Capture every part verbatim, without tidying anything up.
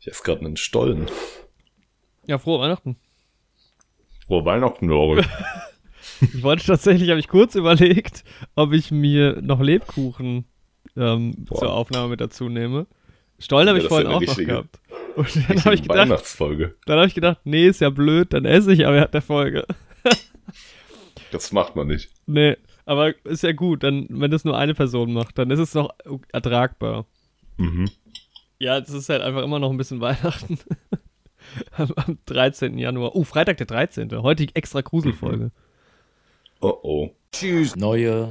Ich esse gerade einen Stollen. Ja, frohe Weihnachten. Frohe Weihnachten, Lori. Ich wollte tatsächlich, habe ich kurz überlegt, ob ich mir noch Lebkuchen ähm, zur Aufnahme mit dazu nehme. Stollen habe Ja, ich das ist vorhin ja eine auch noch richtige- gehabt. Und dann habe ich gedacht, Weihnachtsfolge. dann habe ich gedacht, nee, ist ja blöd, dann esse ich aber während der Folge. Das macht man nicht. Nee, aber ist ja gut, dann, wenn das nur eine Person macht, dann ist es noch ertragbar. Mhm. Ja, es ist halt einfach immer noch ein bisschen Weihnachten. am, am dreizehnten Januar. Oh, Freitag der dreizehnte Heute die extra Gruselfolge. Oh oh. Tschüss. Neue.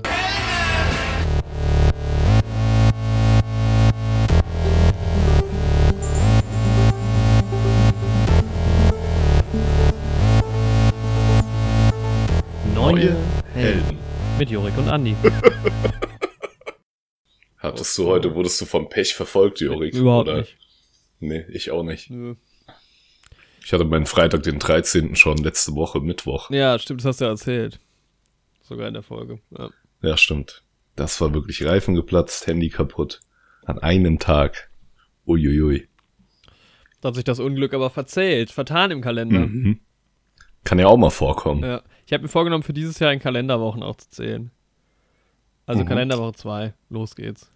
Neue Helden. Mit Jorik und Andi. Hattest du heute, wurdest du vom Pech verfolgt, Jorik? Überhaupt oder? nicht. Nee, ich auch nicht. Nö. Ich hatte meinen Freitag, den dreizehnten schon letzte Woche, Mittwoch. Ja, stimmt, das hast du ja erzählt. Sogar in der Folge. Ja. Ja, stimmt. Das war wirklich Reifen geplatzt, Handy kaputt. An einem Tag. Uiuiui. Da hat sich das Unglück aber verzählt, vertan im Kalender. Mhm. Kann ja auch mal vorkommen. Ja. Ich habe mir vorgenommen, für dieses Jahr in Kalenderwochen auch zu zählen. Also Mhm. Kalenderwoche zwei, los geht's.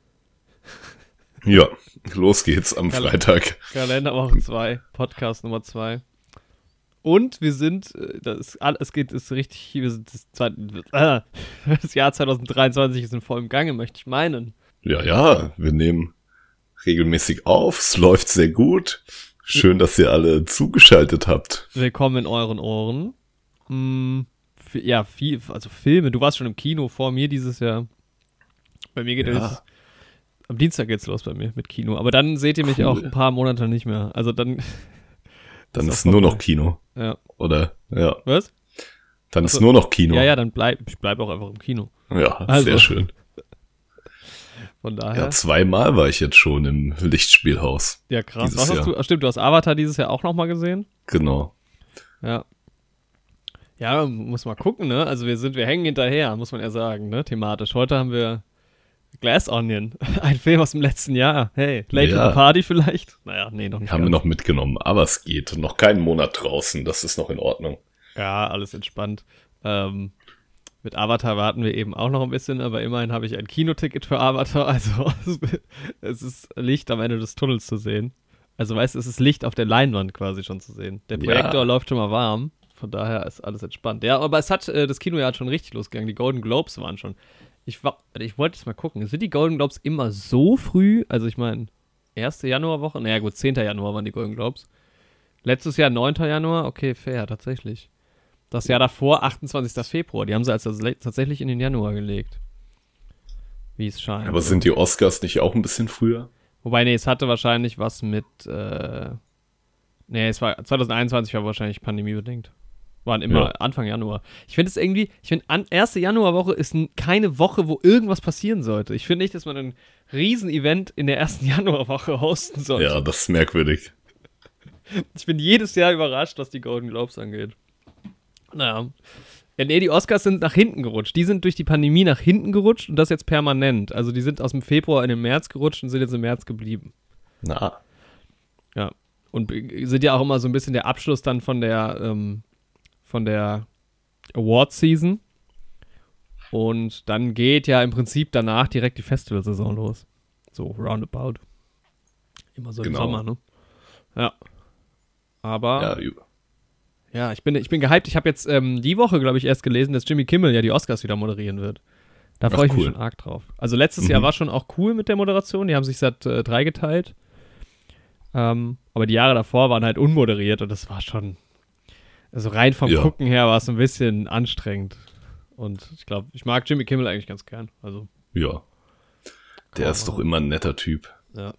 Ja, los geht's am Kal- Freitag. Kalenderwoche zwei, Podcast Nummer zwei. Und wir sind, äh, das ist, all- es geht, ist richtig, wir sind das, zweite, äh, das Jahr zwanzig dreiundzwanzig ist in vollem Gange, möchte ich meinen. Ja, ja, wir nehmen regelmäßig auf. Es läuft sehr gut. Schön, dass ihr alle zugeschaltet habt. Willkommen in euren Ohren. Hm, fi- ja, viel, also Filme, du warst schon im Kino vor mir dieses Jahr. Bei mir geht Ja. es, am Dienstag geht's los bei mir mit Kino. Aber dann seht ihr mich Cool. auch ein paar Monate nicht mehr. Also dann, Dann ist ist auch nur noch vorbei. Kino. ja. Oder? Ja. Was? Dann Ach ist so. nur noch Kino. Ja, ja, dann bleib, ich bleib auch einfach im Kino. Ja, Also. sehr schön. Von daher. Ja, zweimal war ich jetzt schon im Lichtspielhaus. Ja, krass. dieses Was hast Jahr. du? Ach, stimmt, du hast Avatar dieses Jahr auch nochmal gesehen? Genau. Ja. Ja, muss mal gucken, ne? Also wir sind, wir hängen hinterher, muss man ja sagen, ne? Thematisch. Heute haben wir Glass Onion, ein Film aus dem letzten Jahr. Hey, Late Ja. to the Party vielleicht? Naja, nee, noch nicht. Haben wir ganz. noch mitgenommen. Aber es geht. Noch keinen Monat draußen. Das ist noch in Ordnung. Ja, alles entspannt. Ähm, mit Avatar warten wir eben auch noch ein bisschen, aber immerhin habe ich ein Kinoticket für Avatar, also es ist Licht am Ende des Tunnels zu sehen. Also weißt du, es ist Licht auf der Leinwand quasi schon zu sehen. Der Ja. Projektor läuft schon mal warm, von daher ist alles entspannt. Ja, aber es hat, äh, das Kinojahr hat schon richtig losgegangen, die Golden Globes waren schon. Ich, war, ich wollte jetzt mal gucken, sind die Golden Globes immer so früh? Also ich meine, erste Januarwoche? Naja gut, zehnten Januar waren die Golden Globes. Letztes Jahr neunten Januar, okay, fair, tatsächlich. Das Jahr davor, achtundzwanzigsten Februar. Die haben sie also tatsächlich in den Januar gelegt. Wie es scheint. Aber sind die Oscars nicht auch ein bisschen früher? Wobei, nee, es hatte wahrscheinlich was mit, äh, nee, es war, zwanzig einundzwanzig war wahrscheinlich pandemiebedingt. Waren immer Ja. Anfang Januar. Ich finde es irgendwie, ich finde, an, erste Januarwoche ist n- keine Woche, wo irgendwas passieren sollte. Ich finde nicht, dass man ein Riesen-Event in der ersten Januarwoche hosten sollte. Ja, das ist merkwürdig. Ich bin jedes Jahr überrascht, was die Golden Globes angeht. Naja. Ja, nee, die Oscars sind nach hinten gerutscht. Die sind durch die Pandemie nach hinten gerutscht und das jetzt permanent. Also die sind aus dem Februar in den März gerutscht und sind jetzt im März geblieben. Na, Ja. Und be- sind ja auch immer so ein bisschen der Abschluss dann von der, ähm, von der Award-Season. Und dann geht ja im Prinzip danach direkt die Festivalsaison los. So roundabout. Immer so im Genau. Sommer, ne? Ja. Aber ja, über- ja, ich bin, ich bin gehypt. Ich habe jetzt ähm, die Woche, glaube ich, erst gelesen, dass Jimmy Kimmel ja die Oscars wieder moderieren wird. Da Ach, freue ich mich cool. schon arg drauf. Also letztes Mhm. Jahr war schon auch cool mit der Moderation. Die haben sich seit äh, drei geteilt. Ähm, aber die Jahre davor waren halt unmoderiert und das war schon, also rein vom Ja. Gucken her war es ein bisschen anstrengend. Und ich glaube, ich mag Jimmy Kimmel eigentlich ganz gern. Also, ja. Der ist doch immer ein netter Typ. ja.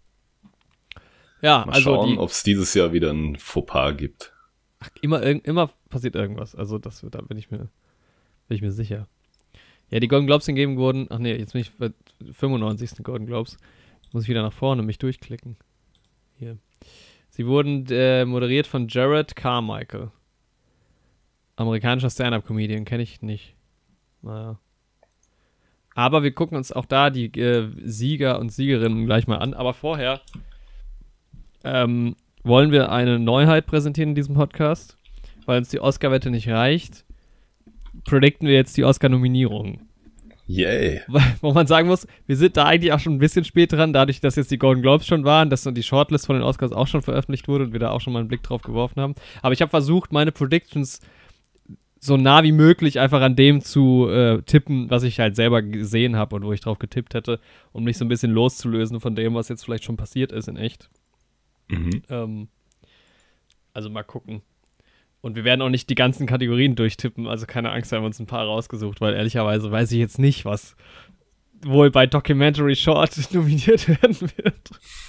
Ja, Mal also schauen, die, ob es dieses Jahr wieder ein Fauxpas gibt. Ach, immer, irg- immer passiert irgendwas. Also das, da bin ich mir, bin ich mir sicher. Ja, die Golden Globes hingegen wurden, ach nee, jetzt bin ich bei fünfundneunzigsten Golden Globes. Muss ich wieder nach vorne mich durchklicken. Hier. Sie wurden äh, moderiert von Jared Carmichael. Amerikanischer Stand-Up-Comedian, kenne ich nicht. Naja. Aber wir gucken uns auch da die äh, Sieger und Siegerinnen gleich mal an. Aber vorher ähm, wollen wir eine Neuheit präsentieren in diesem Podcast? Weil uns die Oscar-Wette nicht reicht, predikten wir jetzt die Oscar-Nominierungen. Yay. Wo man sagen muss, wir sind da eigentlich auch schon ein bisschen spät dran, dadurch, dass jetzt die Golden Globes schon waren, dass dann die Shortlist von den Oscars auch schon veröffentlicht wurde und wir da auch schon mal einen Blick drauf geworfen haben. Aber ich habe versucht, meine Predictions so nah wie möglich einfach an dem zu äh, tippen, was ich halt selber gesehen habe und wo ich drauf getippt hätte, um mich so ein bisschen loszulösen von dem, was jetzt vielleicht schon passiert ist in echt. Mhm. Ähm, also mal gucken. Und wir werden auch nicht die ganzen Kategorien durchtippen, also keine Angst, wir haben uns ein paar rausgesucht, weil ehrlicherweise weiß ich jetzt nicht, was wohl bei Documentary Short nominiert werden wird.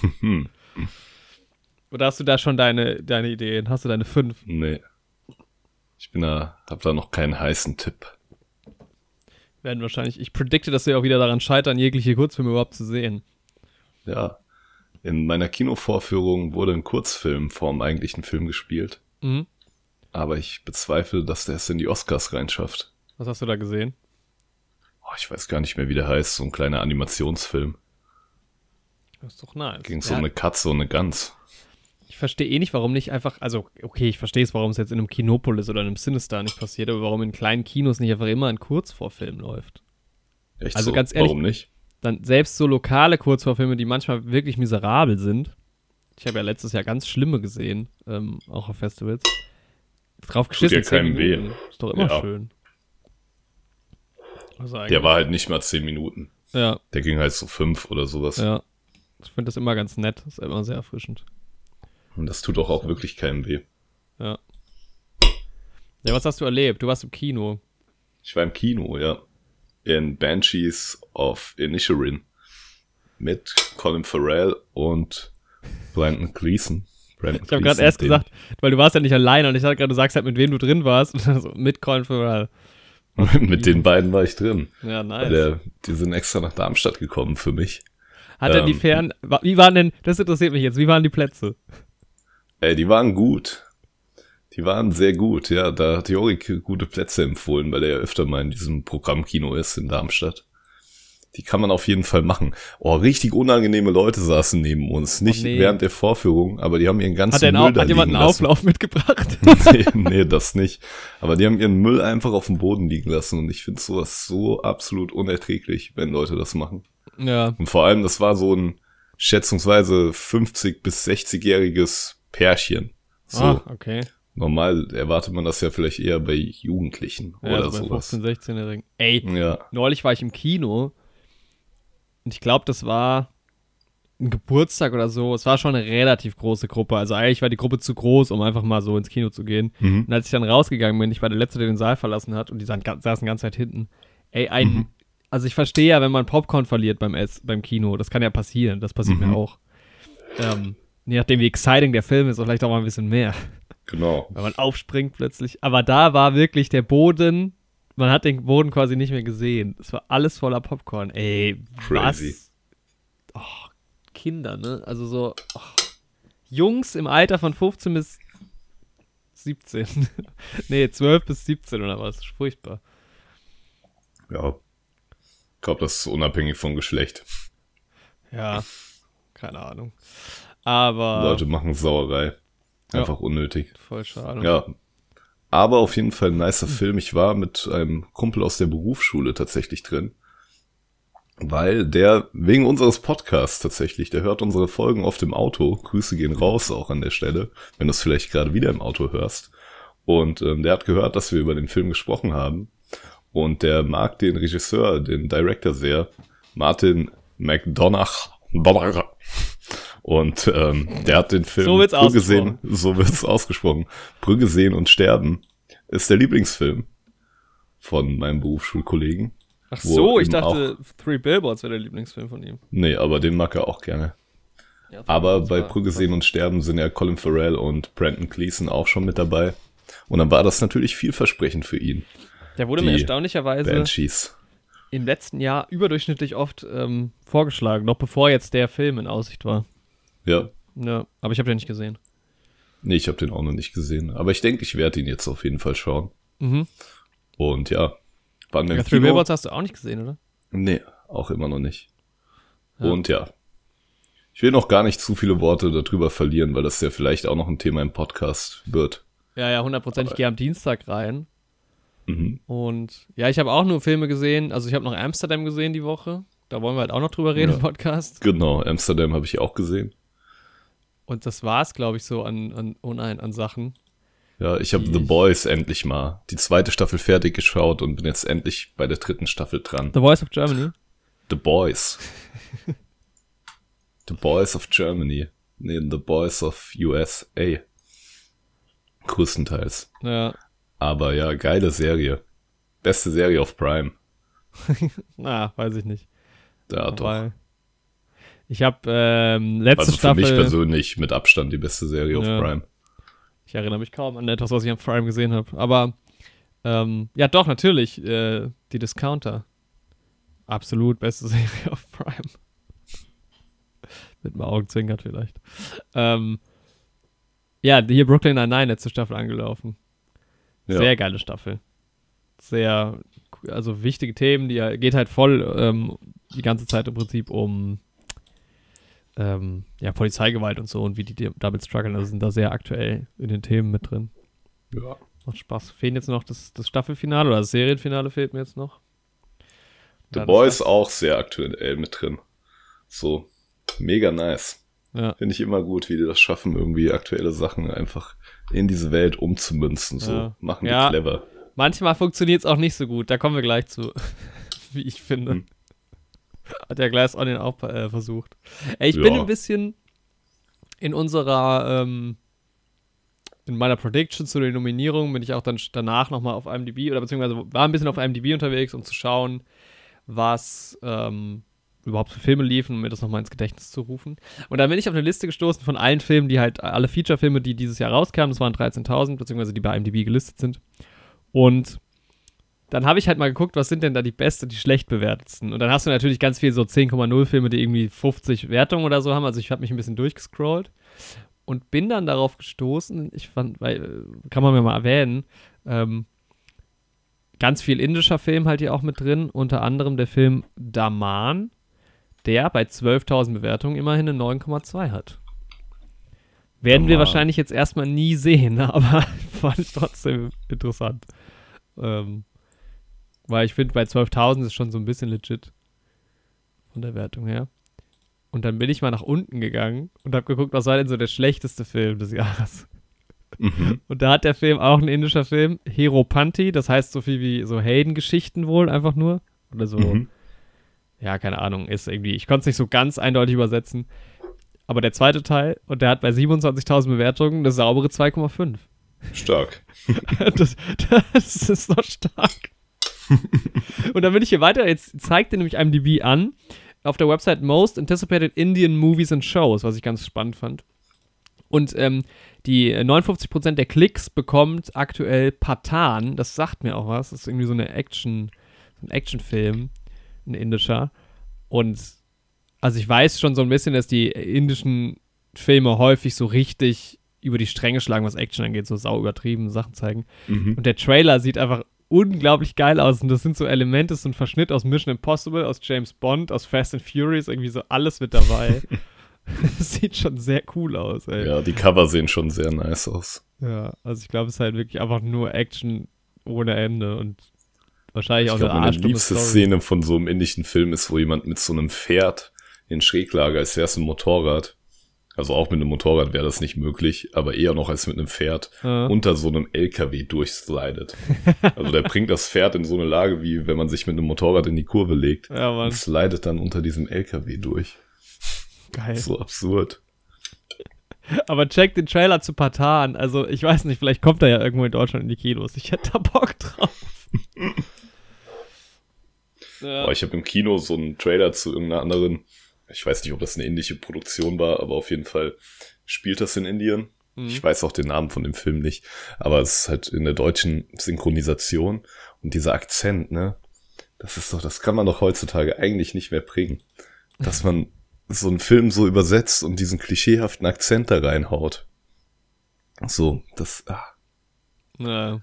Oder hast du da schon deine, deine Ideen? Hast du deine fünf? Nee. Ich bin da, hab da noch keinen heißen Tipp. Werden wahrscheinlich, ich predikte, dass wir auch wieder daran scheitern, jegliche Kurzfilme überhaupt zu sehen. Ja. In meiner Kinovorführung wurde ein Kurzfilm vor dem eigentlichen Film gespielt. Mhm. Aber ich bezweifle, dass der es in die Oscars reinschafft. Was hast du da gesehen? Oh, ich weiß gar nicht mehr, wie der heißt. So ein kleiner Animationsfilm. Das ist doch nice. Ging so Ja, um eine Katze und eine Gans. ich verstehe eh nicht, warum nicht einfach, also okay, ich verstehe es, warum es jetzt in einem Kinopolis oder einem Cinestar nicht passiert, aber warum in kleinen Kinos nicht einfach immer ein Kurzvorfilm läuft. Echt Also so? ganz ehrlich, Warum nicht? Dann selbst so lokale Kurzvorfilme, die manchmal wirklich miserabel sind. Ich habe ja letztes Jahr ganz schlimme gesehen, ähm, auch auf Festivals. Drauf geschissen, ja keinem zehn weh. Minuten. Ist doch immer Ja. schön. Also Der war halt nicht mal zehn Minuten. ja, Der ging halt so fünf oder sowas. ja. Ich finde das immer ganz nett. Das ist immer sehr erfrischend. Und das tut auch, auch wirklich keinem weh. Ja. Ja, was hast du erlebt? Du warst im Kino. Ich war im Kino, ja. In Banshees of Inisherin. Mit Colin Farrell und Brandon Gleeson. Brandon Ich habe gerade erst den- gesagt, weil du warst ja nicht alleine und ich dachte gerade, du sagst halt, mit wem du drin warst. Und dann so, mit Colin Farrell. Mit den beiden war ich drin. Ja, Weil nice. der, die sind extra nach Darmstadt gekommen für mich. Hat er die ähm, Fern... wa- Wie waren denn... Das interessiert mich jetzt. Wie waren die Plätze? Ey, die waren gut. Die waren sehr gut, ja. Da hat Jorik gute Plätze empfohlen, weil er ja öfter mal in diesem Programmkino ist in Darmstadt. Die kann man auf jeden Fall machen. Oh, richtig unangenehme Leute saßen neben uns. Nicht nee. während der Vorführung, aber die haben ihren ganzen Hat, er einen Müll Au- da hat jemand liegen einen lassen. Auflauf mitgebracht? nee, nee, das nicht. Aber die haben ihren Müll einfach auf dem Boden liegen lassen und ich finde sowas so absolut unerträglich, wenn Leute das machen. Ja. Und vor allem, das war so ein schätzungsweise fünfzig- bis sechzigjähriges Pärchen. So. Ah, okay. Normal erwartet man das ja vielleicht eher bei Jugendlichen Ja, oder also bei sowas. fünfzehn-, sechzehnjährigen. Ey, Ja. neulich war ich im Kino und ich glaube, das war ein Geburtstag oder so. Es war schon eine relativ große Gruppe. Also eigentlich war die Gruppe zu groß, um einfach mal so ins Kino zu gehen. Mhm. Und als ich dann rausgegangen bin, ich war der Letzte, der den Saal verlassen hat und die saßen, saßen ganz weit hinten. Ey, ein, Mhm. also ich verstehe ja, wenn man Popcorn verliert beim, Ess, beim Kino. Das kann ja passieren. Das passiert Mhm. mir auch. Ähm, je nachdem, wie exciting der Film ist, vielleicht auch mal ein bisschen mehr. Genau. Weil man aufspringt plötzlich. Aber da war wirklich der Boden, man hat den Boden quasi nicht mehr gesehen. Es war alles voller Popcorn. Ey, Crazy. was? Oh, Kinder, ne? Also so oh, Jungs im Alter von fünfzehn bis siebzehn. nee, zwölf bis siebzehn oder was. Furchtbar. Ja. Ich glaube, das ist unabhängig vom Geschlecht. Ja, keine Ahnung. Aber Leute machen Sauerei. Einfach unnötig. voll schade. Ja. Aber auf jeden Fall ein nicer Film. Ich war mit einem Kumpel aus der Berufsschule tatsächlich drin. Weil der, wegen unseres Podcasts tatsächlich, der hört unsere Folgen oft im Auto. Grüße gehen raus auch an der Stelle, wenn du es vielleicht gerade wieder im Auto hörst. Und ähm, der hat gehört, dass wir über den Film gesprochen haben. Und der mag den Regisseur, den Director sehr, Martin McDonagh. Und ähm, der hat den Film So wird's Brügge sehen, ausgesprochen. so wird's ausgesprochen. Brügge sehen und sterben ist der Lieblingsfilm von meinem Berufsschulkollegen. Ach wo so, ich eben dachte, Three Billboards wäre der Lieblingsfilm von ihm. Nee, aber den mag er auch gerne. Ja, Aber das bei war- Brügge sehen und sterben sind ja Colin Farrell und Brandon Gleeson auch schon mit dabei. Und dann war das natürlich vielversprechend für ihn. Der wurde die mir erstaunlicherweise Banshees. im letzten Jahr überdurchschnittlich oft ähm, vorgeschlagen, noch bevor jetzt der Film in Aussicht war. Ja. Ja, aber ich habe den nicht gesehen. Nee, ich habe den auch noch nicht gesehen. Aber ich denke, ich werde ihn jetzt auf jeden Fall schauen. Mhm. Und ja, waren wir im Ja, Three Kino? Billboards hast du auch nicht gesehen, oder? Nee, auch immer noch nicht. Ja. Und ja, Ich will noch gar nicht zu viele Worte darüber verlieren, weil das ja vielleicht auch noch ein Thema im Podcast wird. Ja, ja, hundertprozentig. Ich gehe am Dienstag rein. Mhm. Und ja, ich habe auch nur Filme gesehen. Also ich habe noch Amsterdam gesehen die Woche. Da wollen wir halt auch noch drüber reden Ja. im Podcast. Genau, Amsterdam habe ich auch gesehen. Und das war's, glaube ich, so an, an, oh nein, an Sachen. Ja, ich habe Die The ich- Boys endlich mal die zweite Staffel fertig geschaut und bin jetzt endlich bei der dritten Staffel dran. The Voice of Germany. The Boys. The Boys of Germany. Nee, The Boys of U S A. Größtenteils. Ja, Aber ja, geile Serie. Beste Serie auf Prime. na, weiß ich nicht. Ja, doch. Weil ich habe ähm, letzte Also für Staffel. mich persönlich mit Abstand die beste Serie auf Ja. Prime. Ich erinnere mich kaum an etwas, was ich am Prime gesehen habe. Aber ähm, ja, doch, natürlich. Äh, die Discounter. Absolut beste Serie auf Prime. Mit dem Augenzwinkern vielleicht. Ähm, ja, hier Brooklyn Nine-Nine, letzte Staffel angelaufen. Ja. Sehr geile Staffel. Sehr, also wichtige Themen, die geht halt voll ähm, die ganze Zeit im Prinzip um ähm, ja, Polizeigewalt und so und wie die die damit strugglen. Also sind da sehr aktuell in den Themen mit drin. Ja. Macht Spaß. Fehlen jetzt noch das, das Staffelfinale oder das Serienfinale fehlt mir jetzt noch. The Ja, das- Boys auch sehr aktuell mit drin. So, mega nice. Ja, Finde ich immer gut, wie die das schaffen, irgendwie aktuelle Sachen einfach in diese Welt umzumünzen. So, Ja. machen die Ja. clever. manchmal funktioniert es auch nicht so gut. Da kommen wir gleich zu, wie ich finde. Hm. Hat der Glass Onion auch äh, versucht. Ey, ich bin Ja. ein bisschen in unserer, ähm, in meiner Prediction zu den Nominierungen bin ich auch dann danach nochmal auf IMDb oder beziehungsweise war ein bisschen auf IMDb unterwegs, um zu schauen, was ähm, überhaupt für Filme liefen, um mir das nochmal ins Gedächtnis zu rufen. Und dann bin ich auf eine Liste gestoßen von allen Filmen, die halt, alle Feature-Filme, die dieses Jahr rauskamen, das waren dreizehntausend, beziehungsweise die bei IMDb gelistet sind. Und dann habe ich halt mal geguckt, was sind denn da die besten, die schlecht bewertetsten. Und dann hast du natürlich ganz viel so zehn Komma null Filme, die irgendwie fünfzig Wertungen oder so haben. Also ich habe mich ein bisschen durchgescrollt und bin dann darauf gestoßen, ich fand, weil, äh, kann man mir mal erwähnen, ähm, ganz viel indischer Film halt hier auch mit drin, unter anderem der Film Daman, der bei zwölftausend Bewertungen immerhin eine neun Komma zwei hat. Werden wir Daman. wahrscheinlich jetzt erstmal nie sehen, aber fand ich trotzdem interessant. Ähm, weil ich finde, bei zwölftausend ist schon so ein bisschen legit von der Wertung her. Und dann bin ich mal nach unten gegangen und habe geguckt, was war denn so der schlechteste Film des Jahres. Mhm. Und da hat der Film auch ein indischer Film, Hero Panti, das heißt so viel wie so Heldengeschichten wohl einfach nur. Oder so, Mhm. ja, keine Ahnung, ist irgendwie, ich konnte es nicht so ganz eindeutig übersetzen. Aber der zweite Teil, und der hat bei siebenundzwanzigtausend Bewertungen eine saubere zwei Komma fünf. Stark. das, das ist so stark. Und dann bin ich hier weiter, jetzt zeigt dir nämlich IMDb an, auf der Website Most Anticipated Indian Movies and Shows, was ich ganz spannend fand. Und ähm, die neunundfünfzig Prozent der Klicks bekommt aktuell Pathan, das sagt mir auch was, das ist irgendwie so eine Action, so ein Actionfilm, ein indischer. Und also ich weiß schon so ein bisschen, dass die indischen Filme häufig so richtig über die Stränge schlagen, was Action angeht, so sau übertrieben Sachen zeigen. Mhm. Und der Trailer sieht einfach unglaublich geil aus. Und das sind so Elemente, so ein Verschnitt aus Mission Impossible, aus James Bond, aus Fast and Furious, irgendwie so alles mit dabei. Das sieht schon sehr cool aus, ey. Ja, die Cover sehen schon sehr nice aus. Ja, also ich glaube, es ist halt wirklich einfach nur Action ohne Ende und wahrscheinlich Ich auch glaube, eine meine arschdumme liebste Story. Szene von so einem indischen Film ist, wo jemand mit so einem Pferd in Schräglage, als wäre es ein Motorrad, also auch mit einem Motorrad wäre das nicht möglich, aber eher noch als mit einem Pferd, Ja. unter so einem L K W durchslidet. Also der bringt das Pferd in so eine Lage, wie wenn man sich mit einem Motorrad in die Kurve legt Ja, Mann, und slidet dann unter diesem L K W durch. geil. So absurd. Aber check den Trailer zu Pathan. Also, ich weiß nicht, vielleicht kommt er ja irgendwo in Deutschland in die Kinos. Ich hätte da Bock drauf. ja. Aber ich habe im Kino so einen Trailer zu irgendeiner anderen, ich weiß nicht, ob das eine indische Produktion war, aber auf jeden Fall spielt das in Indien. Mhm. Ich weiß auch den Namen von dem Film nicht, aber es ist halt in der deutschen Synchronisation und dieser Akzent, ne, das ist doch, das kann man doch heutzutage eigentlich nicht mehr bringen, dass man so einen Film so übersetzt und diesen klischeehaften Akzent da reinhaut. So, das, ah, Ja.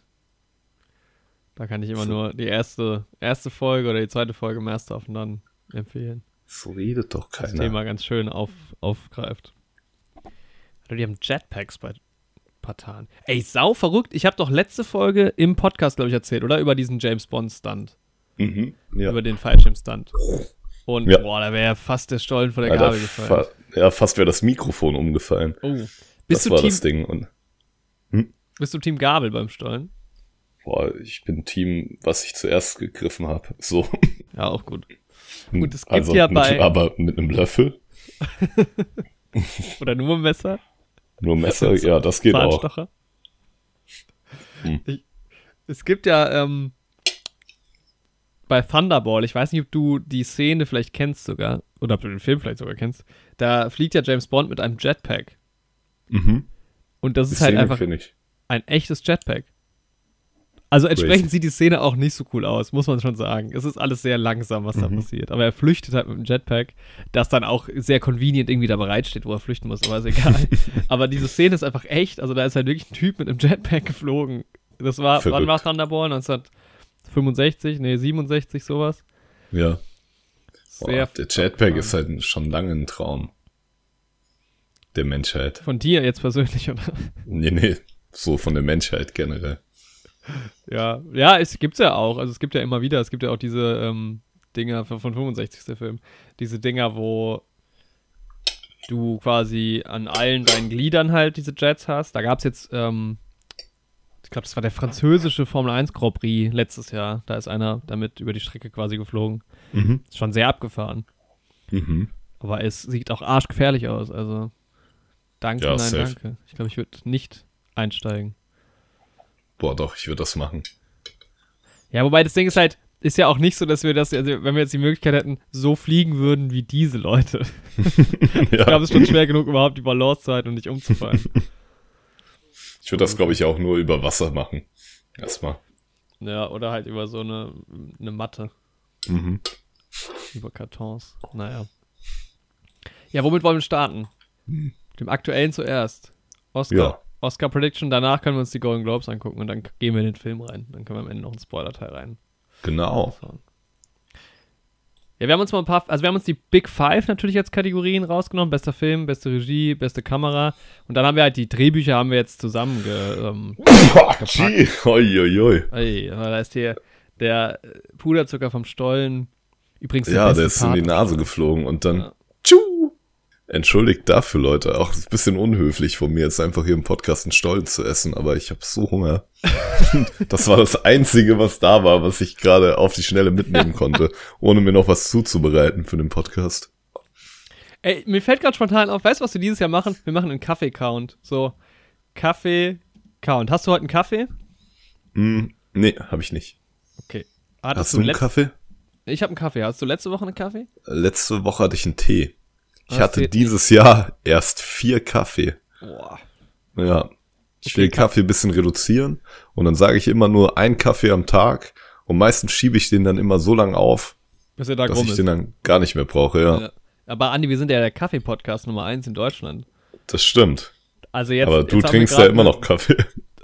Da kann ich immer So. nur die erste, erste Folge oder die zweite Folge Master of None empfehlen. So redet doch keiner. das Thema ganz schön auf, aufgreift. Also die haben Jetpacks bei Patan. Ey, sau verrückt. Ich habe doch letzte Folge im Podcast, glaube ich, erzählt, oder? Über diesen James Bond-Stunt. Mhm, ja. Über den Fallschirm-Stunt. Und, Ja. boah, da wäre ja fast der Stollen von der Alter, Gabel gefallen. fa- ja, fast wäre das Mikrofon umgefallen. Oh. Das Bist du, war Team, das Ding. Und, bist du Team Gabel beim Stollen? boah, ich bin Team, was ich zuerst gegriffen habe. So. Ja, auch gut. Und es gibt also ja mit, bei- aber mit einem Löffel. Oder nur ein Messer? Nur Messer, ja, das geht auch. Zahnstocher? Hm. Ich, es gibt ja ähm, bei Thunderball, ich weiß nicht, ob du die Szene vielleicht kennst sogar, oder ob du den Film vielleicht sogar kennst, da fliegt ja James Bond mit einem Jetpack. Mhm. Und das Die ist halt Szene einfach finde ich. ein echtes Jetpack. Also entsprechend Crazy. sieht die Szene auch nicht so cool aus, muss man schon sagen. Es ist alles sehr langsam, was da Mhm. passiert. Aber er flüchtet halt mit dem Jetpack, das dann auch sehr convenient irgendwie da bereitsteht, wo er flüchten muss, aber ist egal. Aber diese Szene ist einfach echt. Also da ist halt wirklich ein Typ mit einem Jetpack geflogen. Das war, Verrückt. wann war Thunderball? neunzehnhundertfünfundsechzig? Nee, siebenundsechzig, sowas. Ja. Sehr Boah, der Jetpack ist halt schon lange ein Traum. Der Menschheit. Von dir jetzt persönlich, oder? Nee, nee. So von der Menschheit generell. Ja, ja, es gibt's ja auch. Also es gibt ja immer wieder, es gibt ja auch diese ähm, Dinger von, von fünfundsechzig ist der Film. Diese Dinger, wo du quasi an allen deinen Gliedern halt diese Jets hast. Da gab's jetzt, ähm, ich glaube, das war der französische Formel eins Grand Prix letztes Jahr. Da ist einer damit über die Strecke quasi geflogen. Mhm. Ist schon sehr abgefahren. Mhm. Aber es sieht auch arschgefährlich aus. Also danke, Ja, nein, safe. danke. Ich glaube, ich würde nicht einsteigen. Boah, doch, ich würde das machen. Ja, wobei das Ding ist halt, ist ja auch nicht so, dass wir das, also wenn wir jetzt die Möglichkeit hätten, so fliegen würden wie diese Leute. Ich glaube, es ist schon schwer genug, überhaupt die Balance zu halten und nicht umzufallen. Ich würde das, glaube ich, auch nur über Wasser machen. Erstmal. Ja, oder halt über so eine, eine Matte, Mhm. über Kartons. Naja. Ja, womit wollen wir starten? Dem aktuellen zuerst. Oscar. Ja. Oscar Prediction, danach können wir uns die Golden Globes angucken und dann gehen wir in den Film rein. Dann können wir am Ende noch einen Spoiler-Teil rein. Genau. Ja, wir haben uns mal ein paar, also wir haben uns die Big Five natürlich als Kategorien rausgenommen. Bester Film, beste Regie, beste Kamera. Und dann haben wir halt die Drehbücher haben wir jetzt zusammen ge, ähm, Boah, gee. Oi, oi, oi. ey, da ist hier der Puderzucker vom Stollen. Übrigens der Ja, beste der ist in die Part. Nase geflogen und dann Ja. tschu. Entschuldigt dafür, Leute. Auch ein bisschen unhöflich von mir, jetzt einfach hier im Podcast einen Stollen zu essen, aber ich habe so Hunger. Das war das Einzige, was da war, was ich gerade auf die Schnelle mitnehmen konnte, ohne mir noch was zuzubereiten für den Podcast. Ey, mir fällt gerade spontan auf, weißt du, was wir dieses Jahr machen? Wir machen einen Kaffee-Count. So, Kaffee-Count. Hast du heute einen Kaffee? Mm, nee, habe ich nicht. Okay. Hast du einen letzt- Kaffee? Ich habe einen Kaffee. Hast du letzte Woche einen Kaffee? Letzte Woche hatte ich einen Tee. Ich Hast hatte du- dieses Jahr erst vier Kaffee. Boah. Ja. Ich Okay, will Kaffee ein bisschen reduzieren und dann sage ich immer nur einen Kaffee am Tag und meistens schiebe ich den dann immer so lang auf, Bis er da dass rum ich ist. den dann gar nicht mehr brauche, ja. Ja. Aber Andi, wir sind ja der Kaffee-Podcast Nummer eins in Deutschland. Das stimmt. Also jetzt, Aber du jetzt haben trinkst wir ja grad immer eine- noch Kaffee.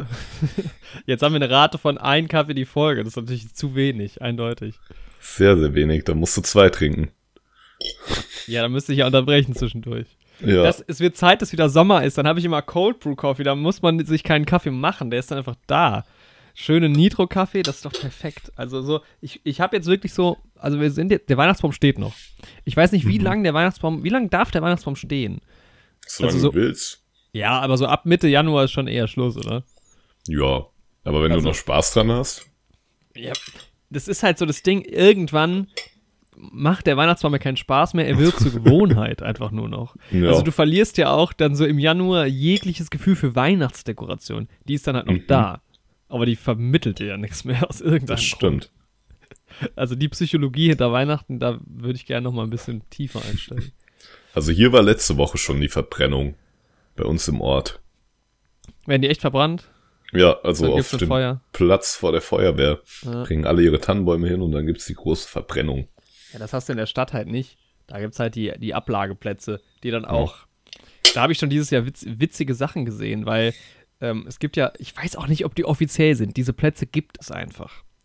Jetzt haben wir eine Rate von ein Kaffee die Folge. Das ist natürlich zu wenig, eindeutig. Sehr, sehr wenig. Da musst du zwei trinken. Ja, da müsste ich ja unterbrechen zwischendurch. Ja. Das, es wird Zeit, dass wieder Sommer ist. Dann habe ich immer Cold Brew Coffee. Da muss man sich keinen Kaffee machen. Der ist dann einfach da. Schöne Nitro-Kaffee, das ist doch perfekt. Also so, ich, ich habe jetzt wirklich so, also wir sind jetzt, der Weihnachtsbaum steht noch. Ich weiß nicht, wie Mhm. lange der Weihnachtsbaum, wie lange darf der Weihnachtsbaum stehen? Solange also so- du willst. Ja, aber so ab Mitte Januar ist schon eher Schluss, oder? Ja. Aber wenn Also- du noch Spaß dran hast. Ja. Das ist halt so das Ding, irgendwann macht der Weihnachtsbaum ja keinen Spaß mehr, er wird zur Gewohnheit einfach nur noch. Ja. Also du verlierst ja auch dann so im Januar jegliches Gefühl für Weihnachtsdekoration. Die ist dann halt noch Mhm. da. Aber die vermittelt dir ja nichts mehr aus irgendeinem Das stimmt. Grund. Also die Psychologie hinter Weihnachten, da würde ich gerne noch mal ein bisschen tiefer einsteigen. Also hier war letzte Woche schon die Verbrennung bei uns im Ort. Werden die echt verbrannt? Ja, also Dann auf gibt's ein dem Feuer. Platz vor der Feuerwehr Ja. bringen alle ihre Tannenbäume hin und dann gibt's die große Verbrennung. Ja, das hast du in der Stadt halt nicht. Da gibt es halt die, die Ablageplätze, die dann auch. Da habe ich schon dieses Jahr witz, witzige Sachen gesehen, weil ähm, es gibt ja, ich weiß auch nicht, ob die offiziell sind. Diese Plätze gibt es einfach.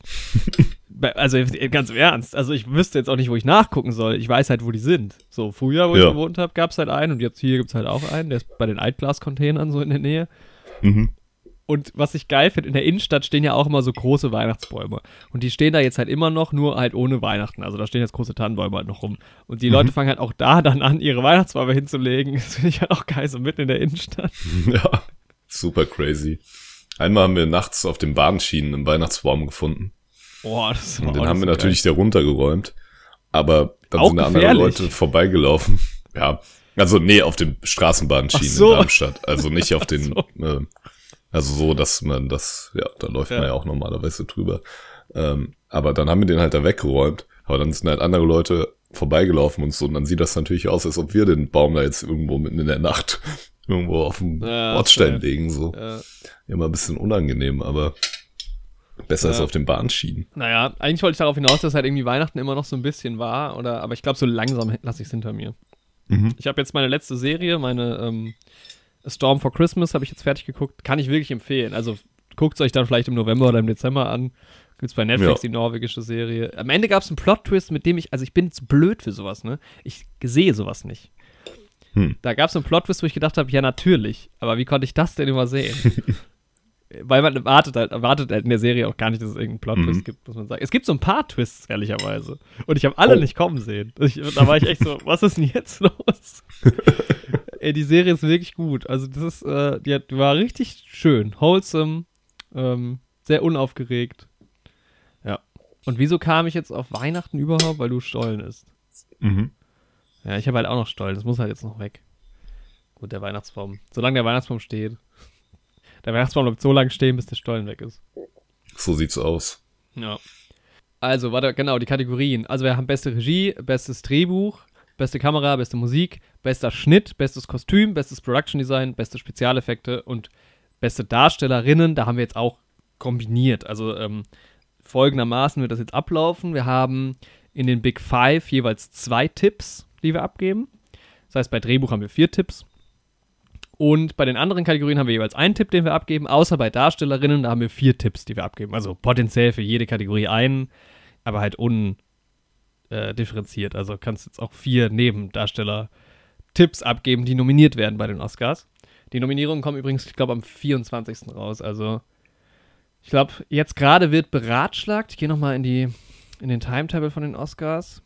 Also ganz im Ernst, also ich wüsste jetzt auch nicht, wo ich nachgucken soll. Ich weiß halt, wo die sind. So, früher, wo ja. ich gewohnt habe, gab es halt einen und jetzt hier gibt es halt auch einen. Der ist bei den Altglas-Containern so in der Nähe. Mhm. Und was ich geil finde, in der Innenstadt stehen ja auch immer so große Weihnachtsbäume. Und die stehen da jetzt halt immer noch, nur halt ohne Weihnachten. Also da stehen jetzt große Tannenbäume halt noch rum. Und die mhm. Leute fangen halt auch da dann an, ihre Weihnachtsbäume hinzulegen. Das finde ich halt auch geil, so mitten in der Innenstadt. Ja, super crazy. Einmal haben wir nachts auf den Bahnschienen einen Weihnachtsbaum gefunden. Boah, das Und den haben wir natürlich da runtergeräumt. Aber dann auch sind da andere Leute vorbeigelaufen. Ja, also nee, auf den Straßenbahnschienen so. in Darmstadt. Also nicht auf den... so. Äh, Also so, dass man das, ja, da läuft ja. man ja auch normalerweise drüber. Ähm, aber dann haben wir den halt da weggeräumt. Aber dann sind halt andere Leute vorbeigelaufen und so. Und dann sieht das natürlich aus, als ob wir den Baum da jetzt irgendwo mitten in der Nacht irgendwo auf dem ja, Bordstein okay. legen. So. Ja. Immer ein bisschen unangenehm, aber besser ja. als auf den Bahnschienen. Naja, eigentlich wollte ich darauf hinaus, dass halt irgendwie Weihnachten immer noch so ein bisschen war. Oder, aber ich glaube, so langsam lasse ich es hinter mir. Mhm. Ich habe jetzt meine letzte Serie, meine ähm, A Storm for Christmas habe ich jetzt fertig geguckt. Kann ich wirklich empfehlen. Also guckt es euch dann vielleicht im November oder im Dezember an. Gibt es bei Netflix ja. die norwegische Serie. Am Ende gab es einen Plot-Twist, mit dem ich, also ich bin zu blöd für sowas, ne? Ich sehe sowas nicht. Hm. Da gab es einen Plot-Twist, wo ich gedacht habe, ja natürlich. Aber wie konnte ich das denn übersehen? Weil man erwartet halt, erwartet halt in der Serie auch gar nicht, dass es irgendeinen Plot-Twist mhm. gibt, muss man sagen. Es gibt so ein paar Twists, ehrlicherweise. Und ich habe alle oh. nicht kommen sehen. Ich, da war ich echt so, was ist denn jetzt los? Ey, die Serie ist wirklich gut. Also das ist, äh, die, hat, die war richtig schön. Wholesome, ähm, sehr unaufgeregt. Ja. Und wieso kam ich jetzt auf Weihnachten überhaupt? Weil du Stollen isst. Mhm. Ja, ich habe halt auch noch Stollen. Das muss halt jetzt noch weg. Gut, der Weihnachtsbaum. Solange der Weihnachtsbaum steht. Der Weihnachtsbaum bleibt so lange stehen, bis der Stollen weg ist. So sieht's aus. Ja. Also, warte, genau, die Kategorien. Also, wir haben beste Regie, bestes Drehbuch, beste Kamera, beste Musik, bester Schnitt, bestes Kostüm, bestes Production Design, beste Spezialeffekte und beste Darstellerinnen. Da haben wir jetzt auch kombiniert. Also, ähm, folgendermaßen wird das jetzt ablaufen. Wir haben in den Big Five jeweils zwei Tipps, die wir abgeben. Das heißt, bei Drehbuch haben wir vier Tipps. Und bei den anderen Kategorien haben wir jeweils einen Tipp, den wir abgeben, außer bei Darstellerinnen, da haben wir vier Tipps, die wir abgeben. Also potenziell für jede Kategorie einen, aber halt undifferenziert. Also kannst jetzt auch vier Nebendarsteller-Tipps abgeben, die nominiert werden bei den Oscars. Die Nominierungen kommen übrigens, ich glaube, am vierundzwanzigsten raus. Also ich glaube, jetzt gerade wird beratschlagt. Ich gehe nochmal in die in den Timetable von den Oscars.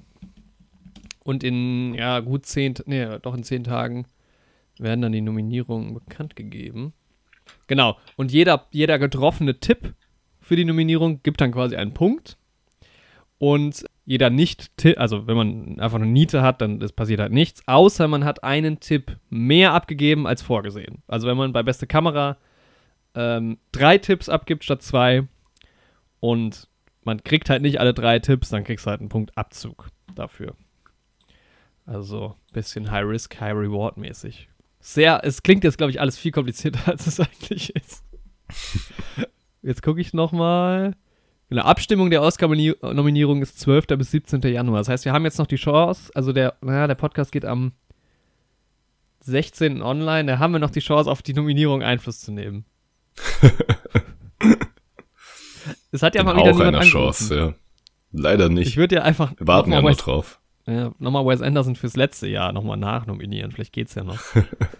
Und in, ja, gut zehn, nee, doch in zehn Tagen werden dann die Nominierungen bekannt gegeben. Genau. Und jeder, jeder getroffene Tipp für die Nominierung gibt dann quasi einen Punkt. Und jeder Nicht-Tipp, also wenn man einfach eine Niete hat, dann das passiert halt nichts, außer man hat einen Tipp mehr abgegeben als vorgesehen. Also wenn man bei beste Kamera ähm, drei Tipps abgibt statt zwei und man kriegt halt nicht alle drei Tipps, dann kriegst du halt einen Punkt Abzug dafür. Also ein bisschen High-Risk, High-Reward-mäßig. Sehr, es klingt jetzt, glaube ich, alles viel komplizierter, als es eigentlich ist. Jetzt gucke ich nochmal. Genau, Abstimmung der Oscar-Nominierung ist zwölften bis siebzehnten Januar. Das heißt, wir haben jetzt noch die Chance, also der, naja, der Podcast geht am sechzehnten online, da haben wir noch die Chance, auf die Nominierung Einfluss zu nehmen. Es hat ja mal wieder niemand angerufen. Chance, ja. Leider nicht. Ich würde ja einfach... Wir warten ja noch drauf. Ja, nochmal Wes Anderson fürs letzte Jahr nochmal nachnominieren. Vielleicht geht's ja noch.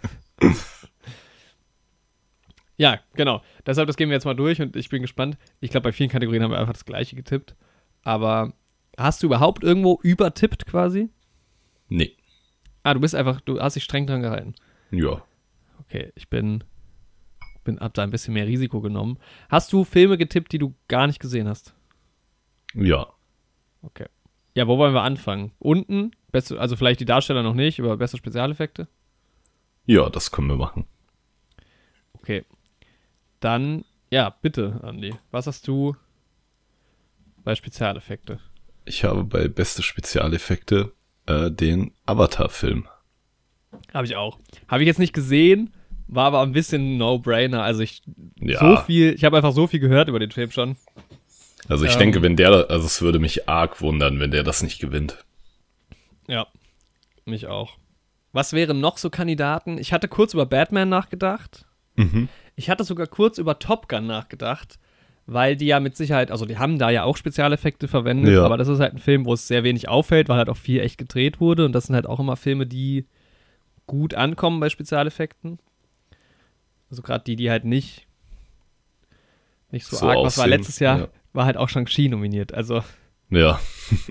Ja, genau. Deshalb, das gehen wir jetzt mal durch und ich bin gespannt. Ich glaube, bei vielen Kategorien haben wir einfach das Gleiche getippt. Aber hast du überhaupt irgendwo übertippt quasi? Nee. Ah, du bist einfach, du hast dich streng dran gehalten. Ja. Okay, ich bin, bin hab da ein bisschen mehr Risiko genommen. Hast du Filme getippt, die du gar nicht gesehen hast? Ja. Okay. Ja, wo wollen wir anfangen? Unten? Beste, also vielleicht die Darsteller noch nicht, aber beste Spezialeffekte? Ja, das können wir machen. Okay. Dann, ja, bitte, Andi. Was hast du bei Spezialeffekte? Ich habe bei beste Spezialeffekte äh, den Avatar-Film. Habe ich auch. Habe ich jetzt nicht gesehen, war aber ein bisschen No-Brainer. Also ich ja. so viel, ich habe einfach so viel gehört über den Film schon. Also ich ähm, denke, wenn der, also es würde mich arg wundern, wenn der das nicht gewinnt. Ja, mich auch. Was wären noch so Kandidaten? Ich hatte kurz über Batman nachgedacht. Mhm. Ich hatte sogar kurz über Top Gun nachgedacht, weil die ja mit Sicherheit, also die haben da ja auch Spezialeffekte verwendet, Ja. aber das ist halt ein Film, wo es sehr wenig auffällt, weil halt auch viel echt gedreht wurde und das sind halt auch immer Filme, die gut ankommen bei Spezialeffekten. Also gerade die, die halt nicht nicht so, So arg, was war aussehen, letztes Jahr, ja. war halt auch Shang-Chi nominiert. Also Ja.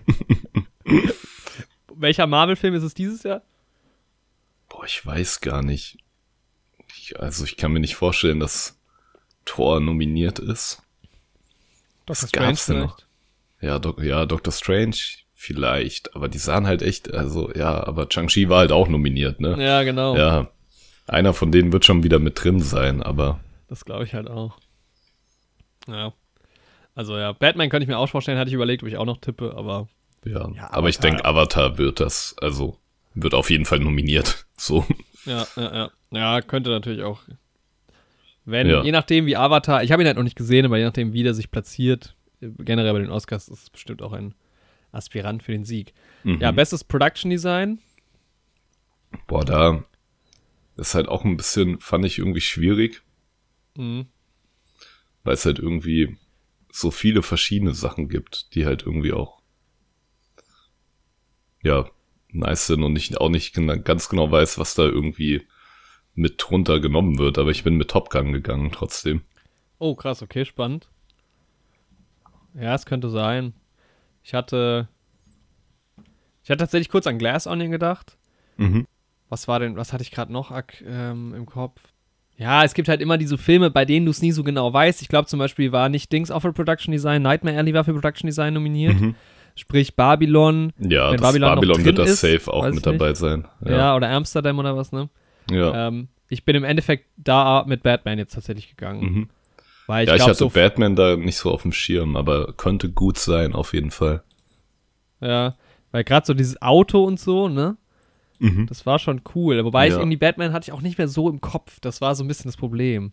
welcher Marvel-Film ist es dieses Jahr? Boah, ich weiß gar nicht. Ich, also ich kann mir nicht vorstellen, dass Thor nominiert ist. Doctor Was gab's denn vielleicht? noch? Ja, Doc, ja, Doctor Strange vielleicht, aber die sahen halt echt, also ja, aber Shang-Chi war halt auch nominiert, ne? Ja, genau. Ja, einer von denen wird schon wieder mit drin sein, aber Das glaube ich halt auch. Ja. Also ja, Batman könnte ich mir auch vorstellen, hatte ich überlegt, ob ich auch noch tippe, aber ja, Ja, aber ich Avatar. denke, Avatar wird das, also wird auf jeden Fall nominiert, so. ja, ja, ja. Ja, könnte natürlich auch. Wenn, Ja. je nachdem wie Avatar, ich habe ihn halt noch nicht gesehen, aber je nachdem wie der sich platziert, äh, generell bei den Oscars ist es bestimmt auch ein Aspirant für den Sieg. Mhm. Ja, bestes Production Design. Boah, da ist halt auch ein bisschen, fand ich irgendwie schwierig, Mhm. weil es halt irgendwie so viele verschiedene Sachen gibt, die halt irgendwie auch, ja, nice sind und ich auch nicht gena- ganz genau weiß, was da irgendwie mit drunter genommen wird, aber ich bin mit Top Gun gegangen trotzdem. Oh, krass, okay, spannend. Ja, es könnte sein. Ich hatte ich hatte tatsächlich kurz an Glass Onion gedacht. Mhm. Was war denn, was hatte ich gerade noch ak- ähm, im Kopf? Ja, es gibt halt immer diese Filme, bei denen du es nie so genau weißt. Ich glaube zum Beispiel war nicht Dings auch für Production Design, Nightmare Alley war für Production Design nominiert. Mhm. Sprich Babylon. Ja, Wenn das Babylon Babylon, noch drin wird das ist, safe auch weiß mit ich nicht. dabei sein. Ja. Ja, oder Amsterdam oder was, ne? ja. Ähm, ich bin im Endeffekt da mit Batman jetzt tatsächlich gegangen. Mhm. Weil ich ja, ich glaube hatte so. Batman da nicht so auf dem Schirm, aber könnte gut sein, auf jeden Fall. Ja, weil gerade so dieses Auto und so, ne? Mhm. Das war schon cool. Wobei ich Ja. irgendwie Batman hatte ich auch nicht mehr so im Kopf. Das war so ein bisschen das Problem.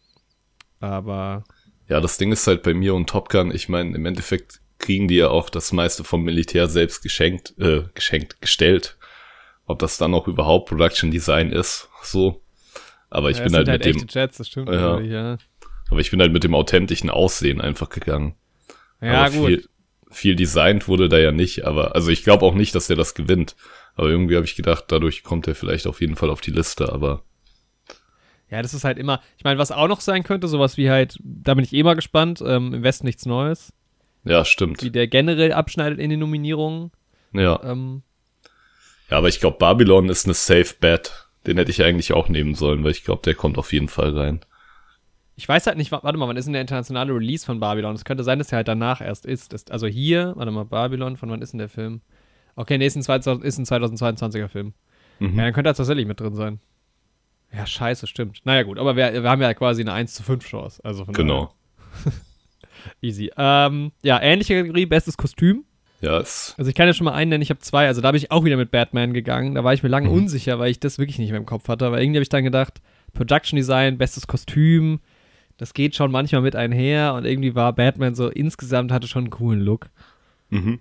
Aber Ja, das Ding ist halt bei mir und Top Gun, ich meine, im Endeffekt kriegen die ja auch das meiste vom Militär selbst geschenkt, äh, geschenkt, gestellt. Ob das dann auch überhaupt Production Design ist, so. Aber ich ja, bin es halt sind mit halt dem, echte Jets, das stimmt Ja. natürlich, ja. aber ich bin halt mit dem authentischen Aussehen einfach gegangen. Ja, aber gut. Viel, viel designt wurde da ja nicht, aber, also ich glaube auch nicht, dass der das gewinnt. Aber irgendwie habe ich gedacht, dadurch kommt er vielleicht auf jeden Fall auf die Liste, aber Ja, das ist halt immer, ich meine, was auch noch sein könnte, sowas wie halt, da bin ich eh mal gespannt, ähm, im Westen nichts Neues, ja, stimmt. wie der generell abschneidet in den Nominierungen. Ja. Ähm, Ja, aber ich glaube, Babylon ist eine safe bet. Den hätte ich eigentlich auch nehmen sollen, weil ich glaube, der kommt auf jeden Fall rein. ich weiß halt nicht, wa- warte mal, wann ist denn der internationale Release von Babylon? Es könnte sein, dass der halt danach erst ist. Das, also hier, warte mal, Babylon, von wann ist denn der Film? Okay, nee, ist ein, zwanzig, ist ein zweitausendzweiundzwanziger Film. Mhm. Ja, dann könnte er tatsächlich mit drin sein. Ja, scheiße, stimmt. Naja, gut, aber wir, wir haben ja quasi eine eins zu fünf Chance. Also von Genau. daher, easy. Ähm, ja, ähnliche Kategorie, bestes Kostüm. Ja, es, Also ich kann ja schon mal einen nennen, ich habe zwei. Also da bin ich auch wieder mit Batman gegangen. Da war ich mir lange Mhm. unsicher, weil ich das wirklich nicht mehr im Kopf hatte. Aber irgendwie habe ich dann gedacht, Production Design, bestes Kostüm, das geht schon manchmal mit einher. Und irgendwie war Batman so insgesamt, hatte schon einen coolen Look. mhm.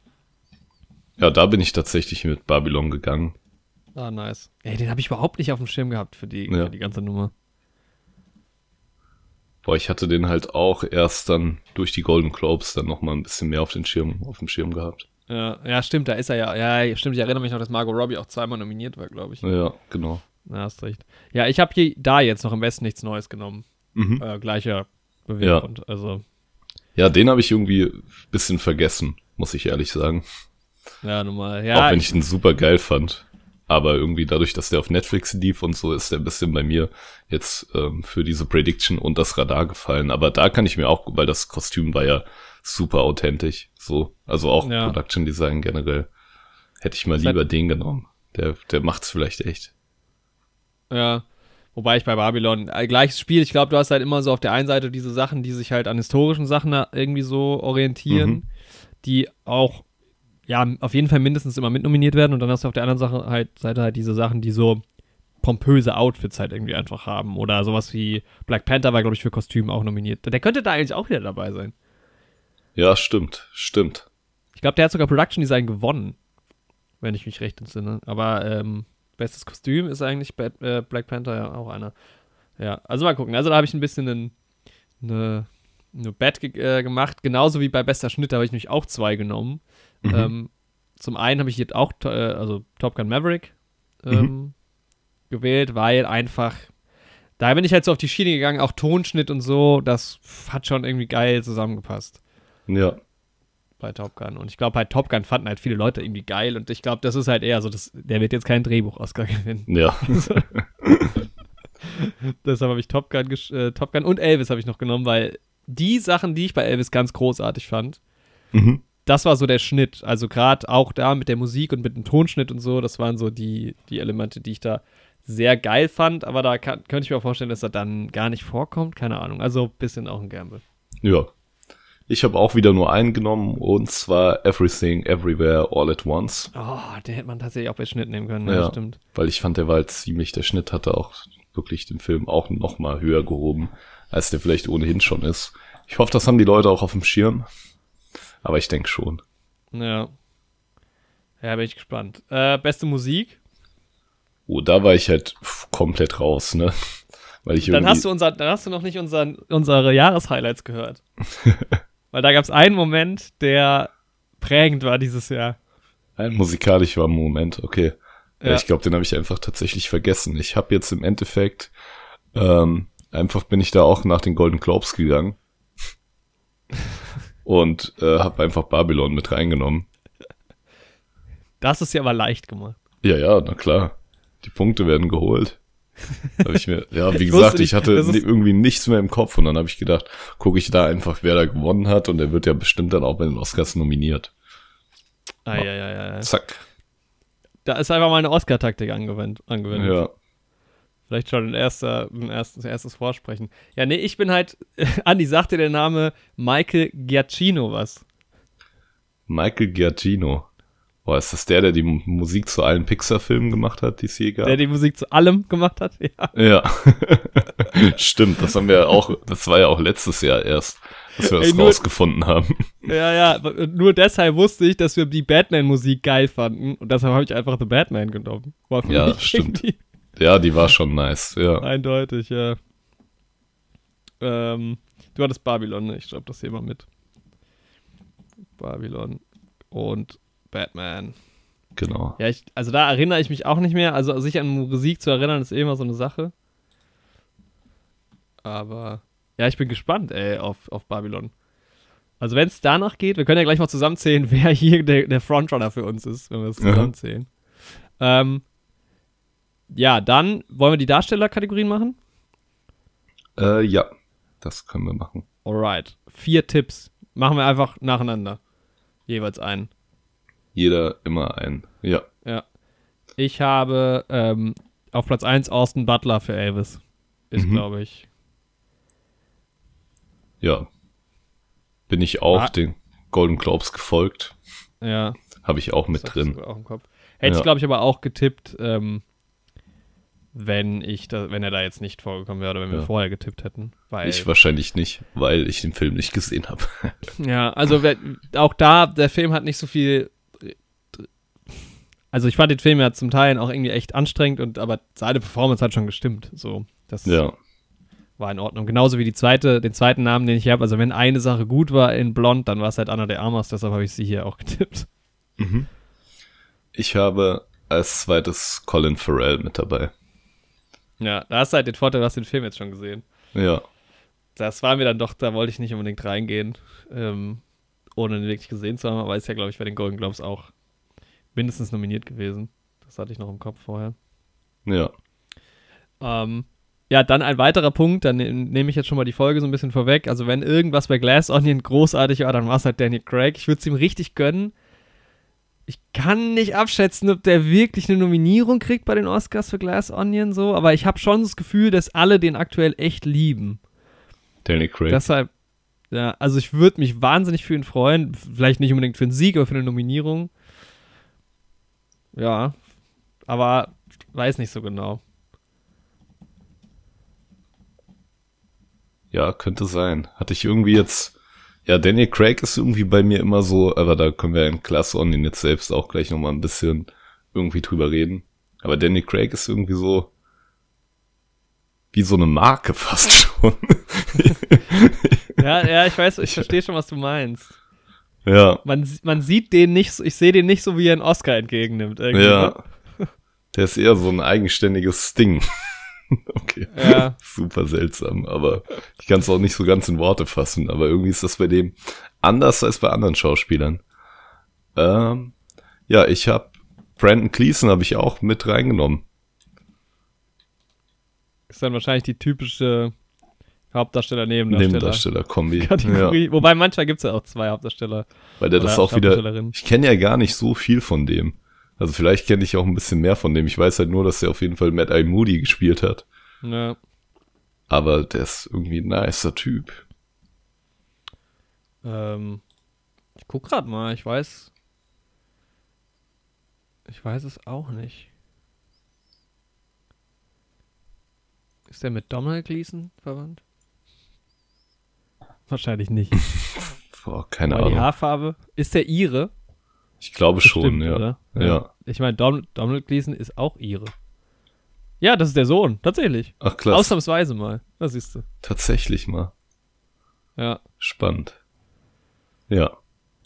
Ja, da bin ich tatsächlich mit Babylon gegangen. Ah, nice. Ey, den habe ich überhaupt nicht auf dem Schirm gehabt für die, Ja. für die ganze Nummer. Boah, ich hatte den halt auch erst dann durch die Golden Globes dann nochmal ein bisschen mehr auf den Schirm, auf dem Schirm gehabt. Ja, ja, stimmt, da ist er ja. Ja, stimmt, ich erinnere mich noch, dass Margot Robbie auch zweimal nominiert war, glaube ich. Ja, genau. Na, hast recht. Ja, ich habe hier da jetzt noch im Westen nichts Neues genommen. Mhm. Äh, gleicher Beweggrund. Also, Ja, den habe ich irgendwie ein bisschen vergessen, muss ich ehrlich sagen. ja, normal. Ja, Auch wenn ich den super geil fand. Aber irgendwie dadurch, dass der auf Netflix lief und so, ist der ein bisschen bei mir jetzt ähm, für diese Prediction und das Radar gefallen. Aber da kann ich mir auch, weil das Kostüm war ja super authentisch. So, also auch Ja. Production Design generell. Hätte ich mal Das hat- lieber den genommen. Der, der macht's vielleicht echt. Ja, wobei ich bei Babylon, äh, gleiches Spiel, ich glaube, du hast halt immer so auf der einen Seite diese Sachen, die sich halt an historischen Sachen da irgendwie so orientieren, Mhm. die auch, ja, auf jeden Fall mindestens immer mitnominiert werden und dann hast du auf der anderen Sache halt, Seite halt diese Sachen, die so pompöse Outfits halt irgendwie einfach haben oder sowas wie Black Panther war, glaube ich, für Kostüm auch nominiert. Der könnte da eigentlich auch wieder dabei sein. Ja, stimmt, stimmt. Ich glaube, der hat sogar Production Design gewonnen, wenn ich mich recht entsinne. Aber ähm, bestes Kostüm ist eigentlich Bad, äh, Black Panther ja auch einer. Ja, also mal gucken. Also da habe ich ein bisschen einen, eine, nur Bad ge- äh, gemacht. Genauso wie bei bester Schnitt, da habe ich nämlich auch zwei genommen. Mhm. Ähm, zum einen habe ich jetzt auch to- äh, also Top Gun Maverick ähm, Mhm. gewählt, weil einfach, da bin ich halt so auf die Schiene gegangen, auch Tonschnitt und so, das hat schon irgendwie geil zusammengepasst Ja. bei Top Gun. Und ich glaube, bei Top Gun fanden halt viele Leute irgendwie geil und ich glaube, das ist halt eher so, das, der wird jetzt keinen Drehbuch-Oscar gewinnen. Ja. Deshalb habe ich Top Gun, gesch- äh, Top Gun und Elvis habe ich noch genommen, weil die Sachen, die ich bei Elvis ganz großartig fand, Mhm. das war so der Schnitt. Also gerade auch da mit der Musik und mit dem Tonschnitt und so, das waren so die, die Elemente, die ich da sehr geil fand. Aber da kann, könnte ich mir auch vorstellen, dass er dann gar nicht vorkommt. Keine Ahnung. Also ein bisschen auch ein Gamble. Ja. Ich habe auch wieder nur einen genommen, und zwar Everything, Everywhere, All at Once. Oh, den hätte man tatsächlich auch bei Schnitt nehmen können. Ja, Ja, stimmt. weil ich fand, der war halt ziemlich, der Schnitt hatte auch wirklich den Film auch noch mal höher gehoben, als der vielleicht ohnehin schon ist. Ich hoffe, das haben die Leute auch auf dem Schirm. Aber ich denke schon. Ja. Ja, bin ich gespannt. Äh, beste Musik? Oh, da war ich halt f- komplett raus, ne? Weil ich Dann irgendwie... hast du unser, dann hast du noch nicht unseren, unsere Jahreshighlights gehört. Weil da gab es einen Moment, der prägend war dieses Jahr. Ein musikalischer Moment, okay. Ja. Ja. Ich glaube, den habe ich einfach tatsächlich vergessen. Ich habe jetzt im Endeffekt, ähm, einfach bin ich da auch nach den Golden Globes gegangen und äh, habe einfach Babylon mit reingenommen. Das ist ja aber leicht gemacht. Ja, ja, na klar. Die Punkte werden geholt. Hab ich mir, ja, wie Ich gesagt, wusste ich nicht, hatte das ist- ni- irgendwie nichts mehr im Kopf und dann habe ich gedacht, gucke ich da einfach, wer da gewonnen hat, und der wird ja bestimmt dann auch bei den Oscars nominiert. Ah, ja, ja, ja, ja. Zack. Da ist einfach mal eine Oscar-Taktik angewendet. angewendet. Ja. Vielleicht schon ein, erster, ein erstes, erstes Vorsprechen. Ja, nee, ich bin halt, Andi, sagt dir der Name Michael Giacchino was? Michael Giacchino. Boah, ist das der, der die M- Musik zu allen Pixar-Filmen gemacht hat, die es je gab? Der die Musik zu allem gemacht hat? Ja. Ja. Stimmt, das haben wir ja auch, das war ja auch letztes Jahr erst, dass wir das Ey, nur- rausgefunden haben. Ja, ja, nur deshalb wusste ich, dass wir die Batman-Musik geil fanden und deshalb habe ich einfach The Batman genommen. War für Ja, mich stimmt. irgendwie Ja, die war schon nice, ja. eindeutig, ja. Ähm, du hattest Babylon, ne? Ich schreibe das hier mal mit. Babylon und Batman. Genau. Ja, ich, also da erinnere ich mich auch nicht mehr. Also sich an Musik zu erinnern, ist eh immer so eine Sache. Aber ja, ich bin gespannt, ey, auf, auf Babylon. Also wenn es danach geht, wir können ja gleich mal zusammenzählen, wer hier der, der Frontrunner für uns ist, wenn wir es Mhm. zusammenzählen. Ähm, ja, dann wollen wir die Darstellerkategorien machen? Äh, ja, das können wir machen. Alright. Vier Tipps. Machen wir einfach nacheinander. Jeweils einen. Jeder immer ein, ja. Ja. Ich habe ähm, auf Platz eins Austin Butler für Elvis. Ist, Mhm. glaube ich. Ja. Bin ich auch Ah. den Golden Globes gefolgt. Ja. Habe ich auch Das mit hatte drin. ich sogar auch im Kopf. Hätte Ja. ich, glaube ich, aber auch getippt, ähm, wenn ich da, wenn er da jetzt nicht vorgekommen wäre oder wenn wir Ja. vorher getippt hätten. Weil, Ich wahrscheinlich nicht, weil ich den Film nicht gesehen habe. ja, also wer, auch da, der Film hat nicht so viel. Also ich fand den Film ja zum Teil auch irgendwie echt anstrengend, und aber seine Performance hat schon gestimmt. So, das Ja. war in Ordnung. Genauso wie die zweite, den zweiten Namen, den ich habe. Also wenn eine Sache gut war in Blond, dann war es halt Anna de Armas, deshalb habe ich sie hier auch getippt. Mhm. Ich habe als zweites Colin Farrell mit dabei. Ja, da hast du halt den Vorteil, du hast den Film jetzt schon gesehen. Ja. Das war mir dann doch, da wollte ich nicht unbedingt reingehen, ähm, ohne ihn wirklich gesehen zu haben, aber ist ja, glaube ich, bei den Golden Globes auch mindestens nominiert gewesen. Das hatte ich noch im Kopf vorher. Ja. Ähm, ja, dann ein weiterer Punkt, dann ne- nehme ich jetzt schon mal die Folge so ein bisschen vorweg. Also wenn irgendwas bei Glass Onion großartig war, dann war es halt Daniel Craig. Ich würde es ihm richtig gönnen. Ich kann nicht abschätzen, ob der wirklich eine Nominierung kriegt bei den Oscars für Glass Onion so, aber ich habe schon das Gefühl, dass alle den aktuell echt lieben. Daniel Craig. Deshalb, ja, also ich würde mich wahnsinnig für ihn freuen. Vielleicht nicht unbedingt für einen Sieg, aber für eine Nominierung. Ja, aber weiß nicht so genau. Ja, könnte sein. Hatte ich irgendwie jetzt... Ja, Daniel Craig ist irgendwie bei mir immer so, aber da können wir in Glass Onion jetzt selbst auch gleich nochmal ein bisschen irgendwie drüber reden. Aber Daniel Craig ist irgendwie so wie so eine Marke fast schon. ja, ja, ich weiß, ich verstehe schon, was du meinst. Ja. Man, man sieht den nicht, ich sehe den nicht so, wie er einen Oscar entgegennimmt. Irgendwie. Ja. Der ist eher so ein eigenständiges Ding. Okay. Ja. Super seltsam, aber ich kann es auch nicht so ganz in Worte fassen, aber irgendwie ist das bei dem anders als bei anderen Schauspielern. Ähm, ja, ich habe Brandon Gleeson habe ich auch mit reingenommen. Ist dann wahrscheinlich die typische Hauptdarsteller, Nebendarsteller. Nebendarsteller-Kombi. Kategorie. Ja. Wobei manchmal gibt es ja auch zwei Hauptdarsteller. Weil der das Oder auch wieder, Hauptdarstellerin. ich kenne ja gar nicht so viel von dem. Also vielleicht kenne ich auch ein bisschen mehr von dem. Ich weiß halt nur, dass er auf jeden Fall Mad Eye Moody gespielt hat. Ja. Aber der ist irgendwie ein nicer Typ. Ähm, ich guck grad mal, ich weiß. Ich weiß es auch nicht. Ist der mit Donald Gleeson verwandt? Wahrscheinlich nicht. Boah, keine Aber die Ahnung. Haarfarbe. Ist der Ire? Ich glaube schon, Bestimmt, ja. oder? Ja. Ich meine, Don- Donald Gleeson ist auch Ire. Ja, das ist der Sohn, tatsächlich. Ach, klasse. Ausnahmsweise mal. Das siehst du. Tatsächlich mal. Ja, Spannend. Ja.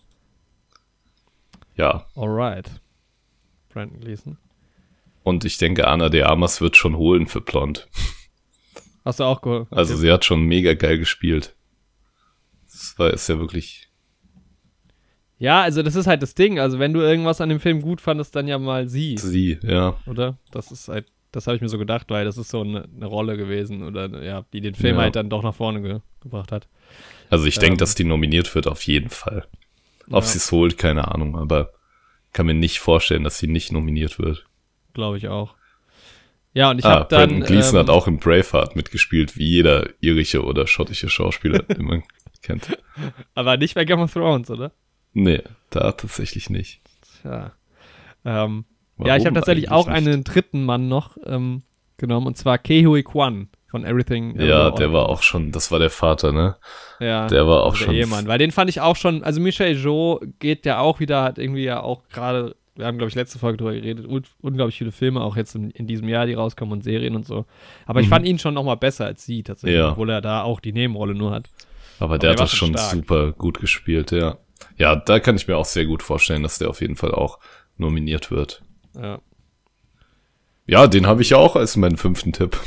Ja. alright. Brandon Gleeson. Und ich denke, Ana de Armas wird schon holen für Blond. Hast du auch gehört? Also sie hat schon mega geil gespielt. Das war, ist ja wirklich... Ja, also das ist halt das Ding. Also wenn du irgendwas an dem Film gut fandest, dann ja mal sie, Sie, ja. oder? Das ist halt, das habe ich mir so gedacht, weil das ist so eine, eine Rolle gewesen oder ja, die den Film Ja. halt dann doch nach vorne ge- gebracht hat. Also ich denke, Ähm. dass die nominiert wird auf jeden Fall. Ob Ja. sie es holt, keine Ahnung, aber kann mir nicht vorstellen, dass sie nicht nominiert wird. Glaube ich auch. Ja, und ich ah, habe dann Brandon Gleeson ähm, hat auch in Braveheart mitgespielt, wie jeder irische oder schottische Schauspieler, den man kennt. aber nicht bei Game of Thrones, oder? Nee, da tatsächlich nicht. Tja. Ähm, Warum ja, ich habe tatsächlich eigentlich auch nicht? einen dritten Mann noch ähm, genommen, und zwar Ke Huy Quan von Everything. Ja, Everywhere der All war at auch schon, das war der Vater, ne? Ja, Der war auch also schon. der Ehemann, weil den fand ich auch schon, also Michel Jo geht ja auch wieder, hat irgendwie ja auch gerade, wir haben glaube ich letzte Folge drüber geredet, un unglaublich viele Filme auch jetzt in, in diesem Jahr, die rauskommen und Serien und so. Aber ich Mhm. fand ihn schon nochmal besser als sie tatsächlich, Ja. obwohl er da auch die Nebenrolle nur hat. Aber der der hat war das schon schon stark. super gut gespielt, ja. Ja, da kann ich mir auch sehr gut vorstellen, dass der auf jeden Fall auch nominiert wird. Ja. Ja, den habe ich auch als meinen fünften Tipp.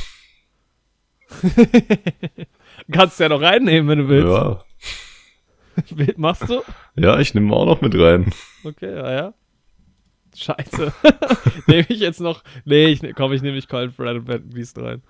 Kannst du ja noch reinnehmen, wenn du willst. Ja, Machst du? ja, ich nehme auch noch mit rein. Okay, ja, ja. Scheiße. Nehme ich jetzt noch. Nee, ich, ne- komm, ich nehme mich Colin Farrell und Brandon Gleeson rein.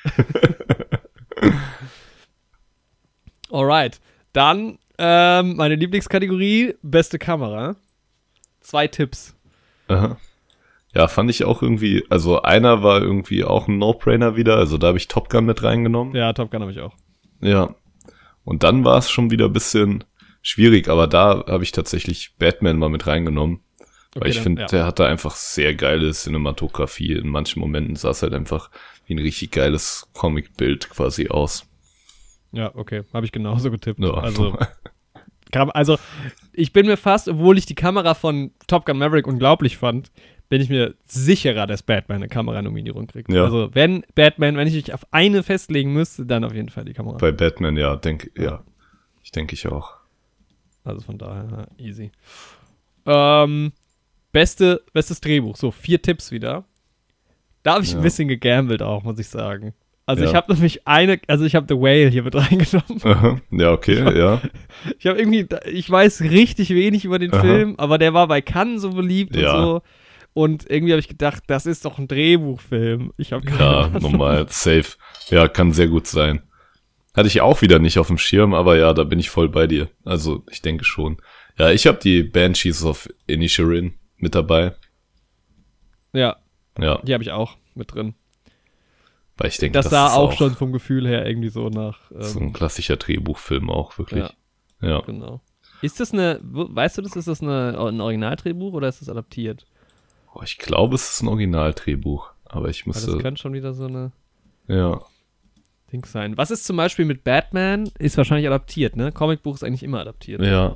Alright. Dann ähm, meine Lieblingskategorie: beste Kamera. Zwei Tipps. Aha. Ja, fand ich auch irgendwie, also einer war irgendwie auch ein No-Brainer wieder, also da habe ich Top Gun mit reingenommen. Ja, Top Gun habe ich auch. Ja. Und dann war es schon wieder ein bisschen schwierig, aber da habe ich tatsächlich Batman mal mit reingenommen. Weil Okay, ich dann- finde, ja. der hat da einfach sehr geile Cinematografie. In manchen Momenten sah es halt einfach wie ein richtig geiles Comic-Bild quasi aus. Ja, okay. Habe ich genauso getippt. Ja, Also, kam, also, ich bin mir fast, obwohl ich die Kamera von Top Gun Maverick unglaublich fand, bin ich mir sicherer, dass Batman eine Kameranominierung kriegt. Ja. Also, wenn Batman, wenn ich mich auf eine festlegen müsste, dann auf jeden Fall die Kamera. Bei Batman, ja, denke, ja. Ich denke ich auch. Also von daher, ja, easy. Ähm, beste, bestes Drehbuch. So, vier Tipps wieder. Da habe ich Ja. ein bisschen gegambelt auch, muss ich sagen. Also Ja. ich habe nämlich eine, also ich habe The Whale hier mit reingenommen. Aha. Ja, okay, ja. Ich habe irgendwie, ich weiß richtig wenig über den Aha. Film, aber der war bei Cannes so beliebt Ja. und so. Und irgendwie habe ich gedacht, das ist doch ein Drehbuchfilm. Ich habe Ja, normal, safe. Ja, kann sehr gut sein. Hatte ich auch wieder nicht auf dem Schirm, aber ja, da bin ich voll bei dir. Also, ich denke schon. Ja, ich habe die Banshees of Inisherin mit dabei. Ja, Ja, die habe ich auch mit drin. weil ich denke, Das, das sah ist auch schon vom Gefühl her irgendwie so nach. Ähm, so ein klassischer Drehbuchfilm auch, wirklich. Ja. Ja. Genau. Ist das eine, wo- weißt du das, ist das eine, ein Originaldrehbuch oder ist das adaptiert? Oh, ich glaube, es ist ein Originaldrehbuch, aber ich Weil das müsste, könnte schon wieder so eine ja. Ding sein. Was ist zum Beispiel mit Batman? Ist wahrscheinlich adaptiert, ne? Comicbuch ist eigentlich immer adaptiert. Ja,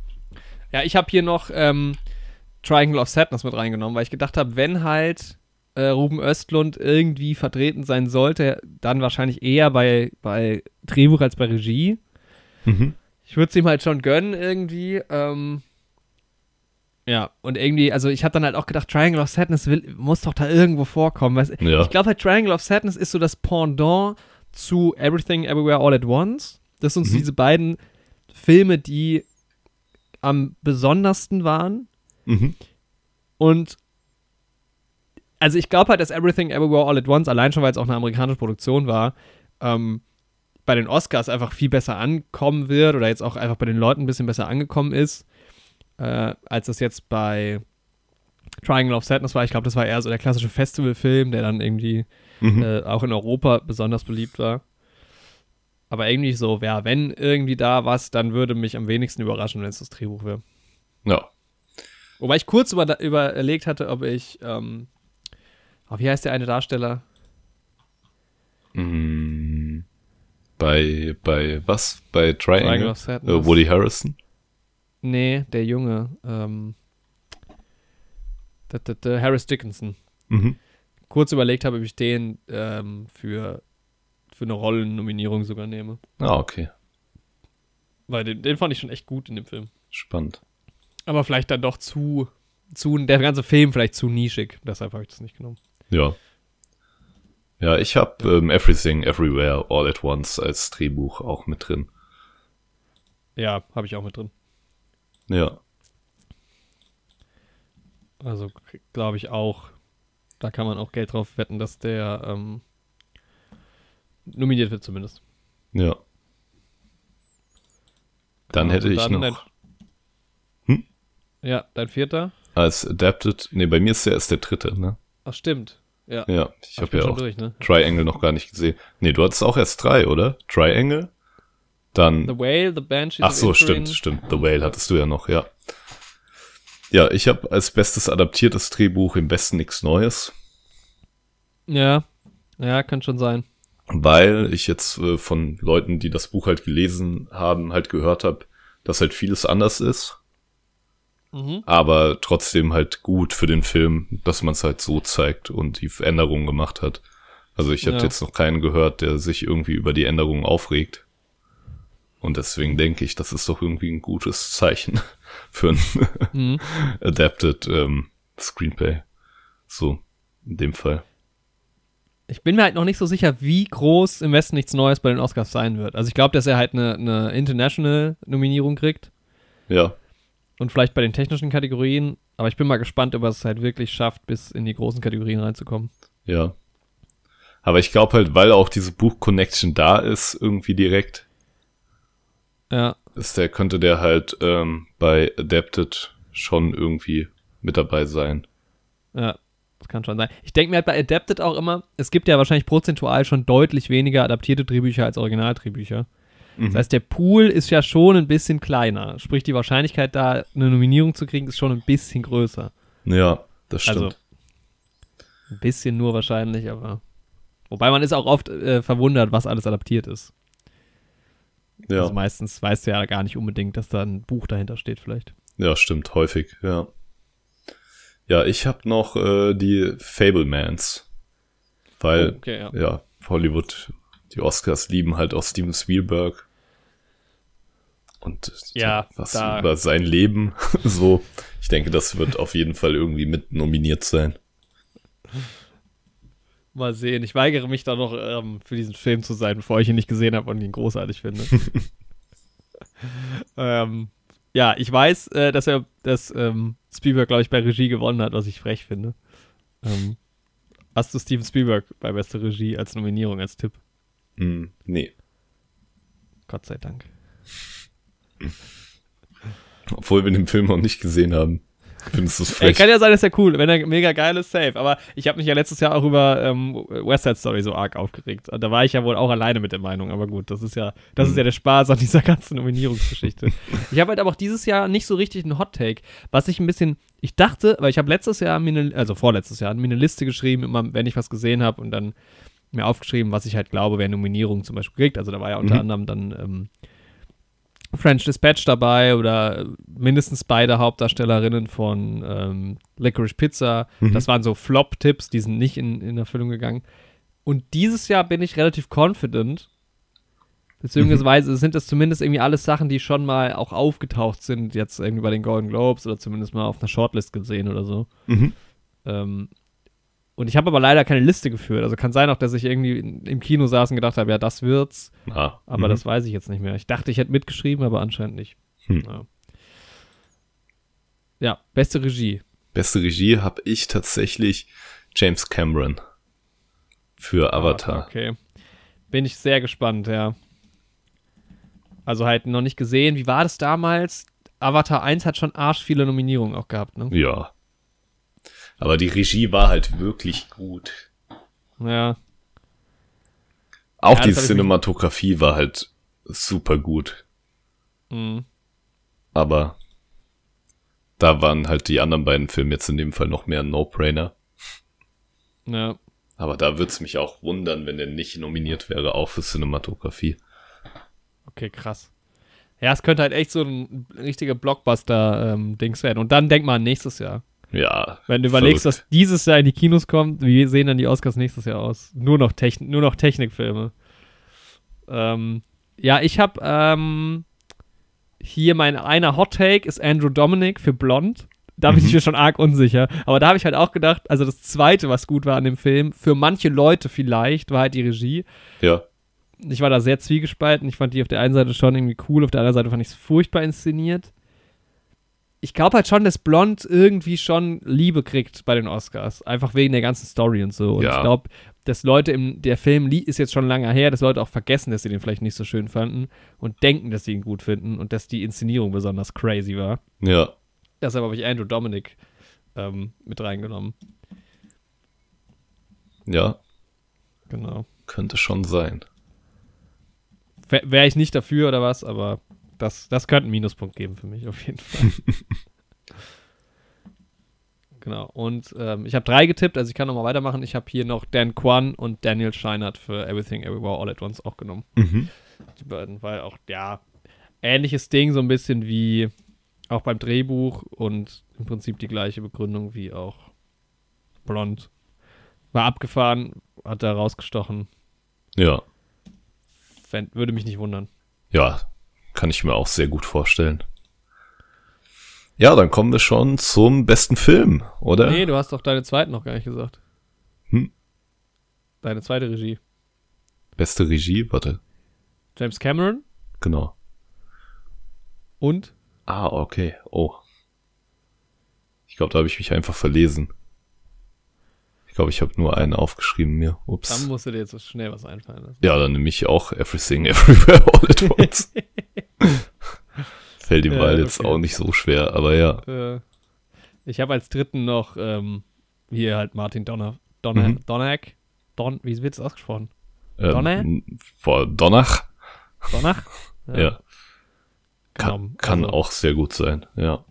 Ja, ich habe hier noch ähm, Triangle of Sadness mit reingenommen, weil ich gedacht habe, wenn halt äh, Ruben Östlund irgendwie vertreten sein sollte, dann wahrscheinlich eher bei, bei Drehbuch als bei Regie. Mhm. Ich würde es ihm halt schon gönnen irgendwie. Ähm, ja, und irgendwie, also ich habe dann halt auch gedacht, Triangle of Sadness will, muss doch da irgendwo vorkommen. Weißt? Ja. Ich glaube halt, Triangle of Sadness ist so das Pendant zu Everything Everywhere All at Once. Das sind so Mhm. diese beiden Filme, die am besondersten waren. Mhm. Und also ich glaube halt, dass Everything Everywhere All at Once, allein schon, weil es auch eine amerikanische Produktion war, ähm, bei den Oscars einfach viel besser ankommen wird oder jetzt auch einfach bei den Leuten ein bisschen besser angekommen ist, äh, als das jetzt bei Triangle of Sadness war. Ich glaube, das war eher so der klassische Festivalfilm, der dann irgendwie Mhm. äh, auch in Europa besonders beliebt war. Aber irgendwie so, ja, wenn irgendwie da was, dann würde mich am wenigsten überraschen, wenn es das Drehbuch wäre. Ja. Wobei ich kurz über, überlegt hatte, ob ich, ähm, oh, wie heißt der eine Darsteller? Mhm. Bei, bei was? Bei Triangle Triangle? of Sadness. Äh, Woody Harrelson? Nee, der Junge. Ähm, da, da, da, Harris Dickinson. Mhm. Kurz überlegt habe, ob ich den ähm, für, für eine Rollennominierung sogar nehme. Ah, okay. Weil den, den fand ich schon echt gut in dem Film. Spannend. Aber vielleicht dann doch zu, zu der ganze Film vielleicht zu nischig. Deshalb habe ich das nicht genommen. Ja. Ja, ich habe ähm, Everything, Everywhere, All at Once als Drehbuch auch mit drin. Ja, habe ich auch mit drin. Ja. Also glaube ich auch, da kann man auch Geld drauf wetten, dass der ähm, nominiert wird zumindest. Ja. Dann Ja, hätte und ich dann noch dein- Hm? Ja, dein vierter? als Adapted, nee, bei mir ist der erst der dritte, ne? Ach, stimmt. Ja, Ja, ich Ach, habe bin ja schon auch durch, ne? Triangle noch gar nicht gesehen. Nee, du hattest auch erst drei, oder? Triangle? Dann The Whale, The Banshees Ach of so, Inisherin. stimmt, stimmt. The Whale hattest du ja noch, ja. Ja, ich habe als bestes adaptiertes Drehbuch im Westen nichts Neues, Ja, ja, kann schon sein. weil ich jetzt äh, von Leuten, die das Buch halt gelesen haben, halt gehört habe, dass halt vieles anders ist, Mhm. aber trotzdem halt gut für den Film, dass man es halt so zeigt und die Änderungen gemacht hat. Also ich habe Ja. jetzt noch keinen gehört, der sich irgendwie über die Änderungen aufregt. Und deswegen denke ich, das ist doch irgendwie ein gutes Zeichen für ein Mhm. Adapted ähm, Screenplay. So, in dem Fall. Ich bin mir halt noch nicht so sicher, wie groß im Westen nichts Neues bei den Oscars sein wird. Also ich glaube, dass er halt eine, eine International-Nominierung kriegt Ja, und vielleicht bei den technischen Kategorien. Aber ich bin mal gespannt, ob er es halt wirklich schafft, bis in die großen Kategorien reinzukommen. ja. Aber ich glaube halt, weil auch diese Buch-Connection da ist, irgendwie direkt, Ja, ist der, könnte der halt ähm, bei Adapted schon irgendwie mit dabei sein. ja, das kann schon sein. Ich denke mir halt bei Adapted auch immer, es gibt ja wahrscheinlich prozentual schon deutlich weniger adaptierte Drehbücher als Originaldrehbücher. Mhm. Das heißt, der Pool ist ja schon ein bisschen kleiner. Sprich, die Wahrscheinlichkeit, da eine Nominierung zu kriegen, ist schon ein bisschen größer. Ja, das stimmt. Also, ein bisschen nur wahrscheinlich, aber. Wobei man ist auch oft äh, verwundert, was alles adaptiert ist. ja. Also meistens weißt du ja gar nicht unbedingt, dass da ein Buch dahinter steht, vielleicht. Ja, stimmt, häufig, ja. Ja, ich habe noch äh, die Fablemans, weil, Oh, okay, ja. ja, Hollywood, die Oscars lieben halt auch Steven Spielberg und Ja, was da- über sein Leben, so. Ich denke, das wird auf jeden Fall irgendwie mit nominiert sein. Mal sehen. Ich weigere mich da noch ähm, für diesen Film zu sein, bevor ich ihn nicht gesehen habe und ihn großartig finde. ähm, ja, ich weiß, äh, dass er, dass ähm, Spielberg, glaube ich, bei Regie gewonnen hat, was ich frech finde. Ähm, hast du Steven Spielberg bei bester Regie als Nominierung, als Tipp? Hm, nee. Gott sei Dank. Obwohl wir den Film noch nicht gesehen haben. Findest du es Ey, frech? kann ja sein, dass er cool, wenn er mega geil ist, safe. Aber ich habe mich ja letztes Jahr auch über ähm, West Side Story so arg aufgeregt. Und da war ich ja wohl auch alleine mit der Meinung. Aber gut, das ist ja, das ist ja der Spaß an dieser ganzen Nominierungsgeschichte. Ich habe halt aber auch dieses Jahr nicht so richtig einen Hot Take, was ich ein bisschen, ich dachte, weil ich habe letztes Jahr, mir eine, also vorletztes Jahr, mir eine Liste geschrieben, immer wenn ich was gesehen habe und dann mir aufgeschrieben, was ich halt glaube, wer Nominierung zum Beispiel kriegt. Also da war ja unter Mhm. anderem dann ähm, French Dispatch dabei oder mindestens beide Hauptdarstellerinnen von ähm, Licorice Pizza. Mhm. Das waren so Flop-Tipps, die sind nicht in, in Erfüllung gegangen. Und dieses Jahr bin ich relativ confident, beziehungsweise sind das zumindest irgendwie alles Sachen, die schon mal auch aufgetaucht sind, jetzt irgendwie bei den Golden Globes oder zumindest mal auf einer Shortlist gesehen oder so. Mhm. Ähm, und ich habe aber leider keine Liste geführt. Also kann sein auch, dass ich irgendwie in, im Kino saß und gedacht habe, ja, das wird's. Ah, Aber mhm. das weiß ich jetzt nicht mehr. Ich dachte, ich hätte mitgeschrieben, aber anscheinend nicht. Hm. Ja. ja, beste Regie. Beste Regie habe ich tatsächlich James Cameron für Avatar. Okay. Bin ich sehr gespannt, ja. Also halt noch nicht gesehen. Wie war das damals? Avatar eins hat schon arsch viele Nominierungen auch gehabt, ne? Ja. Aber die Regie war halt wirklich gut. Ja. Auch Ja, die das hab ich Cinematografie war halt super gut. Mhm. Aber da waren halt die anderen beiden Filme jetzt in dem Fall noch mehr ein No-Brainer. Ja. Aber da würde es mich auch wundern, wenn er nicht nominiert wäre, auch für Cinematografie. Okay, krass. Ja, es könnte halt echt so ein richtiger Blockbuster-Dings werden. Und dann denk mal an nächstes Jahr. Ja. Wenn du überlegst, verrückt. dass dieses Jahr in die Kinos kommt, wie sehen dann die Oscars nächstes Jahr aus? Nur noch, Techn- nur noch Technikfilme. Ähm, ja, ich habe ähm, hier mein einer Hot Take ist Andrew Dominic für Blond. Da bin Mhm. ich mir schon arg unsicher. Aber da habe ich halt auch gedacht, also das Zweite, was gut war an dem Film, für manche Leute vielleicht, war halt die Regie. Ja. Ich war da sehr zwiegespalten. Ich fand die auf der einen Seite schon irgendwie cool, auf der anderen Seite fand ich es furchtbar inszeniert. Ich glaube halt schon, dass Blond irgendwie schon Liebe kriegt bei den Oscars. Einfach wegen der ganzen Story und so. Und Ja. ich glaube, dass Leute im, der Film li- ist jetzt schon lange her, dass Leute auch vergessen, dass sie den vielleicht nicht so schön fanden und denken, dass sie ihn gut finden und dass die Inszenierung besonders crazy war. Ja. Deshalb habe ich Andrew Dominic ähm, mit reingenommen. Ja. Genau. Könnte schon sein. Wäre ich nicht dafür oder was, aber das, das könnte einen Minuspunkt geben für mich, auf jeden Fall. Genau. Und ähm, ich habe drei getippt, also ich kann nochmal weitermachen. Ich habe hier noch Dan Kwan und Daniel Scheinert für Everything Everywhere All at Once auch genommen. Mhm. Die beiden, weil auch, ja, ähnliches Ding, so ein bisschen wie auch beim Drehbuch und im Prinzip die gleiche Begründung wie auch Blond. War abgefahren, hat da rausgestochen. Ja. Fänd, würde mich nicht wundern. Ja. Kann ich mir auch sehr gut vorstellen. Ja, dann kommen wir schon zum besten Film, oder? Nee, du hast doch deine zweite noch gar nicht gesagt. Hm? Deine zweite Regie. Beste Regie, warte. James Cameron Genau. und Ah, okay. Oh. Ich glaube, da habe ich mich einfach verlesen. Ich glaube, ich habe nur einen aufgeschrieben mir. Ups. dann musst du dir jetzt so schnell was einfallen lassen. Ja, dann nehme ich auch Everything Everywhere All at Once. Fällt ihm Ja, mal jetzt okay. auch nicht so schwer, aber ja. Äh, ich habe als dritten noch ähm, hier halt Martin Donner, Donner, Mhm. Donnerk. Don, wie wird es ausgesprochen? Ähm, Donner? Vor Donach? Donach? Ja. Kann, genommen. kann Also, auch sehr gut sein, ja.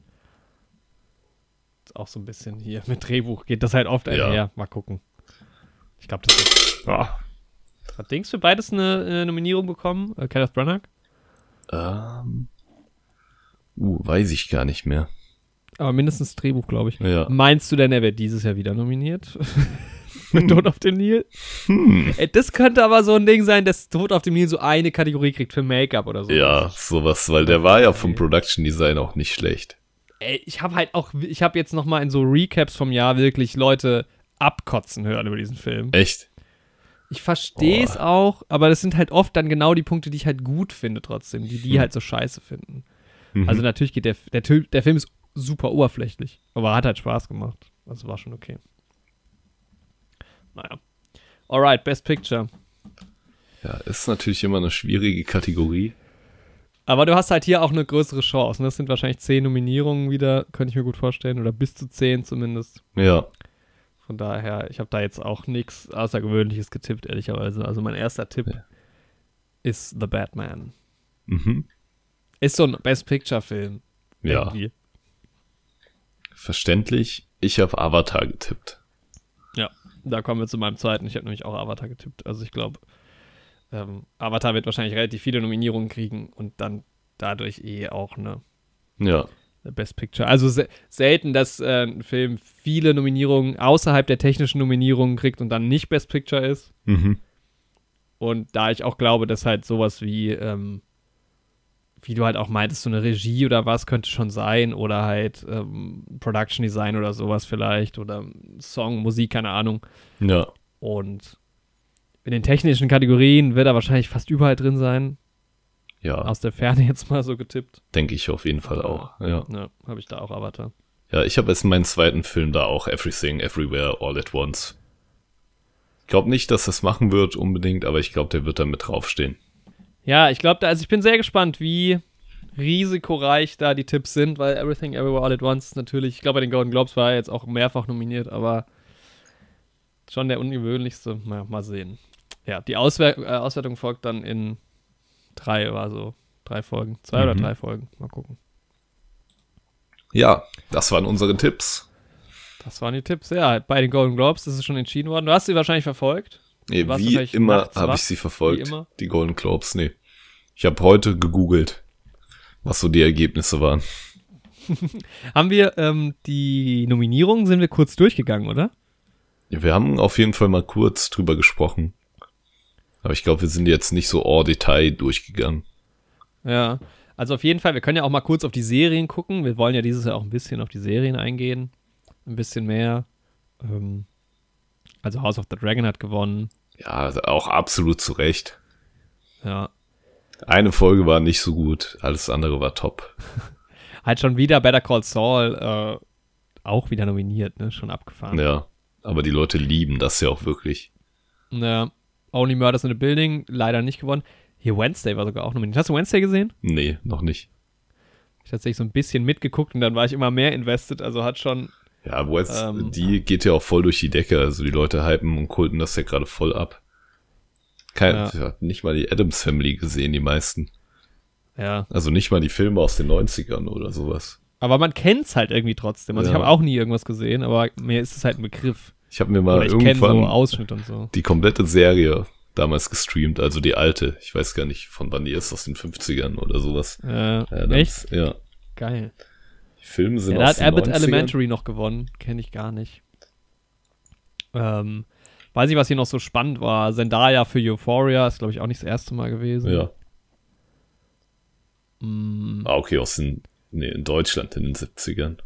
auch so ein bisschen hier mit Drehbuch geht das halt oft einher. Ja. Mal gucken. Ich glaube, das ist. Ah. Hat Dings für beides eine äh, Nominierung bekommen? Äh, Kenneth Branagh? Ähm. Uh, weiß ich gar nicht mehr. Aber mindestens Drehbuch, glaube ich. Ja. Meinst du denn, er wird dieses Jahr wieder nominiert? Für Tod auf dem Nil? Hm. Ey, das könnte aber so ein Ding sein, dass Tod auf dem Nil so eine Kategorie kriegt für Make-up oder so. Ja, sowas, weil der war ja vom Production Design auch nicht schlecht. Ey, ich habe halt auch, ich habe jetzt nochmal in so Recaps vom Jahr wirklich Leute abkotzen hören über diesen Film. Echt? Ich verstehe es auch, aber das sind halt oft dann genau die Punkte, die ich halt gut finde trotzdem, die die Hm. halt so scheiße finden. Mhm. Also natürlich geht der, der, Typ- der Film ist super oberflächlich, aber hat halt Spaß gemacht. Also war schon okay. Naja. Alright, Best Picture. Ja, ist natürlich immer eine schwierige Kategorie. Aber du hast halt hier auch eine größere Chance. Ne? Das sind wahrscheinlich zehn Nominierungen wieder, könnte ich mir gut vorstellen. Oder bis zu zehn zumindest. Ja. Von daher, ich habe da jetzt auch nichts Außergewöhnliches getippt, ehrlicherweise. Also mein erster Tipp Ja. ist The Batman. Mhm. Ist so ein Best Picture-Film. Ja. Irgendwie. Verständlich. Ich habe Avatar getippt. Da kommen wir zu meinem zweiten. Ich habe nämlich auch Avatar getippt. Also ich glaube, ähm, Avatar wird wahrscheinlich relativ viele Nominierungen kriegen und dann dadurch eh auch eine Ja. Best Picture. Also se- selten, dass äh, ein Film viele Nominierungen außerhalb der technischen Nominierungen kriegt und dann nicht Best Picture ist. Mhm. Und da ich auch glaube, dass halt sowas wie, ähm, wie du halt auch meintest, so eine Regie oder was könnte schon sein oder halt ähm, Production Design oder sowas vielleicht oder Song, Musik, keine Ahnung. Ja. Und in den technischen Kategorien wird er wahrscheinlich fast überall drin sein. Ja. Aus der Ferne jetzt mal so getippt. Denke ich auf jeden Fall auch. Ja. Ja, habe ich da auch Avatar. Ja, ich habe jetzt meinen zweiten Film da auch Everything, Everywhere, All at Once. Ich glaube nicht, dass das machen wird unbedingt, aber ich glaube, der wird da mit draufstehen. Ja, ich glaube, also ich bin sehr gespannt, wie risikoreich da die Tipps sind, weil Everything Everywhere All at Once natürlich, ich glaube, bei den Golden Globes war er jetzt auch mehrfach nominiert, aber schon der ungewöhnlichste. Mal, mal sehen. Ja, die Auswer- äh, Auswertung folgt dann in drei oder so. Drei Folgen. Zwei Mhm. oder drei Folgen. Mal gucken. Ja, das waren unsere Tipps. Das waren die Tipps. Ja, bei den Golden Globes ist es schon entschieden worden. Du hast sie wahrscheinlich verfolgt. Nee, warst wie wahrscheinlich immer nachts habe wach, ich sie verfolgt. wie immer. Die Golden Globes, nee. Ich habe heute gegoogelt, was so die Ergebnisse waren. Haben wir ähm, die Nominierungen, sind wir kurz durchgegangen, oder? Wir haben auf jeden Fall mal kurz drüber gesprochen. Aber ich glaube, wir sind jetzt nicht so en Detail durchgegangen. Ja, also auf jeden Fall, wir können ja auch mal kurz auf die Serien gucken. Wir wollen ja dieses Jahr auch ein bisschen auf die Serien eingehen. Ein bisschen mehr. Ähm, also House of the Dragon hat gewonnen. Ja, auch absolut zu Recht. Ja. Eine Folge war nicht so gut, alles andere war top. Halt schon wieder Better Call Saul äh, auch wieder nominiert, ne? Schon abgefahren. Ja, aber die Leute lieben das ja auch wirklich. Ja. Only Murders in the Building, leider nicht gewonnen. Hier Wednesday war sogar auch nominiert. Hast du Wednesday gesehen? Nee, noch nicht. Ich habe tatsächlich so ein bisschen mitgeguckt und dann war ich immer mehr invested. Also hat schon. Ja, West, Ähm. die geht ja auch voll durch die Decke. Also die Leute hypen und kulten das ja gerade voll ab. Kein, Ja. ja, nicht mal die Addams Family gesehen, die meisten. Ja. Also nicht mal die Filme aus den neunzigern oder sowas. Aber man kennt's halt irgendwie trotzdem. Also Ja. ich habe auch nie irgendwas gesehen, aber mir ist es halt ein Begriff. Ich habe mir mal Oder ich kenne irgendwann so Ausschnitt und so. die komplette Serie damals gestreamt, also die alte. Ich weiß gar nicht, von wann die ist, aus den fünfzigern oder sowas. Äh, Ja, das- echt? Ja. Geil. Die Filme sind Ja, da aus hat den Abbott neunzigern. Elementary noch gewonnen. Kenne ich gar nicht. Ähm, weiß ich, was hier noch so spannend war. Zendaya für Euphoria ist, glaube ich, auch nicht das erste Mal gewesen. Ja. Mm, Ah, okay, aus den, nee, in Deutschland in den siebzigern.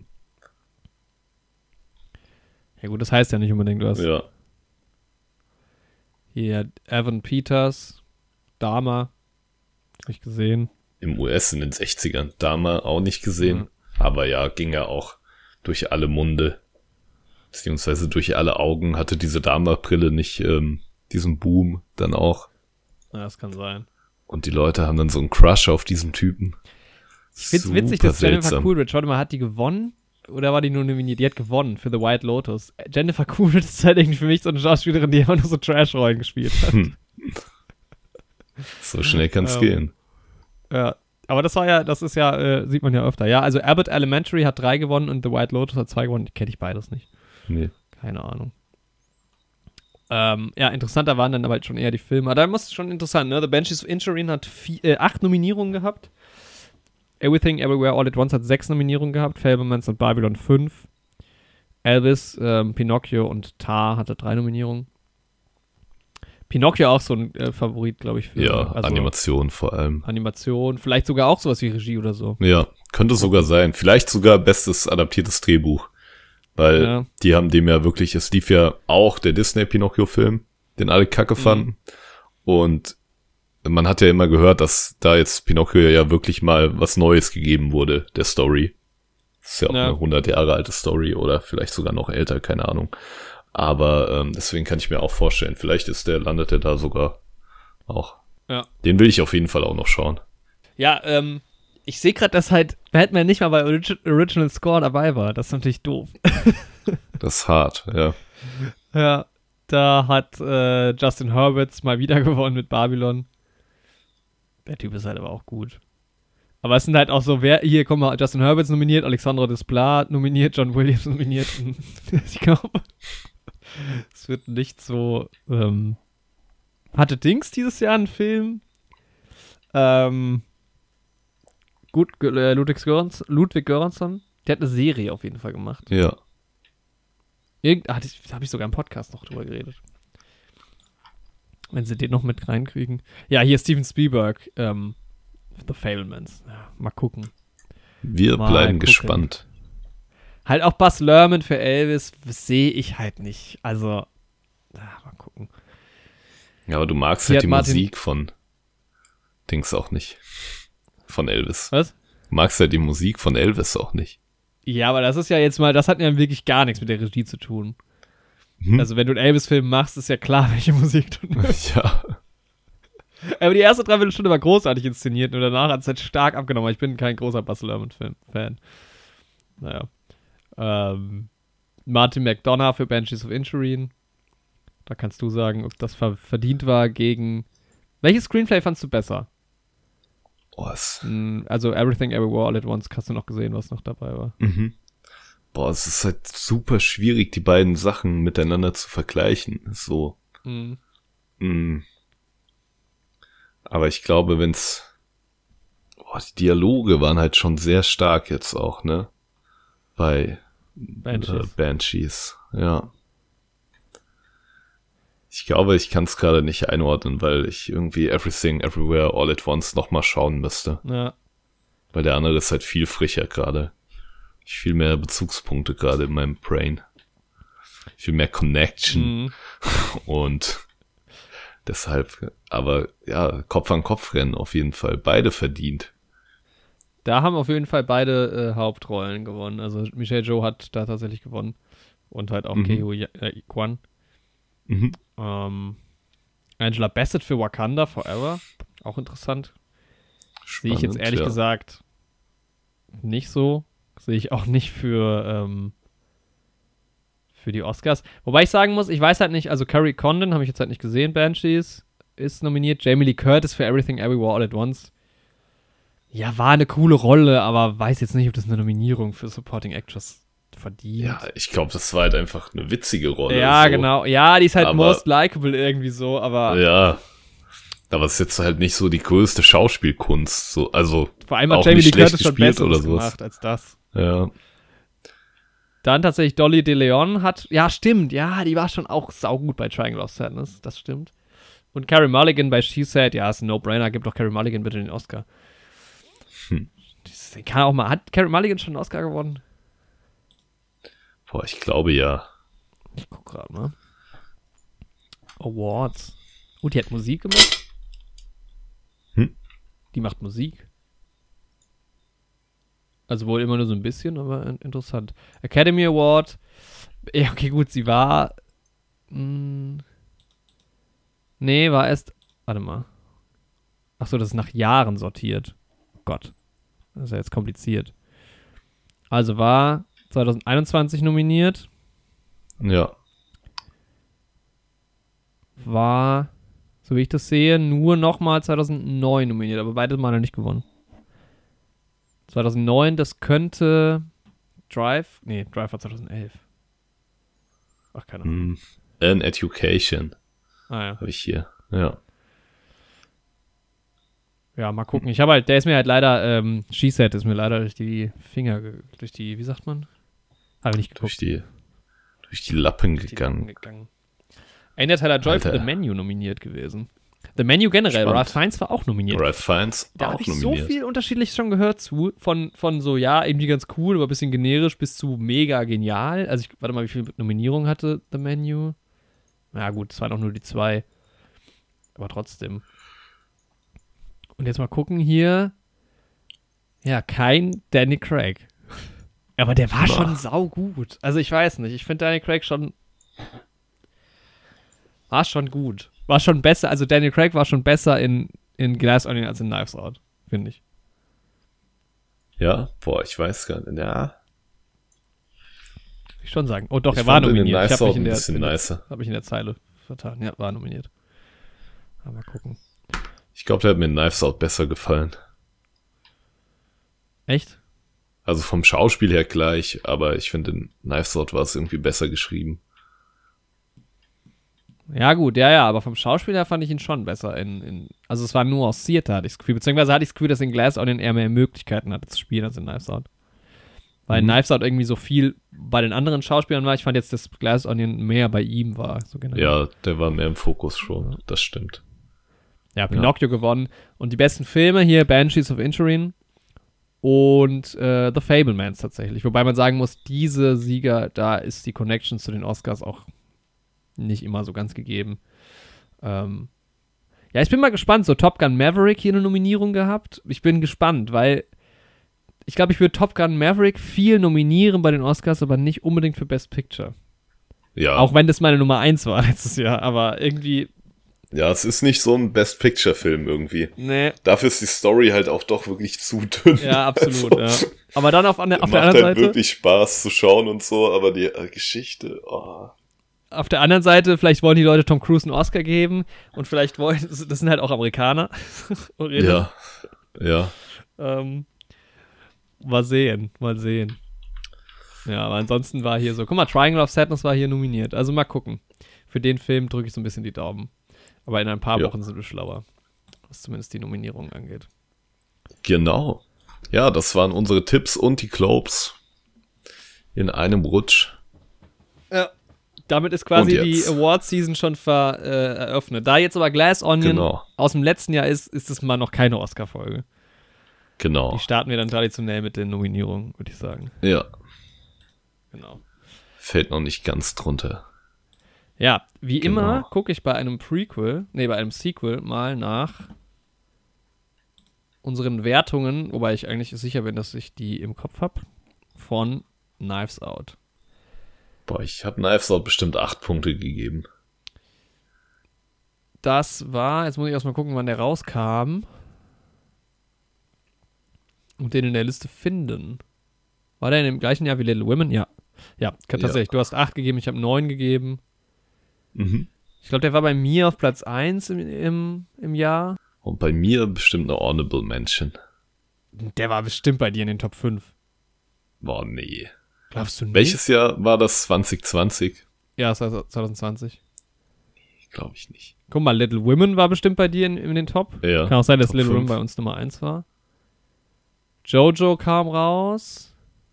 ja gut, das heißt ja nicht unbedingt was. Ja. Hier Evan Peters, Dama, hab ich gesehen. Im U S in den sechzigern. Damals auch nicht gesehen. Ja. Aber ja, ging ja auch durch alle Munde. Beziehungsweise durch alle Augen. Hatte diese Dama-Brille nicht ähm, diesen Boom dann auch. Ja, das kann sein. Und die Leute haben dann so einen Crush auf diesen Typen. Ich find's Super witzig, dass Jennifer seltsam. Coolidge, warte mal, hat die gewonnen? Oder war die nur nominiert? Die hat gewonnen für The White Lotus. Jennifer Coolidge ist halt irgendwie für mich so eine Schauspielerin, die immer nur so Trash-Rollen gespielt hat. Hm. So schnell kann's Ähm, gehen. Ja, aber das war ja, das ist ja, äh, sieht man ja öfter. Ja, also Abbott Elementary hat drei gewonnen und The White Lotus hat zwei gewonnen. Kenne ich beides nicht. Nee. Keine Ahnung. Ähm, ja, interessanter waren dann aber halt schon eher die Filme. Aber da muss es schon interessant, ne? The Banshees of Inisherin hat vier, äh, acht Nominierungen gehabt. Everything Everywhere All at Once hat sechs Nominierungen gehabt. Fabelmans und Babylon fünf. Elvis, ähm, Pinocchio und Tar hatte drei Nominierungen. Pinocchio auch so ein äh, Favorit, glaube ich, für Ja, also Animation vor allem. Animation. Vielleicht sogar auch sowas wie Regie oder so. Ja, könnte sogar sein. Vielleicht sogar bestes adaptiertes Drehbuch. Weil Ja. die haben dem ja wirklich, es lief ja auch der Disney-Pinocchio-Film, den alle kacke fanden. Und man hat ja immer gehört, dass da jetzt Pinocchio ja wirklich mal was Neues gegeben wurde, der Story. Das ist ja auch Ja. eine hundert Jahre alte Story oder vielleicht sogar noch älter, keine Ahnung. Aber ähm, deswegen kann ich mir auch vorstellen, vielleicht ist der, landet der da sogar auch. Ja. Den will ich auf jeden Fall auch noch schauen. Ja, ähm, ich sehe gerade, dass halt Batman nicht mal bei Origi- Original Score dabei war. Das ist natürlich doof. Das ist hart, ja. Ja, da hat äh, Justin Hurwitz mal wieder gewonnen mit Babylon. Der Typ ist halt aber auch gut. Aber es sind halt auch so, wer, hier, guck mal, Justin Hurwitz nominiert, Alexandra Desplat nominiert, John Williams nominiert. Ich glaube, es wird nicht so, ähm, hatte Dings dieses Jahr einen Film? Ähm, gut, äh, Ludwig Göransson, Ludwig Göransson, der hat eine Serie auf jeden Fall gemacht. Ja. Irgend, ah, das, da habe ich sogar im Podcast noch drüber geredet. Wenn sie den noch mit reinkriegen. Ja, hier Steven Spielberg, ähm, The Fabelmans. Ja, mal gucken. Wir mal bleiben gucken. gespannt. Halt auch Baz Luhrmann für Elvis sehe ich halt nicht. Also, ja, mal gucken. Ja, aber du magst Hier halt hat die Martin- Musik von Dings auch nicht. Von Elvis. Was? Du magst halt die Musik von Elvis auch nicht. Ja, aber das ist ja jetzt mal, das hat ja wirklich gar nichts mit der Regie zu tun. Hm? Also, wenn du einen Elvis-Film machst, ist ja klar, welche Musik du nimmst. Ja. Aber die erste Dreiviertelstunde war großartig inszeniert und danach hat es halt stark abgenommen. Ich bin kein großer Baz Luhrmann-Fan. Naja. Ähm, Martin McDonagh für Banshees of Inisherin. Da kannst du sagen, ob das ver- verdient war gegen... Welches Screenplay fandst du besser? Oh, es, Hm, Also Everything Everywhere All at Once hast du noch gesehen, was noch dabei war. mhm. Boah, es ist halt super schwierig, die beiden Sachen miteinander zu vergleichen. So. Mhm. Mh. Aber ich glaube, wenn's... Boah, die Dialoge waren halt schon sehr stark jetzt auch, ne? Bei Banshees. Äh, Banshees, ja. Ich glaube, ich kann es gerade nicht einordnen, weil ich irgendwie Everything, Everywhere, All at Once nochmal schauen müsste. Ja. Weil der andere ist halt viel frischer gerade. Ich viel mehr Bezugspunkte gerade in meinem Brain. Viel mehr Connection. Mhm. Und deshalb, aber ja, Kopf an Kopf rennen auf jeden Fall. Beide verdient. Da haben auf jeden Fall beide äh, Hauptrollen gewonnen. Also Michelle Yeoh hat da tatsächlich gewonnen. Und halt auch Mhm. Ke Huy äh, Quan. Mhm. Ähm, Angela Bassett für Wakanda Forever. Auch interessant. Sehe ich jetzt Spannend, ehrlich ja. gesagt nicht so. Sehe ich auch nicht für, ähm, für die Oscars. Wobei ich sagen muss, ich weiß halt nicht, also Carrie Condon habe ich jetzt halt nicht gesehen, Banshees ist nominiert. Jamie Lee Curtis für Everything Everywhere All at Once. Ja, war eine coole Rolle, aber weiß jetzt nicht, ob das eine Nominierung für Supporting Actress verdient. Ja, ich glaube, das war halt einfach eine witzige Rolle. Ja, so. genau. Ja, die ist halt Aber- most likable irgendwie so, aber Ja. Aber es ist jetzt halt nicht so die größte Schauspielkunst. So, also, vor allem hat auch Jamie nicht Lee schlecht Curtis schon gespielt Besseres oder sowas. gemacht als das. ja. Dann tatsächlich Dolly DeLeon hat, ja stimmt, ja, die war schon auch saugut bei Triangle of Sadness, das stimmt. Und Carey Mulligan bei She Said, ja, ist ein No-Brainer, gib doch Carey Mulligan bitte den Oscar. Hm. Das kann auch mal, hat Carey Mulligan schon einen Oscar gewonnen? Boah, ich glaube ja. Ich guck gerade mal. Awards. Oh, die hat Musik gemacht? Hm? Die macht Musik. Also wohl immer nur so ein bisschen, aber in- interessant. Academy Award. Ja, okay, gut, sie war. Mh, nee, war erst. Warte mal. Achso, das ist nach Jahren sortiert. Oh Gott. Das ist ja jetzt kompliziert. Also war zwanzig einundzwanzig nominiert. Ja. War, so wie ich das sehe, nur nochmal zweitausendneun nominiert, aber beide Mal noch nicht gewonnen. zweitausendneun, das könnte Drive, nee, Drive war zweitausendelf. Ach, keine Ahnung. Hm. An Education Ah ja. habe ich hier. Ja. Ja, mal gucken. Ich habe halt, der ist mir halt leider, ähm, She Said ist mir leider durch die Finger, ge- durch die, wie sagt man? Habe ich nicht Durch geguckt. die, durch die Lappen Durch die gegangen. Lappen gegangen. Einer Tyler Joy für Alter. The Menu nominiert gewesen. The Menu generell, Spannend. Ralph Fiennes war auch nominiert. Ralph Fiennes Da auch habe ich nominiert. so viel unterschiedlich schon gehört zu. Von, von so, ja, irgendwie ganz cool, aber ein bisschen generisch bis zu mega genial. Also, ich warte mal, wie viele Nominierungen hatte The Menu? Na gut, es waren auch nur die zwei. Aber trotzdem. Und jetzt mal gucken hier. Ja, kein Danny Craig. Aber der war Boah. schon saugut. Also, ich weiß nicht. Ich finde Danny Craig schon. War schon gut. War schon besser. Also, Daniel Craig war schon besser in, in Glass Onion als in Knives Out. Finde ich. Ja, boah, ich weiß gar nicht. Ja, Würde ich schon sagen. Oh doch, ich er war fand in den nominiert. Ich Knives habe mich Out in ein der, bisschen in der, nicer. hab mich in der Zeile vertan. Ja, war nominiert. Aber mal gucken. Ich glaube, der hat mir Knives Out besser gefallen. Echt? Also vom Schauspiel her gleich, aber ich finde in Knives Out war es irgendwie besser geschrieben. Ja, gut, ja, ja, aber vom Schauspieler fand ich ihn schon besser. In, in, also es war nuancierter, hatte ich das Gefühl. Beziehungsweise hatte ich das Gefühl, dass in Glass Onion eher mehr Möglichkeiten hatte zu spielen als in Knives Out. Weil Mhm. Knives Out irgendwie so viel bei den anderen Schauspielern war. Ich fand jetzt, dass Glass Onion mehr bei ihm war. So generell. Ja, der war mehr im Fokus schon, Ja. das stimmt. Ja, Pinocchio gewonnen. Und die besten Filme hier, Banshees of Inisherin und äh, The Fabelmans tatsächlich. Wobei man sagen muss, diese Sieger, da ist die Connection zu den Oscars auch nicht immer so ganz gegeben. Ähm, ja, ich bin mal gespannt. So Top Gun Maverick hier eine Nominierung gehabt. Ich bin gespannt, weil ich glaube, ich würde Top Gun Maverick viel nominieren bei den Oscars, aber nicht unbedingt für Best Picture. Ja, Auch wenn das meine Nummer eins war letztes Jahr, aber irgendwie, ja, es ist nicht so ein Best-Picture-Film irgendwie. ne, Dafür ist die Story halt auch doch wirklich zu dünn. ja, absolut, Also, ja. Aber dann auf, an der, auf der macht anderen halt Seite, wirklich Spaß zu schauen und so, aber die äh, Geschichte, oh. auf der anderen Seite, vielleicht wollen die Leute Tom Cruise einen Oscar geben und vielleicht wollen, das sind halt auch Amerikaner. Ja, ja. Ähm, mal sehen, mal sehen. Ja, aber ansonsten war hier so, guck mal, Triangle of Sadness war hier nominiert. Also mal gucken. Für den Film drücke ich so ein bisschen die Daumen. Aber in ein paar Ja. Wochen sind wir schlauer, was zumindest die Nominierung angeht. Genau. Ja, das waren unsere Tipps und die Globes in einem Rutsch. Ja. Damit ist quasi Und die jetzt? Award-Season schon ver, äh, eröffnet. Da jetzt aber Glass Onion Genau. aus dem letzten Jahr ist, ist es mal noch keine Oscar-Folge. Genau. Die starten wir dann traditionell mit den Nominierungen, würde ich sagen. Ja, Genau. fällt noch nicht ganz drunter. Ja, wie Genau. immer gucke ich bei einem Prequel, nee, bei einem Sequel mal nach unseren Wertungen, wobei ich eigentlich sicher bin, dass ich die im Kopf habe, von Knives Out. Boah, ich habe Knives Out bestimmt acht Punkte gegeben. Das war, jetzt muss ich erstmal gucken, wann der rauskam und den in der Liste finden. War der in dem gleichen Jahr wie Little Women? Ja. Ja, tatsächlich. Du hast acht gegeben, ich habe neun gegeben. Mhm. Ich glaube, der war bei mir auf Platz eins im, im, im Jahr. Und bei mir bestimmt eine Honorable Mention. Der war bestimmt bei dir in den Top fünf. Boah, nee. Glaubst du nicht? Welches Jahr war das? zwanzig zwanzig? Ja, das war zwanzig zwanzig. Glaube ich nicht. Guck mal, Little Women war bestimmt bei dir in, in den Top. Ja. Kann auch sein, dass Top Little Women fünf. bei uns Nummer eins war. Jojo kam raus.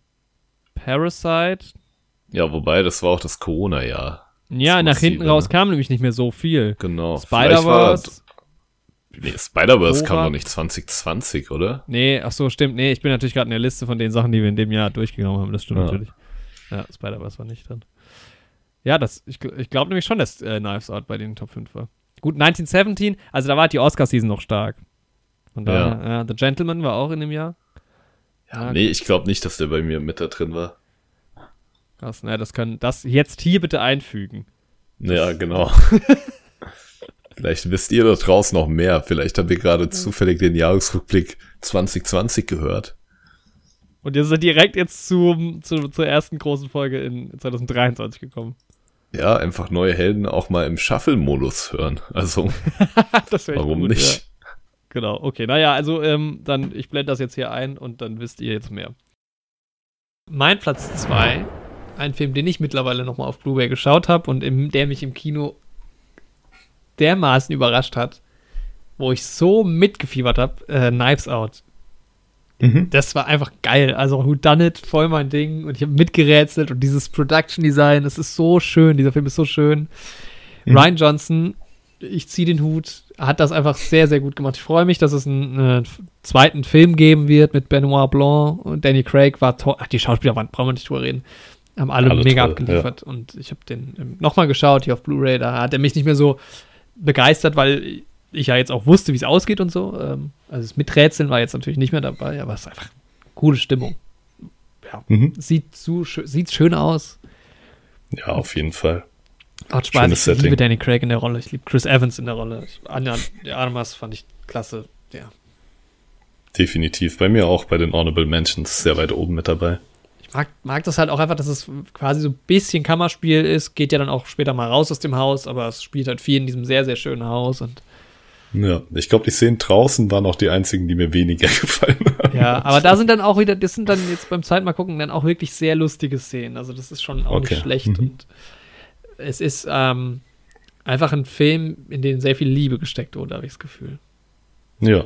Parasite. Ja, wobei, das war auch das Corona-Jahr. Ja, Das nach massive, hinten raus ne? kam nämlich nicht mehr so viel. Genau. Vielleicht Spider-Verse. war- Nee, Spider-Verse kam Borat. doch nicht zwanzig zwanzig, oder? Nee, ach so, stimmt. Nee, ich bin natürlich gerade in der Liste von den Sachen, die wir in dem Jahr durchgenommen haben. Das stimmt Ja. natürlich. Ja, Spider-Verse war nicht drin. Ja, das, ich, gl- ich glaube nämlich schon, dass äh, Knives Out bei den Top fünf war. Gut, neunzehnhundertsiebzehn, also da war die Oscar-Season noch stark. Von daher, ja. The Gentleman war auch in dem Jahr. Ja, Ja, nee, ich glaube nicht, dass der bei mir mit da drin war. Krass, na, das können, das jetzt hier bitte einfügen. Ja, genau. Vielleicht wisst ihr da draußen noch mehr. Vielleicht habt ihr gerade zufällig den Jahresrückblick zwanzig zwanzig gehört. Und ihr seid direkt jetzt zum, zu, zur ersten großen Folge in zwanzig dreiundzwanzig gekommen. Ja, einfach neue Helden auch mal im Shuffle-Modus hören. Also, Das wäre echt warum gut, nicht? Ja. Genau, okay. Naja, also ähm, dann, ich blende das jetzt hier ein und dann wisst ihr jetzt mehr. Mein Platz zwei, ein Film, den ich mittlerweile nochmal auf Blu-ray geschaut habe und im, der mich im Kino dermaßen überrascht hat, wo ich so mitgefiebert habe, äh, Knives Out. Mhm. Das war einfach geil. Also Who Done It, voll mein Ding. Und ich habe mitgerätselt und dieses Production Design, das ist so schön. Dieser Film ist so schön. Mhm. Ryan Johnson, ich ziehe den Hut, hat das einfach sehr, sehr gut gemacht. Ich freue mich, dass es einen, einen zweiten Film geben wird mit Benoit Blanc und Danny Craig war toll. Ach, die Schauspieler waren, brauchen wir nicht drüber reden. Haben alle, Alle mega toll, abgeliefert. Und ich habe den ähm, nochmal geschaut, hier auf Blu-ray. Da hat er mich nicht mehr so begeistert, weil ich ja jetzt auch wusste, wie es ausgeht und so. Ähm, also das Miträtseln war jetzt natürlich nicht mehr dabei, aber es ist einfach coole Stimmung. Ja, Mhm. sieht, so, schö- sieht schön aus. Ja, auf jeden Fall. Hat Spaß. Schönes Ich liebe Setting. Danny Craig in der Rolle. Ich liebe Chris Evans in der Rolle. Ich, Anja de Armas fand ich klasse. Ja. Definitiv. Bei mir auch bei den Honorable Mentions sehr weit oben mit dabei. Ich mag, mag das halt auch einfach, dass es quasi so ein bisschen Kammerspiel ist. Geht ja dann auch später mal raus aus dem Haus, aber es spielt halt viel in diesem sehr, sehr schönen Haus. Und Ja, ich glaube, die Szenen draußen waren auch die einzigen, die mir weniger gefallen haben. ja, aber da sind dann auch wieder, das sind dann jetzt beim zweiten Mal gucken, dann auch wirklich sehr lustige Szenen. Also das ist schon auch Okay. nicht schlecht. Mhm. Und es ist, ähm, Einfach ein Film, in den sehr viel Liebe gesteckt wurde, habe ich das Gefühl. Ja.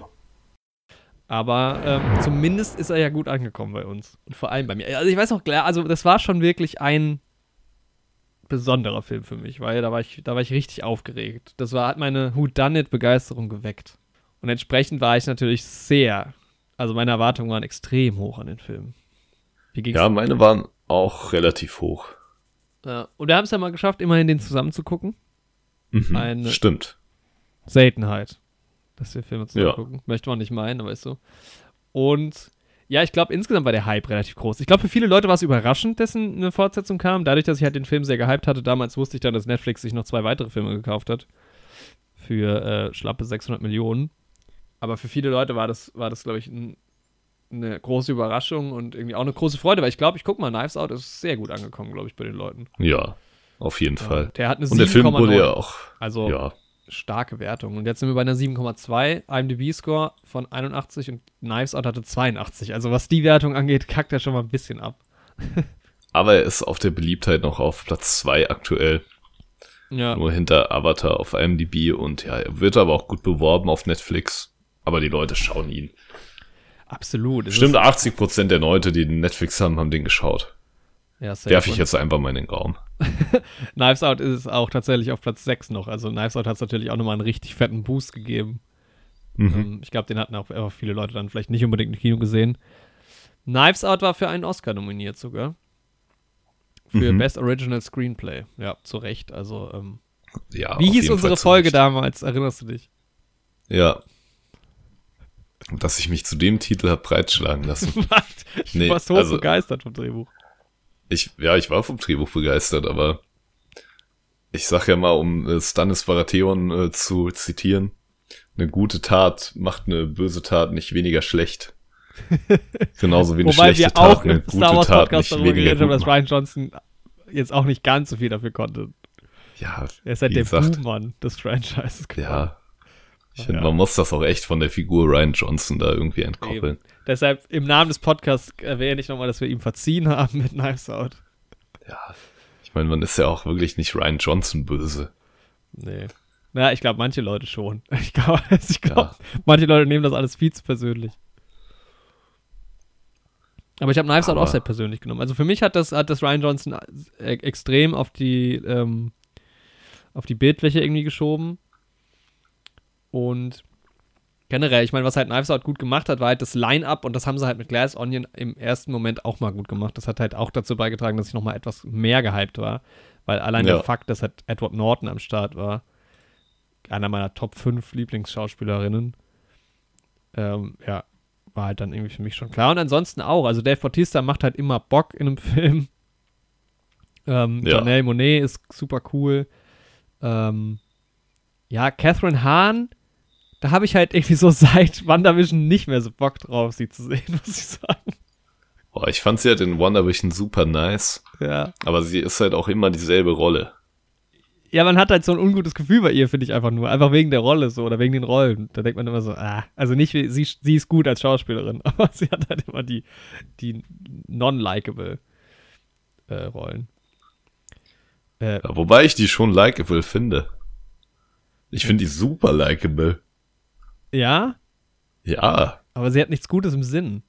Aber ähm, zumindest ist er ja gut angekommen bei uns. Und vor allem bei mir. Also ich weiß auch, also das war schon wirklich ein besonderer Film für mich, weil da war ich, da war ich richtig aufgeregt. Das war, hat meine Whodunit-Begeisterung geweckt. Und entsprechend war ich natürlich sehr, also meine Erwartungen waren extrem hoch an den Film. Wie ging's? Ja, meine waren auch relativ hoch. Ja, und wir haben es ja mal geschafft, immerhin den zusammen zu gucken. Mhm, Eine stimmt. Seltenheit, dass wir Filme zusammen Ja. gucken. Möchte man nicht meinen, aber ist so. Und ja, ich glaube, insgesamt war der Hype relativ groß. Ich glaube, für viele Leute war es überraschend, dessen eine Fortsetzung kam. Dadurch, dass ich halt den Film sehr gehypt hatte, damals wusste ich dann, dass Netflix sich noch zwei weitere Filme gekauft hat. Für äh, schlappe sechshundert Millionen. Aber für viele Leute war das, war das glaube ich, ein, eine große Überraschung und irgendwie auch eine große Freude, weil ich glaube, ich guck mal, Knives Out ist sehr gut angekommen, glaube ich, bei den Leuten. Ja, auf jeden Ja, Fall. der hat eine Und der Film wurde ja sieben Komma neun. auch, Also ja, starke Wertung. Und jetzt sind wir bei einer sieben Komma zwei, IMDb-Score von einundachtzig und Knives Out hatte zweiundachtzig. Also was die Wertung angeht, kackt er schon mal ein bisschen ab. aber er ist auf der Beliebtheit noch auf Platz zwei aktuell. Ja, Nur hinter Avatar auf IMDb und ja, er wird aber auch gut beworben auf Netflix. Aber die Leute schauen ihn. absolut. Es Bestimmt ist- achtzig Prozent der Leute, die Netflix haben, haben den geschaut. Ja, safe. Werfe ich Und jetzt einfach mal in den Raum. Knives Out ist es auch tatsächlich auf Platz sechs noch. Also Knives Out hat es natürlich auch nochmal einen richtig fetten Boost gegeben. Mhm. Ähm, ich glaube, den hatten auch einfach viele Leute dann vielleicht nicht unbedingt im Kino gesehen. Knives Out war für einen Oscar nominiert sogar. Für Mhm. Best Original Screenplay. Ja, zu Recht. Also, ähm, Ja, wie auf hieß jeden unsere Fall Folge zurecht. damals? Erinnerst du dich? Ja. Dass ich mich zu dem Titel habe breitschlagen lassen. Was? Du Nee, warst hoch also- begeistert vom Drehbuch. Ich, ja, ich war vom Drehbuch begeistert, aber ich sag ja mal, um äh, Stannis Baratheon äh, zu zitieren, eine gute Tat macht eine böse Tat nicht weniger schlecht. Genauso wie eine Wobei schlechte wir Tat auch eine im gute Star Wars Tat Podcast nicht darüber weniger geredet haben, gut dass macht. Ryan Johnson jetzt auch nicht ganz so viel dafür konnte. Ja, Er ist halt wie der gesagt, Buhmann des Franchises geworden. ja. Ich finde, Ja. man muss das auch echt von der Figur Ryan Johnson da irgendwie entkoppeln. Deshalb im Namen des Podcasts erwähne ich nochmal, dass wir ihm verziehen haben mit Knives Out. Ja. Ich meine, man ist ja auch wirklich nicht Ryan Johnson böse. Nee. Naja, ich glaube, manche Leute schon. Ich glaube, ich glaub, Ja. manche Leute nehmen das alles viel zu persönlich. Aber ich habe Knives Out Aber- auch sehr persönlich genommen. Also für mich hat das, hat das Ryan Johnson e extrem auf die, ähm, auf die Bildfläche irgendwie geschoben. Und generell, ich meine, was halt Knives Out gut gemacht hat, war halt das Line-Up und das haben sie halt mit Glass Onion im ersten Moment auch mal gut gemacht. Das hat halt auch dazu beigetragen, dass ich nochmal etwas mehr gehypt war, weil allein Ja. der Fakt, dass halt Edward Norton am Start war, einer meiner Top fünf Lieblingsschauspielerinnen, ähm, ja, war halt dann irgendwie für mich schon klar. Und ansonsten auch, also Dave Bautista macht halt immer Bock in einem Film. Ähm, Ja. Janelle Monáe ist super cool. Ähm, ja, Catherine Hahn, da habe ich halt irgendwie so seit WandaVision nicht mehr so Bock drauf, sie zu sehen, muss ich sagen. Boah, ich fand sie halt in WandaVision super nice, Ja. aber sie ist halt auch immer dieselbe Rolle. Ja, man hat halt so ein ungutes Gefühl bei ihr, finde ich einfach nur. Einfach wegen der Rolle so oder wegen den Rollen. Da denkt man immer so, ah, also nicht, wie- sie, sie ist gut als Schauspielerin, aber sie hat halt immer die, die non-likable äh, Rollen. Äh, Ja, wobei ich die schon likable finde. Ich finde die super likable. ja, Ja. aber sie hat nichts Gutes im Sinn.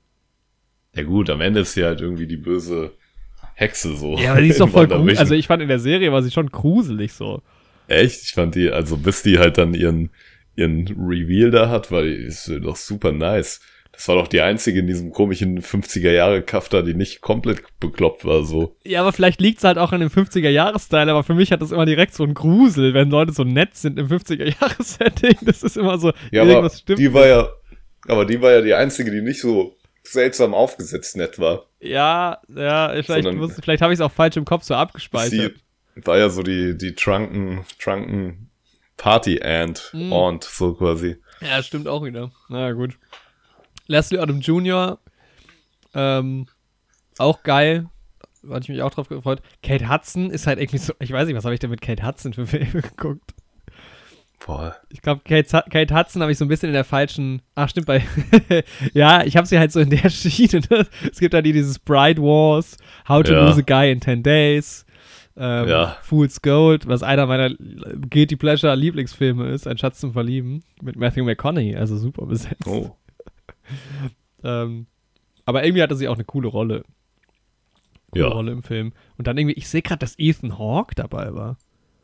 Ja gut, am Ende ist sie halt irgendwie die böse Hexe so. Ja, aber die ist doch in voll WandaVision. gruselig. Also ich fand in der Serie war sie schon gruselig so. Echt? Ich fand die, also bis die halt dann ihren, ihren Reveal da hat, war die ist doch super nice. Das war doch die einzige in diesem komischen fünfziger-Jahre-Kaff da, die nicht komplett bekloppt war, so. Ja, aber vielleicht liegt es halt auch an dem fünfziger-Jahres-Style, aber für mich hat das immer direkt so einen Grusel, wenn Leute so nett sind im fünfziger-Jahres-Setting. Das ist immer so, Ja, aber irgendwas stimmt. die war ja, aber die war ja die einzige, die nicht so seltsam aufgesetzt nett war. Ja, ja, vielleicht, Sondern- muss- vielleicht habe ich es auch falsch im Kopf so abgespeichert. Sie war ja so die, die drunken, drunken Party-Ant, Mm. Aunt, so quasi. Ja, stimmt auch wieder. Na ja, gut. Leslie Odom Junior Ähm, auch geil. Da hatte ich mich auch drauf gefreut. Kate Hudson ist halt irgendwie so, ich weiß nicht, was habe ich denn mit Kate Hudson für Filme geguckt? Boah. Ich glaube, Kate, Kate Hudson habe ich so ein bisschen in der falschen. Ach, stimmt, bei. Ja, ich habe sie halt so in der Schiene. Ne? Es gibt halt die, dieses Bride Wars, How to Ja. Lose a Guy in ten Days. Ähm, Ja. Fool's Gold, was einer meiner Guilty Pleasure Lieblingsfilme ist, Ein Schatz zum Verlieben, mit Matthew McConaughey, also super besetzt. Oh. ähm, aber irgendwie hatte sie auch eine coole Rolle. Coole Ja. Rolle im Film. Und dann irgendwie, ich sehe gerade, dass Ethan Hawke dabei war.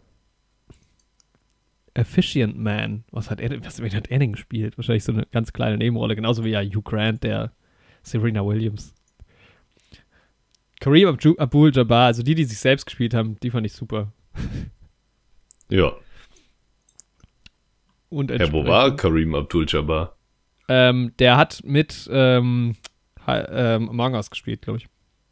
Efficient Man. Was hat er, was wen hat er denn gespielt? Wahrscheinlich so eine ganz kleine Nebenrolle, genauso wie ja Hugh Grant, der Serena Williams. Kareem Abdu- Abdul-Jabbar, also die, die sich selbst gespielt haben, die fand ich super. Ja. Und Ja, wo war Kareem Abdul-Jabbar? Ähm, der hat mit ähm, ha- ähm, Among Us gespielt, glaube ich.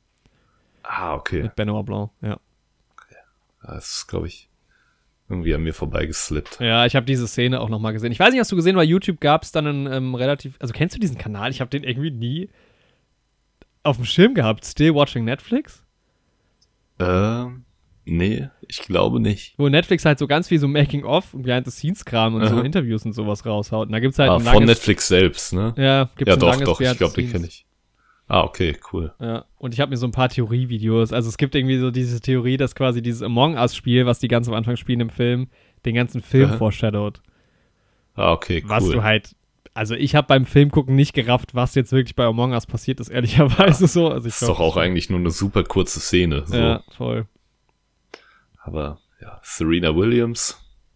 Ah, okay. Mit Benoit Blanc, ja. Das ist, glaube ich, irgendwie an mir vorbeigeslippt. Ja, ich habe diese Szene auch nochmal gesehen. Ich weiß nicht, hast du gesehen, bei YouTube gab es dann einen ähm, relativ, also kennst du diesen Kanal? Ich habe den irgendwie nie auf dem Schirm gehabt. Still Watching Netflix? Ähm, nee, ich glaube nicht. Wo Netflix halt so ganz viel so Making-of und Behind-the-Scenes-Kram und Aha. so Interviews und sowas raushaut. Und da gibt's halt Ah, ein von langes, Netflix selbst, ne? Ja, gibt's Ja, ein doch, langes doch, ich glaube, den Behind-the-Scenes. kenne ich. Ah, okay, cool. Ja, und ich habe mir so ein paar Theorievideos, also es gibt irgendwie so diese Theorie, dass quasi dieses Among Us-Spiel, was die ganz am Anfang spielen im Film, den ganzen Film Aha. foreshadowt. Ah, okay, cool. Was du halt, also ich habe beim Film gucken nicht gerafft, was jetzt wirklich bei Among Us passiert ist, ehrlicherweise so. Also ich ist doch auch eigentlich nur eine super kurze Szene. So. Ja, voll. Aber ja, Serena Williams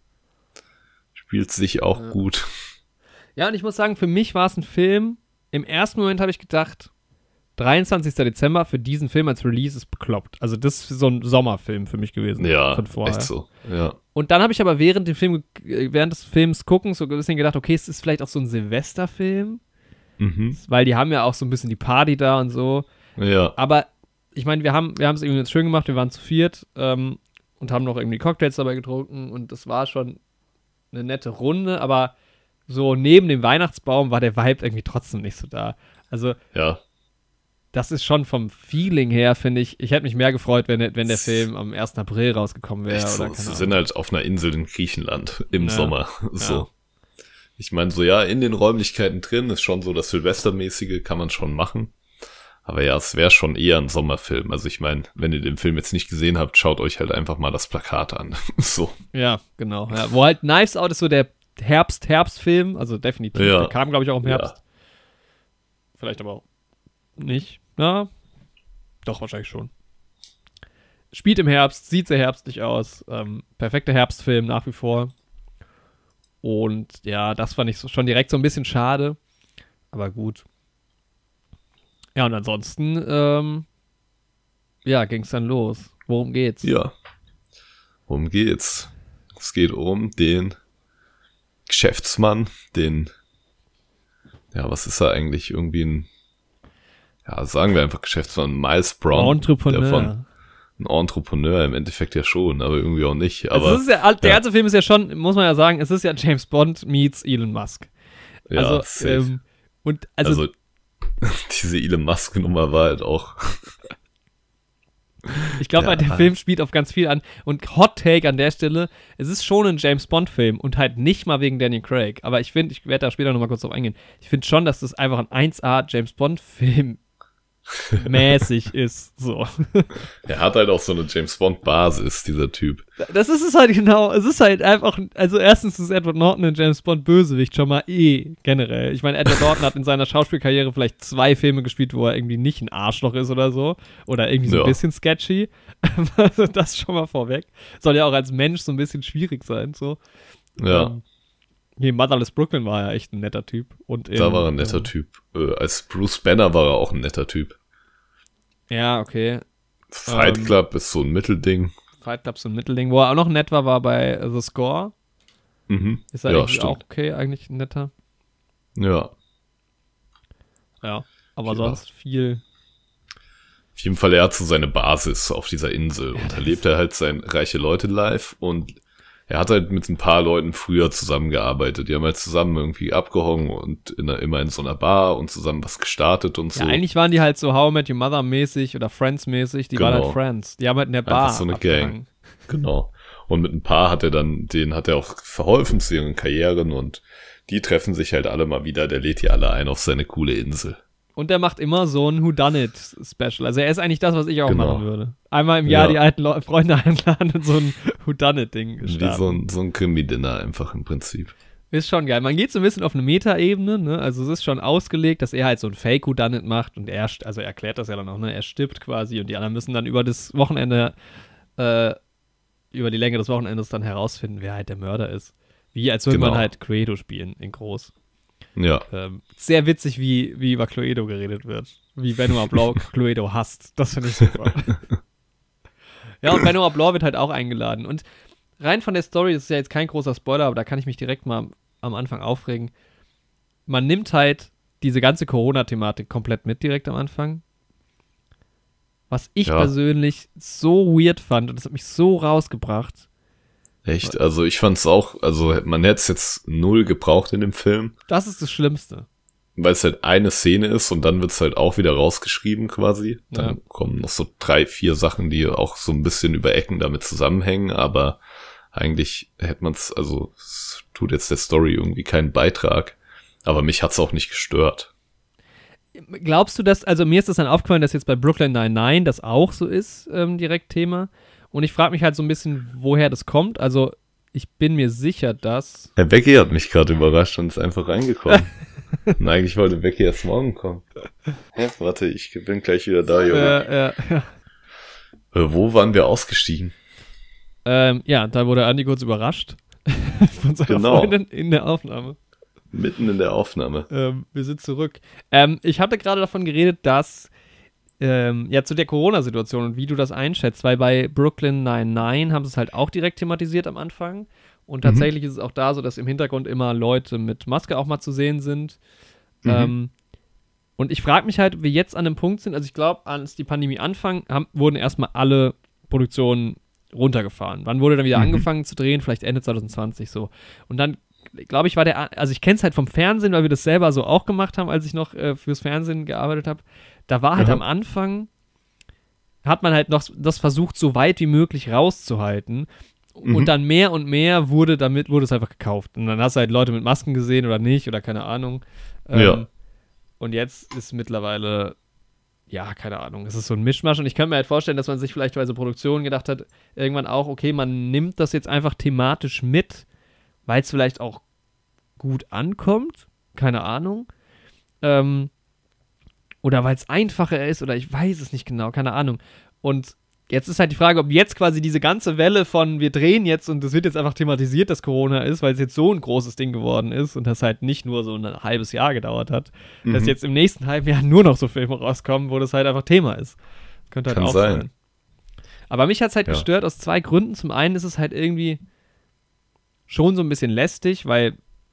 spielt sich auch Ja. gut. Ja, und ich muss sagen, für mich war es ein Film, im ersten Moment habe ich gedacht, dreiundzwanzigster Dezember für diesen Film als Release ist bekloppt. Also das ist so ein Sommerfilm für mich gewesen. Ja, von vorher. echt so. Ja. Und dann habe ich aber während dem Film, während des Films gucken, so ein bisschen gedacht, okay, es ist vielleicht auch so ein Silvesterfilm, Mhm. weil die haben ja auch so ein bisschen die Party da und so. Ja. Aber ich meine, wir haben wir haben es irgendwie jetzt schön gemacht, wir waren zu viert ähm, und haben noch irgendwie Cocktails dabei getrunken und das war schon eine nette Runde, aber so neben dem Weihnachtsbaum war der Vibe irgendwie trotzdem nicht so da. Also Ja. das ist schon vom Feeling her, finde ich, ich hätte mich mehr gefreut, wenn, wenn der Film am ersten April rausgekommen wäre. Echt so. Oder keine Sie Ahnung. sind halt auf einer Insel in Griechenland im Ja. Sommer. So. Ich meine, so ja, in den Räumlichkeiten drin ist schon so das Silvestermäßige, kann man schon machen. Aber ja, es wäre schon eher ein Sommerfilm. Also ich meine, wenn ihr den Film jetzt nicht gesehen habt, schaut euch halt einfach mal das Plakat an. So. Ja, genau. Ja. Wo halt Knives Out ist so der Herbst-Herbst-Film, also definitiv. Ja. Der kam, glaube ich, auch im Herbst. Ja. Vielleicht aber auch nicht. Ja, doch, wahrscheinlich schon. Spielt im Herbst, sieht sehr herbstlich aus. Ähm, perfekter Herbstfilm nach wie vor. Und ja, das fand ich so, schon direkt so ein bisschen schade. Aber gut. Ja, und ansonsten, ähm, ja, ging's dann los. Worum geht's? Ja. Worum geht's? Es geht um den Geschäftsmann, den, ja, was ist er eigentlich? Irgendwie ein, ja, sagen wir einfach Geschäftsmann, Miles Brown. Entrepreneur. Der von, ein Entrepreneur im Endeffekt ja schon, aber irgendwie auch nicht. Aber es ist ja, der ja. ganze Film ist ja schon, muss man ja sagen, es ist ja James Bond meets Elon Musk. ja, Also, safe. ähm, und also, also, diese Elon Musk-Nummer war halt auch, ich glaube, ja. der Film spielt auf ganz viel an. Und Hot Take an der Stelle, es ist schon ein James Bond-Film und halt nicht mal wegen Daniel Craig. Aber ich finde, ich werde da später nochmal kurz drauf eingehen, ich finde schon, dass das einfach ein eins A James Bond-Film mäßig ist. So. er hat halt auch so eine James Bond-Basis, dieser Typ. Das ist es halt genau. Es ist halt einfach, also erstens ist Edward Norton ein James Bond-Bösewicht schon mal eh generell. Ich meine, Edward Norton hat in seiner Schauspielkarriere vielleicht zwei Filme gespielt, wo er irgendwie nicht ein Arschloch ist oder so. Oder irgendwie so Ja. ein bisschen sketchy. Also das schon mal vorweg. Soll ja auch als Mensch so ein bisschen schwierig sein. So. Ja, Ähm, hier in Motherless Brooklyn war er echt ein netter Typ. Und in, da war er ein netter ähm, Typ. Äh, als Bruce Banner war er auch ein netter Typ. Ja, okay. Fight Ähm, Club ist so ein Mittelding. Fight Club so ein Mittelding. Wo er auch noch nett war, war bei The Score. Mhm. Ist er Ja, irgendwie stimmt. auch okay, eigentlich ein netter. Ja. Ja. Aber Ja. sonst viel. Auf jeden Fall, er hat so seine Basis auf dieser Insel und da lebt er halt sein reiche Leute-Life und er hat halt mit ein paar Leuten früher zusammengearbeitet. Die haben halt zusammen irgendwie abgehangen und in einer, immer in so einer Bar und zusammen was gestartet und so. Ja, eigentlich waren die halt so How I Met Your Mother mäßig oder Friends mäßig. Die waren Genau. halt Friends. Die haben halt in der Bar Einfach so eine abgehangen. Gang. Genau. Und mit ein paar hat er dann, denen hat er auch verholfen zu ihren Karrieren und die treffen sich halt alle mal wieder. Der lädt die alle ein auf seine coole Insel. Und der macht immer so ein Whodunit-Special. Also er ist eigentlich das, was ich auch Genau. machen würde. Einmal im Jahr Ja. die alten Le- Freunde einladen und so ein Whodunit-Ding Wie starten. so ein, so ein Krimi-Dinner einfach im Prinzip. Ist schon geil. Man geht so ein bisschen auf eine Meta-Ebene, ne? Also es ist schon ausgelegt, dass er halt so ein Fake-Whodunit macht und er, st- also er erklärt das ja dann auch, ne? Er stirbt quasi und die anderen müssen dann über das Wochenende, äh, über die Länge des Wochenendes dann herausfinden, wer halt der Mörder ist. Wie als würde Genau. man halt Cluedo spielen, in groß. Ja, Ähm, sehr witzig, wie, wie über Cluedo geredet wird. Wie Benoit Blanc Cluedo hasst. Das finde ich super. Ja, und Benoit Blanc wird halt auch eingeladen. Und rein von der Story, das ist ja jetzt kein großer Spoiler, aber da kann ich mich direkt mal am Anfang aufregen. Man nimmt halt diese ganze Corona-Thematik komplett mit direkt am Anfang. Was ich Ja. persönlich so weird fand und das hat mich so rausgebracht. echt. Also ich fand's auch, also man hätte es jetzt null gebraucht in dem Film, Das ist das Schlimmste. weil es halt eine Szene ist und dann wird's halt auch wieder rausgeschrieben quasi. Dann Ja. kommen noch so drei, vier Sachen, die auch so ein bisschen über Ecken damit zusammenhängen, aber eigentlich hätte man's, also es tut jetzt der Story irgendwie keinen Beitrag, aber mich hat's auch nicht gestört. Glaubst du, dass, also mir ist das dann aufgefallen, dass jetzt bei Brooklyn Nine-Nine das auch so ist, ähm, direkt Thema. Und ich frage mich halt so ein bisschen, woher das kommt. Also ich bin mir sicher, dass... Herr Becky hat mich gerade überrascht und ist einfach reingekommen. Und eigentlich wollte Becky erst morgen kommen. Hä, warte, ich bin gleich wieder da, Junge. Äh, äh, ja. Äh, wo waren wir ausgestiegen? Ähm, ja, da wurde Andi kurz überrascht von seiner Genau. Freundin in der Aufnahme. Mitten in der Aufnahme. Ähm, wir sind zurück. Ähm, ich hatte gerade davon geredet, dass ähm, ja zu der Corona-Situation und wie du das einschätzt, weil bei Brooklyn Nine-Nine haben sie es halt auch direkt thematisiert am Anfang und Mhm. tatsächlich ist es auch da so, dass im Hintergrund immer Leute mit Maske auch mal zu sehen sind. Mhm. Ähm, und ich frage mich halt, ob wir jetzt an einem Punkt sind, also ich glaube, als die Pandemie anfing, haben, wurden erstmal alle Produktionen runtergefahren. Wann wurde dann wieder Mhm. angefangen zu drehen? Vielleicht Ende zwanzig zwanzig so. Und dann, glaube ich, war der, also ich kenne es halt vom Fernsehen, weil wir das selber so auch gemacht haben, als ich noch äh, fürs Fernsehen gearbeitet habe. Da war halt Aha. am Anfang, hat man halt noch das versucht, so weit wie möglich rauszuhalten. Mhm. Und dann mehr und mehr wurde damit, wurde es einfach gekauft. Und dann hast du halt Leute mit Masken gesehen oder nicht oder keine Ahnung. Ähm, Ja. Und jetzt ist mittlerweile, ja, keine Ahnung, es ist so ein Mischmasch. Und ich kann mir halt vorstellen, dass man sich vielleicht bei so Produktionen gedacht hat, irgendwann auch, okay, man nimmt das jetzt einfach thematisch mit, weil es vielleicht auch gut ankommt. Keine Ahnung. Ähm, oder weil es einfacher ist oder ich weiß es nicht genau, keine Ahnung. Und jetzt ist halt die Frage, ob jetzt quasi diese ganze Welle von wir drehen jetzt und es wird jetzt einfach thematisiert, dass Corona ist, weil es jetzt so ein großes Ding geworden ist und das halt nicht nur so ein halbes Jahr gedauert hat, Mhm. dass jetzt im nächsten halben Jahr nur noch so Filme rauskommen, wo das halt einfach Thema ist. Könnte halt Kann auch sein. sein. Aber mich hat es halt Ja. gestört aus zwei Gründen. Zum einen ist es halt irgendwie schon so ein bisschen lästig, weil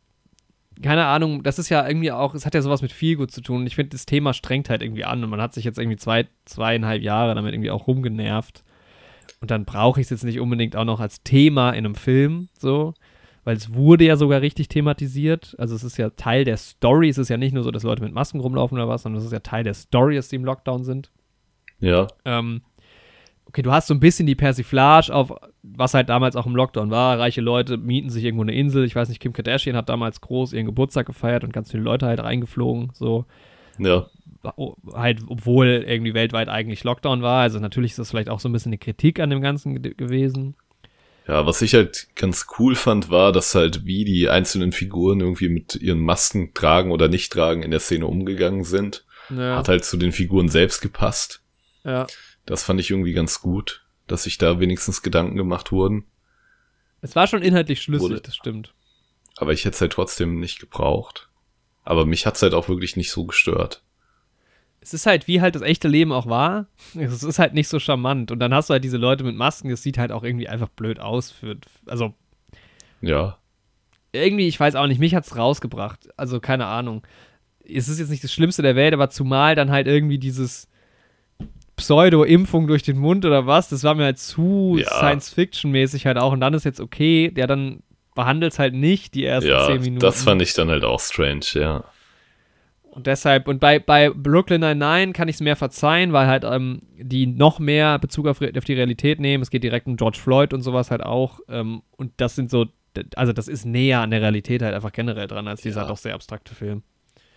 keine Ahnung, das ist ja irgendwie auch, es hat ja sowas mit Feelgood zu tun. Und ich finde, das Thema strengt halt irgendwie an und man hat sich jetzt irgendwie zwei, zweieinhalb Jahre damit irgendwie auch rumgenervt. Und dann brauche ich es jetzt nicht unbedingt auch noch als Thema in einem Film, so, weil es wurde ja sogar richtig thematisiert. Also es ist ja Teil der Story. Es ist ja nicht nur so, dass Leute mit Masken rumlaufen oder was, sondern es ist ja Teil der Story, dass die im Lockdown sind. Ja. Ähm, okay, du hast so ein bisschen die Persiflage auf, was halt damals auch im Lockdown war. Reiche Leute mieten sich irgendwo eine Insel. Ich weiß nicht, Kim Kardashian hat damals groß ihren Geburtstag gefeiert und ganz viele Leute halt reingeflogen, so. Ja. O- Halt, obwohl irgendwie weltweit eigentlich Lockdown war. Also natürlich ist das vielleicht auch so ein bisschen eine Kritik an dem Ganzen ge- gewesen. Ja, was ich halt ganz cool fand, war, dass halt wie die einzelnen Figuren irgendwie mit ihren Masken tragen oder nicht tragen in der Szene umgegangen sind. Ja, Hat halt zu den Figuren selbst gepasst. ja. Das fand ich irgendwie ganz gut, dass sich da wenigstens Gedanken gemacht wurden. Es war schon inhaltlich schlüssig, Wurde- das stimmt. Aber ich hätte es halt trotzdem nicht gebraucht. Aber mich hat's halt auch wirklich nicht so gestört. Es ist halt, wie halt das echte Leben auch war. Es ist halt nicht so charmant. Und dann hast du halt diese Leute mit Masken, das sieht halt auch irgendwie einfach blöd aus. Für, also Ja. irgendwie, ich weiß auch nicht, mich hat's rausgebracht. Also keine Ahnung. Es ist jetzt nicht das Schlimmste der Welt, aber zumal dann halt irgendwie dieses Pseudo-Impfung durch den Mund oder was, das war mir halt zu Ja. Science-Fiction-mäßig halt auch. Und dann ist jetzt okay, der dann behandelt es halt nicht die ersten Ja, zehn Minuten. das fand ich dann halt auch strange, ja. Und deshalb, und bei, bei Brooklyn Nine-Nine kann ich es mehr verzeihen, weil halt ähm, die noch mehr Bezug auf, auf die Realität nehmen. Es geht direkt um George Floyd und sowas halt auch. Ähm, und das sind so, also das ist näher an der Realität halt einfach generell dran, als dieser Ja. doch sehr abstrakte Film.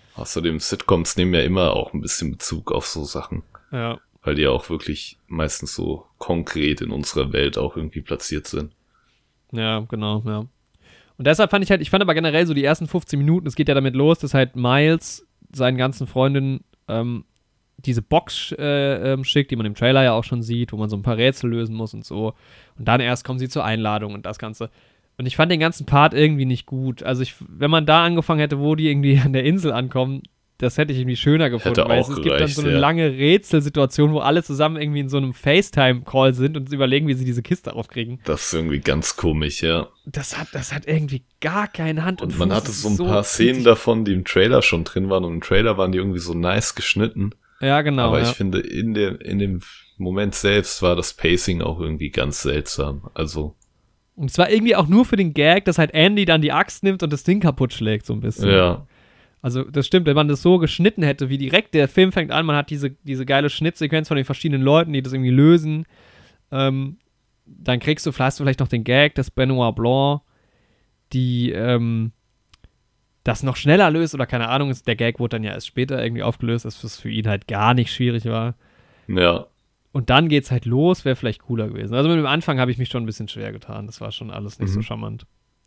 Außerdem Sitcoms nehmen ja immer auch ein bisschen Bezug auf so Sachen. Ja. Weil die ja auch wirklich meistens so konkret in unserer Welt auch irgendwie platziert sind. Ja, genau, ja. Und deshalb fand ich halt, ich fand aber generell so die ersten fünfzehn Minuten, es geht ja damit los, dass halt Miles seinen ganzen Freundinnen ähm, diese Box äh, ähm, schickt, die man im Trailer ja auch schon sieht, wo man so ein paar Rätsel lösen muss und so. Und dann erst kommen sie zur Einladung und das Ganze. Und ich fand den ganzen Part irgendwie nicht gut. Also ich, wenn man da angefangen hätte, wo die irgendwie an der Insel ankommen, das hätte ich irgendwie schöner gefunden, Hätte weil auch es, es gereicht, gibt dann so eine ja. lange Rätselsituation, wo alle zusammen irgendwie in so einem FaceTime-Call sind und überlegen, wie sie diese Kiste aufkriegen. Das ist irgendwie ganz komisch, ja. Das hat, das hat irgendwie gar keine Hand und, Und man Fuß. hatte Das so ist ein paar Szenen witzig. davon, die im Trailer schon drin waren. Und im Trailer waren die irgendwie so nice geschnitten. Ja, genau. Aber ja. ich finde, in dem, in dem Moment selbst war das Pacing auch irgendwie ganz seltsam. Also, Und es war irgendwie auch nur für den Gag, dass halt Andy dann die Axt nimmt und das Ding kaputt schlägt, so ein bisschen. ja. Also, das stimmt, wenn man das so geschnitten hätte, wie direkt der Film fängt an, man hat diese, diese geile Schnittsequenz von den verschiedenen Leuten, die das irgendwie lösen. Ähm, dann kriegst du hast du vielleicht noch den Gag, dass Benoit Blanc die, ähm, das noch schneller löst oder keine Ahnung, der Gag wurde dann ja erst später irgendwie aufgelöst, dass es für ihn halt gar nicht schwierig war. Ja. Und dann geht's halt los, wäre vielleicht cooler gewesen. Also mit dem Anfang habe ich mich schon ein bisschen schwer getan. Das war schon alles nicht Mhm. so charmant.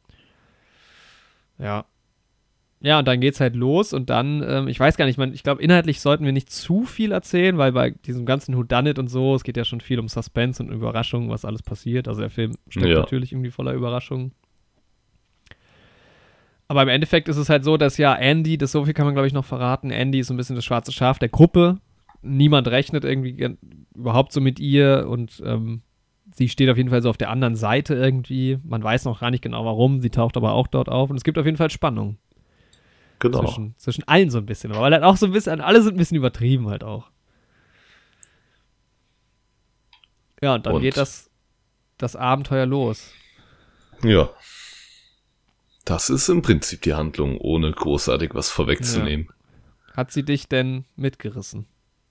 Ja. Ja, und dann geht's halt los und dann, ähm, ich weiß gar nicht, man, ich glaube, inhaltlich sollten wir nicht zu viel erzählen, weil bei diesem ganzen Whodunit und so, es geht ja schon viel um Suspense und Überraschungen, was alles passiert. Also der Film steckt Ja. natürlich irgendwie voller Überraschungen. Aber im Endeffekt ist es halt so, dass ja Andy, das so viel kann man glaube ich noch verraten, Andy ist so ein bisschen das schwarze Schaf der Gruppe. Niemand rechnet irgendwie gen- überhaupt so mit ihr und ähm, sie steht auf jeden Fall so auf der anderen Seite irgendwie. Man weiß noch gar nicht genau warum, sie taucht aber auch dort auf und es gibt auf jeden Fall Spannung Genau. zwischen, zwischen allen so ein bisschen. Aber weil halt auch so ein bisschen, alle sind ein bisschen übertrieben halt auch. Ja, und dann Und? geht das, das Abenteuer los. Ja. Das ist im Prinzip die Handlung, ohne großartig was vorwegzunehmen. Hat sie dich denn mitgerissen?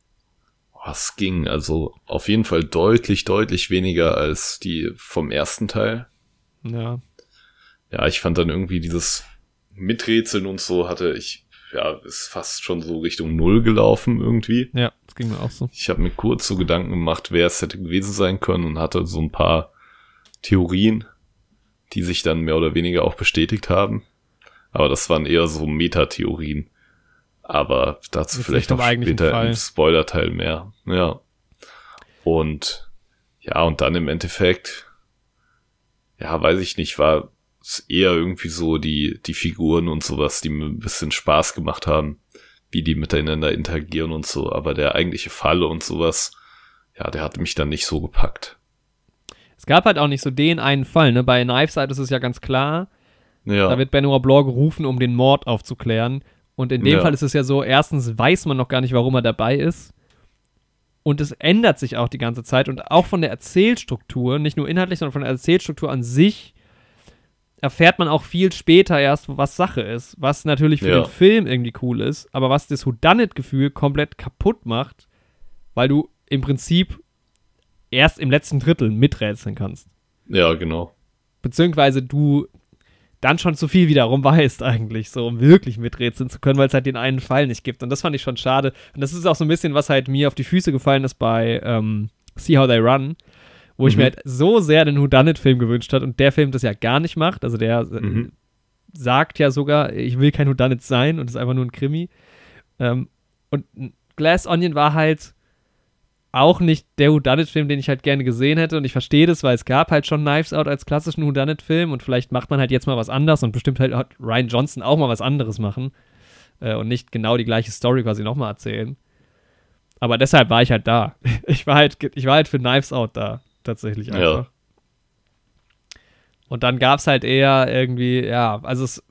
Was ging? Also auf jeden Fall deutlich, deutlich weniger als die vom ersten Teil. Ja. Ja, ich fand dann irgendwie dieses Miträtseln und so hatte ich, ja, ist fast schon so Richtung Null gelaufen irgendwie. Ja, das ging mir auch so. Ich habe mir kurz so Gedanken gemacht, wer es hätte gewesen sein können und hatte so ein paar Theorien, die sich dann mehr oder weniger auch bestätigt haben. Aber das waren eher so Metatheorien. Aber dazu Jetzt vielleicht nicht noch im eigentlichen später Fall. im Spoiler-Teil mehr. Ja. Und ja, und dann im Endeffekt, ja, weiß ich nicht, war es eher irgendwie so die, die Figuren und sowas, die mir ein bisschen Spaß gemacht haben, wie die miteinander interagieren und so. Aber der eigentliche Fall und sowas, ja, der hat mich dann nicht so gepackt. Es gab halt auch nicht so den einen Fall, ne? Bei Knives Out ist es ja ganz klar, Ja, da wird Benoit Blanc gerufen, um den Mord aufzuklären. Und in dem Ja. Fall ist es ja so, erstens weiß man noch gar nicht, warum er dabei ist. Und es ändert sich auch die ganze Zeit. Und auch von der Erzählstruktur, nicht nur inhaltlich, sondern von der Erzählstruktur an sich, erfährt man auch viel später erst, was Sache ist. Was natürlich für Ja. den Film irgendwie cool ist, aber was das Whodunit-Gefühl komplett kaputt macht, weil du im Prinzip erst im letzten Drittel miträtseln kannst. ja, genau. Beziehungsweise du dann schon zu viel wiederum weißt eigentlich, so um wirklich miträtseln zu können, weil es halt den einen Fall nicht gibt. Und das fand ich schon schade. Und das ist auch so ein bisschen, was halt mir auf die Füße gefallen ist bei ähm, See How They Run, wo ich Mhm. mir halt so sehr den Whodunit-Film gewünscht hat und der Film das ja gar nicht macht. Also der äh, Mhm. sagt ja sogar, ich will kein Whodunit sein und ist einfach nur ein Krimi. Ähm, und Glass Onion war halt auch nicht der Whodunit-Film, den ich halt gerne gesehen hätte. Und ich verstehe das, weil es gab halt schon Knives Out als klassischen Whodunit-Film und vielleicht macht man halt jetzt mal was anderes und bestimmt halt hat Rian Johnson auch mal was anderes machen äh, und nicht genau die gleiche Story quasi nochmal erzählen. Aber deshalb war ich halt da. Ich war halt, ich war halt für Knives Out da, tatsächlich einfach. Ja. Und dann gab es halt eher irgendwie, ja, also es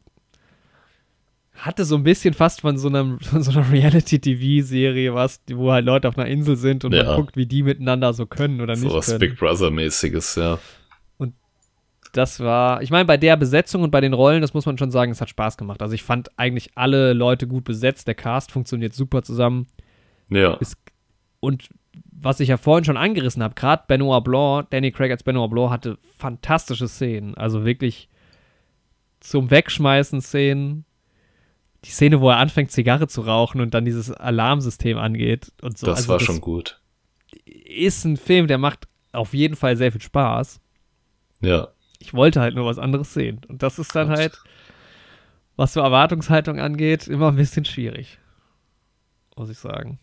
hatte so ein bisschen fast von so, einem, von so einer Reality-T V-Serie was, die- wo halt Leute auf einer Insel sind und Ja. man guckt, wie die miteinander so können oder So nicht was können. Big Brother-mäßiges, ja. Das war, ich meine, bei der Besetzung und bei den Rollen, das muss man schon sagen, es hat Spaß gemacht. Also ich fand eigentlich alle Leute gut besetzt, der Cast funktioniert super zusammen. Ja, Ist, und was ich ja vorhin schon angerissen habe, gerade Benoit Blanc, Danny Craig als Benoit Blanc hatte fantastische Szenen. Also wirklich zum Wegschmeißen Szenen, die Szene, wo er anfängt, Zigarre zu rauchen und dann dieses Alarmsystem angeht und so. Das also war das schon gut. Ist ein Film, der macht auf jeden Fall sehr viel Spaß. Ja. Ich wollte halt nur was anderes sehen. Und das ist dann halt, was so Erwartungshaltung angeht, immer ein bisschen schwierig. Muss ich sagen.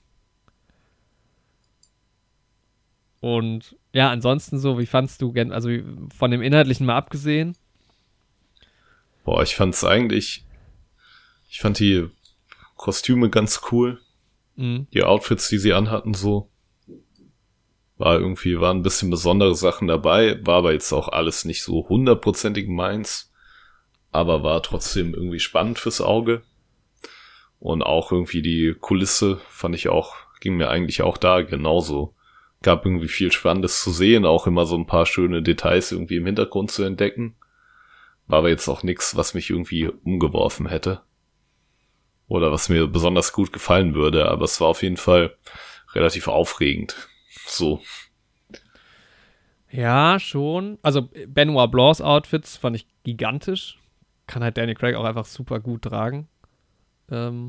Und ja, ansonsten so, wie fandst du, gen- also von dem Inhaltlichen mal abgesehen? Boah, ich fand's eigentlich, ich fand die Kostüme ganz cool. Mhm. Die Outfits, die sie anhatten, so. War irgendwie, waren ein bisschen besondere Sachen dabei, war aber jetzt auch alles nicht so hundertprozentig meins, aber war trotzdem irgendwie spannend fürs Auge. Und auch irgendwie die Kulisse fand ich auch, ging mir eigentlich auch da genauso. Gab irgendwie viel Spannendes zu sehen, auch immer so ein paar schöne Details irgendwie im Hintergrund zu entdecken. War aber jetzt auch nichts, was mich irgendwie umgeworfen hätte. Oder was mir besonders gut gefallen würde, aber es war auf jeden Fall relativ aufregend. So. Ja, schon. Also Benoit Blancs Outfits fand ich gigantisch. Kann halt Daniel Craig auch einfach super gut tragen. Ähm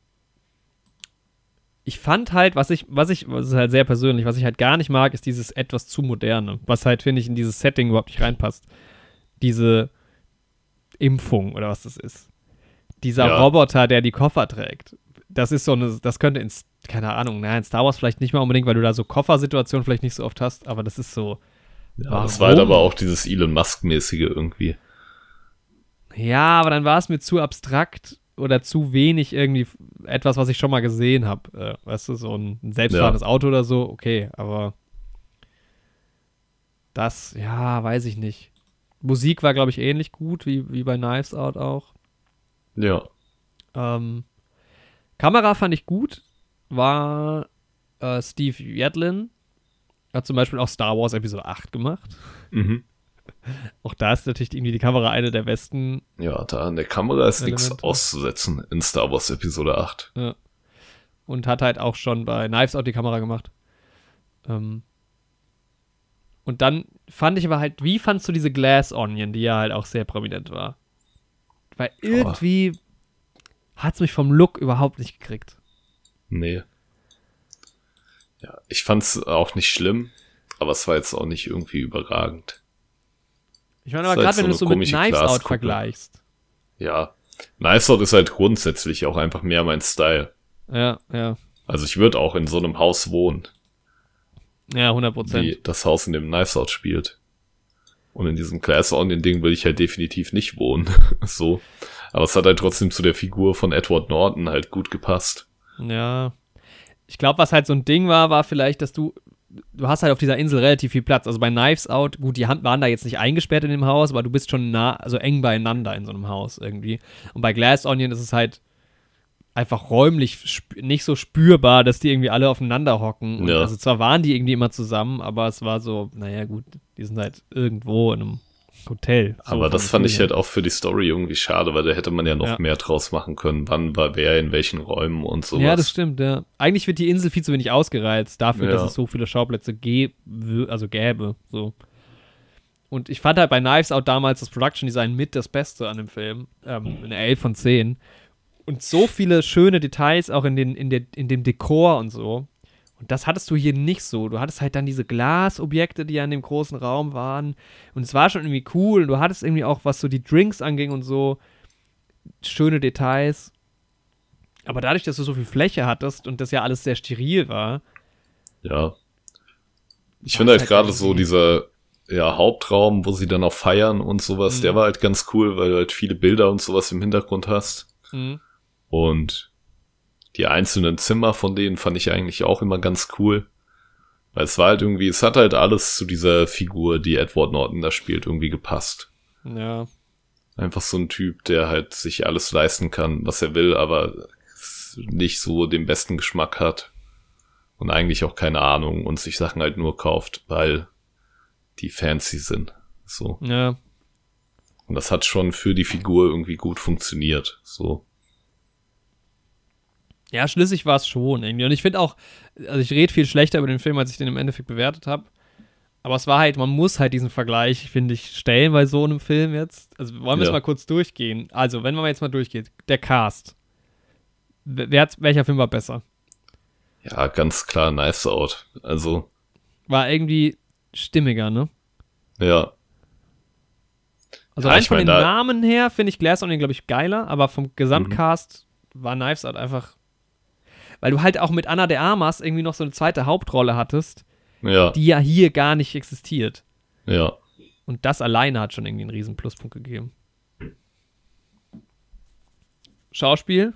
ich fand halt, was ich, was ich, das ist halt sehr persönlich, was ich halt gar nicht mag, ist dieses etwas zu moderne, was halt, finde ich, in dieses Setting überhaupt nicht reinpasst. Diese Impfung oder was das ist. Dieser Ja. Roboter, der die Koffer trägt. Das ist so eine, das könnte in, keine Ahnung, naja, in Star Wars vielleicht nicht mal unbedingt, weil du da so Koffersituationen vielleicht nicht so oft hast, aber das ist so. Ja, das war halt aber auch dieses Elon Musk-mäßige irgendwie. Ja, aber dann war es mir zu abstrakt oder zu wenig irgendwie etwas, was ich schon mal gesehen habe. Äh, weißt du, so ein selbstfahrendes Ja. Auto oder so, okay, aber das, ja, weiß ich nicht. Musik war, glaube ich, ähnlich gut wie, wie bei Knives Out auch. Ja. Ähm, Kamera fand ich gut, war äh, Steve Yedlin. Hat zum Beispiel auch Star Wars Episode acht gemacht. Mhm. Auch da ist natürlich irgendwie die Kamera eine der besten. Ja, da an der Kamera ist nichts Elemente. auszusetzen in Star Wars Episode acht. Ja. Und hat halt auch schon bei Knives Out die Kamera gemacht. Ähm, und dann fand ich aber halt, wie fandst du diese Glass Onion, die ja halt auch sehr prominent war? Weil irgendwie hat es mich vom Look überhaupt nicht gekriegt. Nee. Ja, ich fand's auch nicht schlimm, aber es war jetzt auch nicht irgendwie überragend. Ich meine Ist aber halt gerade, so wenn du es so eine mit komische Knives Out Glaskuppe. vergleichst. Ja. Knives Out ist halt grundsätzlich auch einfach mehr mein Style. Ja, ja. Also ich würde auch in so einem Haus wohnen, Ja, hundert Prozent. wie das Haus, in dem Knives Out spielt. Und in diesem Glass Onion-Ding will ich halt definitiv nicht wohnen. So. Aber es hat halt trotzdem zu der Figur von Edward Norton halt gut gepasst. Ja. Ich glaube, was halt so ein Ding war, war vielleicht, dass du, du hast halt auf dieser Insel relativ viel Platz. Also bei Knives Out, gut, die Hand waren da jetzt nicht eingesperrt in dem Haus, aber du bist schon nah, also eng beieinander in so einem Haus irgendwie. Und bei Glass Onion ist es halt einfach räumlich sp- nicht so spürbar, dass die irgendwie alle aufeinander hocken. Und Ja. also zwar waren die irgendwie immer zusammen, aber es war so, naja gut, die sind halt irgendwo in einem Hotel. So Aber vom das fand Gefühl ich her. halt auch für die Story irgendwie schade, weil da hätte man ja noch Ja. mehr draus machen können. Wann war wer in welchen Räumen und sowas. Ja, das stimmt, ja. Eigentlich wird die Insel viel zu wenig ausgereizt dafür, Ja. dass es so viele Schauplätze gäbe, also gäbe, so. Und ich fand halt bei Knives Out damals das Production Design mit das Beste an dem Film. Ähm, eine elf von zehn. Und so viele schöne Details auch in, den, in, der, in dem Dekor und so. Und das hattest du hier nicht so. Du hattest halt dann diese Glasobjekte, die ja in dem großen Raum waren. Und es war schon irgendwie cool. Und du hattest irgendwie auch, was so die Drinks anging und so, schöne Details. Aber dadurch, dass du so viel Fläche hattest und das ja alles sehr steril war. Ja. Ich War finde es halt halt gerade so irgendwie- dieser ja, Hauptraum, wo sie dann auch feiern und sowas, Mhm. der war halt ganz cool, weil du halt viele Bilder und sowas im Hintergrund hast. Mhm. Und die einzelnen Zimmer von denen fand ich eigentlich auch immer ganz cool. Weil es war halt irgendwie, es hat halt alles zu dieser Figur, die Edward Norton da spielt, irgendwie gepasst. Ja. Einfach so ein Typ, der halt sich alles leisten kann, was er will, aber nicht so den besten Geschmack hat. Und eigentlich auch keine Ahnung und sich Sachen halt nur kauft, weil die fancy sind. So. Ja. Und das hat schon für die Figur irgendwie gut funktioniert. So. Ja, schlüssig war es schon irgendwie. Und ich finde auch, also ich rede viel schlechter über den Film, als ich den im Endeffekt bewertet habe. Aber es war halt, man muss halt diesen Vergleich, finde ich, stellen bei so einem Film jetzt. Also wollen wir es Ja. mal kurz durchgehen. Also, wenn man jetzt mal durchgeht, der Cast. wer, welcher Film war besser? Ja, ganz klar Knives Out. Also. War irgendwie stimmiger, ne? Ja. Also ja, rein ich von mein, den da, Namen her finde ich Glass Onion, glaube ich, geiler, aber vom Gesamtcast mhm. war Knives Out einfach. Weil du halt auch mit Ana de Armas irgendwie noch so eine zweite Hauptrolle hattest, ja. die ja hier gar nicht existiert. Ja. Und das alleine hat schon irgendwie einen riesen Pluspunkt gegeben. Schauspiel?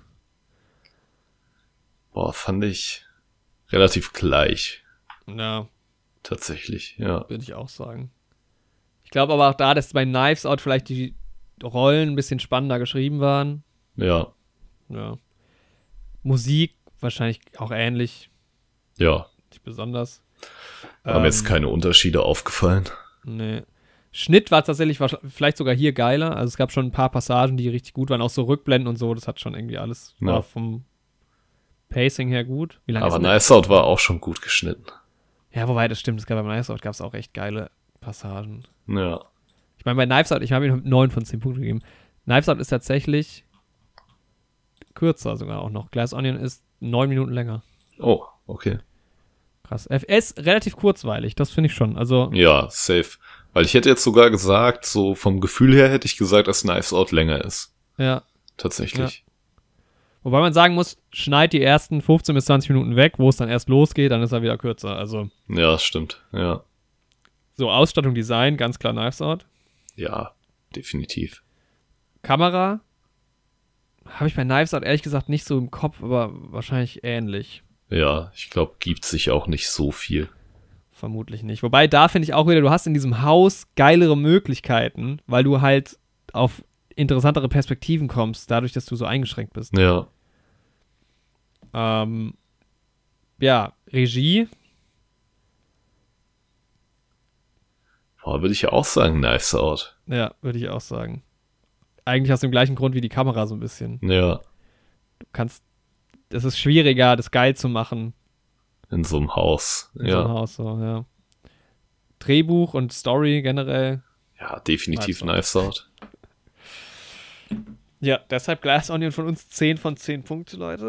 Boah, fand ich relativ gleich. Ja. Tatsächlich, ja. Würde ich auch sagen. Ich glaube aber auch da, dass bei Knives Out vielleicht die Rollen ein bisschen spannender geschrieben waren. Ja. Ja. Musik wahrscheinlich auch ähnlich. Ja. Nicht besonders. Haben ähm, jetzt keine Unterschiede aufgefallen. Nee. Schnitt war tatsächlich vielleicht sogar hier geiler. Also es gab schon ein paar Passagen, die richtig gut waren. Auch so Rückblenden und so. Das hat schon irgendwie alles. War ja. vom Pacing her gut. Wie lange aber Knives Out war auch schon gut geschnitten. Ja, wobei, das stimmt. Es gab beim Knives Out gab es auch echt geile Passagen. Ja. Ich meine, bei Knives Out, ich habe ihm neun von zehn Punkten gegeben. Knives Out ist tatsächlich kürzer sogar auch noch. Glass Onion ist neun Minuten länger. Oh, okay. Krass. Er ist relativ kurzweilig, das finde ich schon. Also ja, safe. Weil ich hätte jetzt sogar gesagt, so vom Gefühl her hätte ich gesagt, dass Knives Out länger ist. Ja. Tatsächlich. Ja. Wobei man sagen muss, schneid die ersten fünfzehn bis zwanzig Minuten weg, wo es dann erst losgeht, dann ist er wieder kürzer. Also. Ja, das stimmt. Ja. So, Ausstattung, Design, ganz klar Knives Out. Ja, definitiv. Kamera habe ich bei Knives Out ehrlich gesagt nicht so im Kopf, aber wahrscheinlich ähnlich. Ja, ich glaube, gibt sich auch nicht so viel. Vermutlich nicht. Wobei, da finde ich auch wieder, du hast in diesem Haus geilere Möglichkeiten, weil du halt auf interessantere Perspektiven kommst, dadurch, dass du so eingeschränkt bist. Ja. Ähm, ja, Regie. Boah, würde ich ja auch sagen, Knives Out. Ja, würde ich auch sagen. Eigentlich aus dem gleichen Grund wie die Kamera so ein bisschen. Ja. Du kannst, es ist schwieriger, das geil zu machen. In so einem Haus. In ja. so einem Haus, so, ja. Drehbuch und Story generell. Ja, definitiv Knives Out. Ja, deshalb Glass Onion von uns zehn von zehn Punkte, Leute.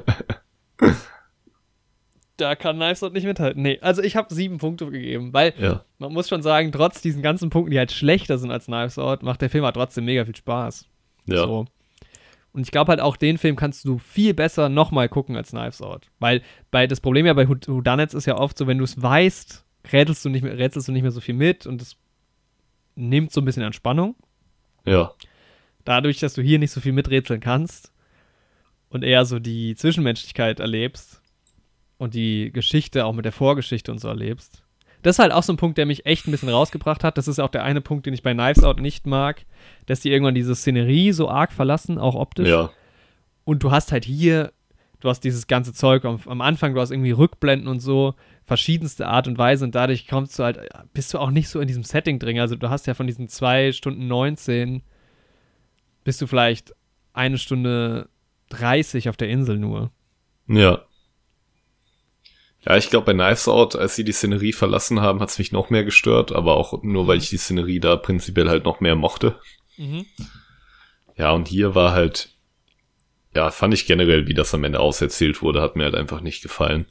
Da kann Knives Out nicht mithalten. Nee, also ich habe sieben Punkte gegeben, weil ja. man muss schon sagen, trotz diesen ganzen Punkten, die halt schlechter sind als Knives Out, macht der Film halt trotzdem mega viel Spaß. Ja. So. Und ich glaube halt auch, den Film kannst du viel besser nochmal gucken als Knives Out. Weil bei, das Problem ja bei Whodunits ist ja oft so, wenn du es weißt, rätselst du nicht mehr, rätselst du nicht mehr so viel mit und es nimmt so ein bisschen an Spannung. Ja. Dadurch, dass du hier nicht so viel miträtseln kannst und eher so die Zwischenmenschlichkeit erlebst und die Geschichte auch mit der Vorgeschichte und so erlebst. Das ist halt auch so ein Punkt, der mich echt ein bisschen rausgebracht hat. Das ist auch der eine Punkt, den ich bei Knives Out nicht mag, dass die irgendwann diese Szenerie so arg verlassen, auch optisch. Ja. Und du hast halt hier, du hast dieses ganze Zeug am, am Anfang, du hast irgendwie Rückblenden und so, verschiedenste Art und Weise und dadurch kommst du halt, bist du auch nicht so in diesem Setting drin. Also du hast ja von diesen zwei Stunden neunzehn bist du vielleicht eine Stunde dreißig auf der Insel nur. Ja. Ja, ich glaube bei Knives Out, als sie die Szenerie verlassen haben, hat es mich noch mehr gestört, aber auch nur, weil ich die Szenerie da prinzipiell halt noch mehr mochte. Mhm. Ja, und hier war halt, ja, fand ich generell, wie das am Ende auserzählt wurde, hat mir halt einfach nicht gefallen.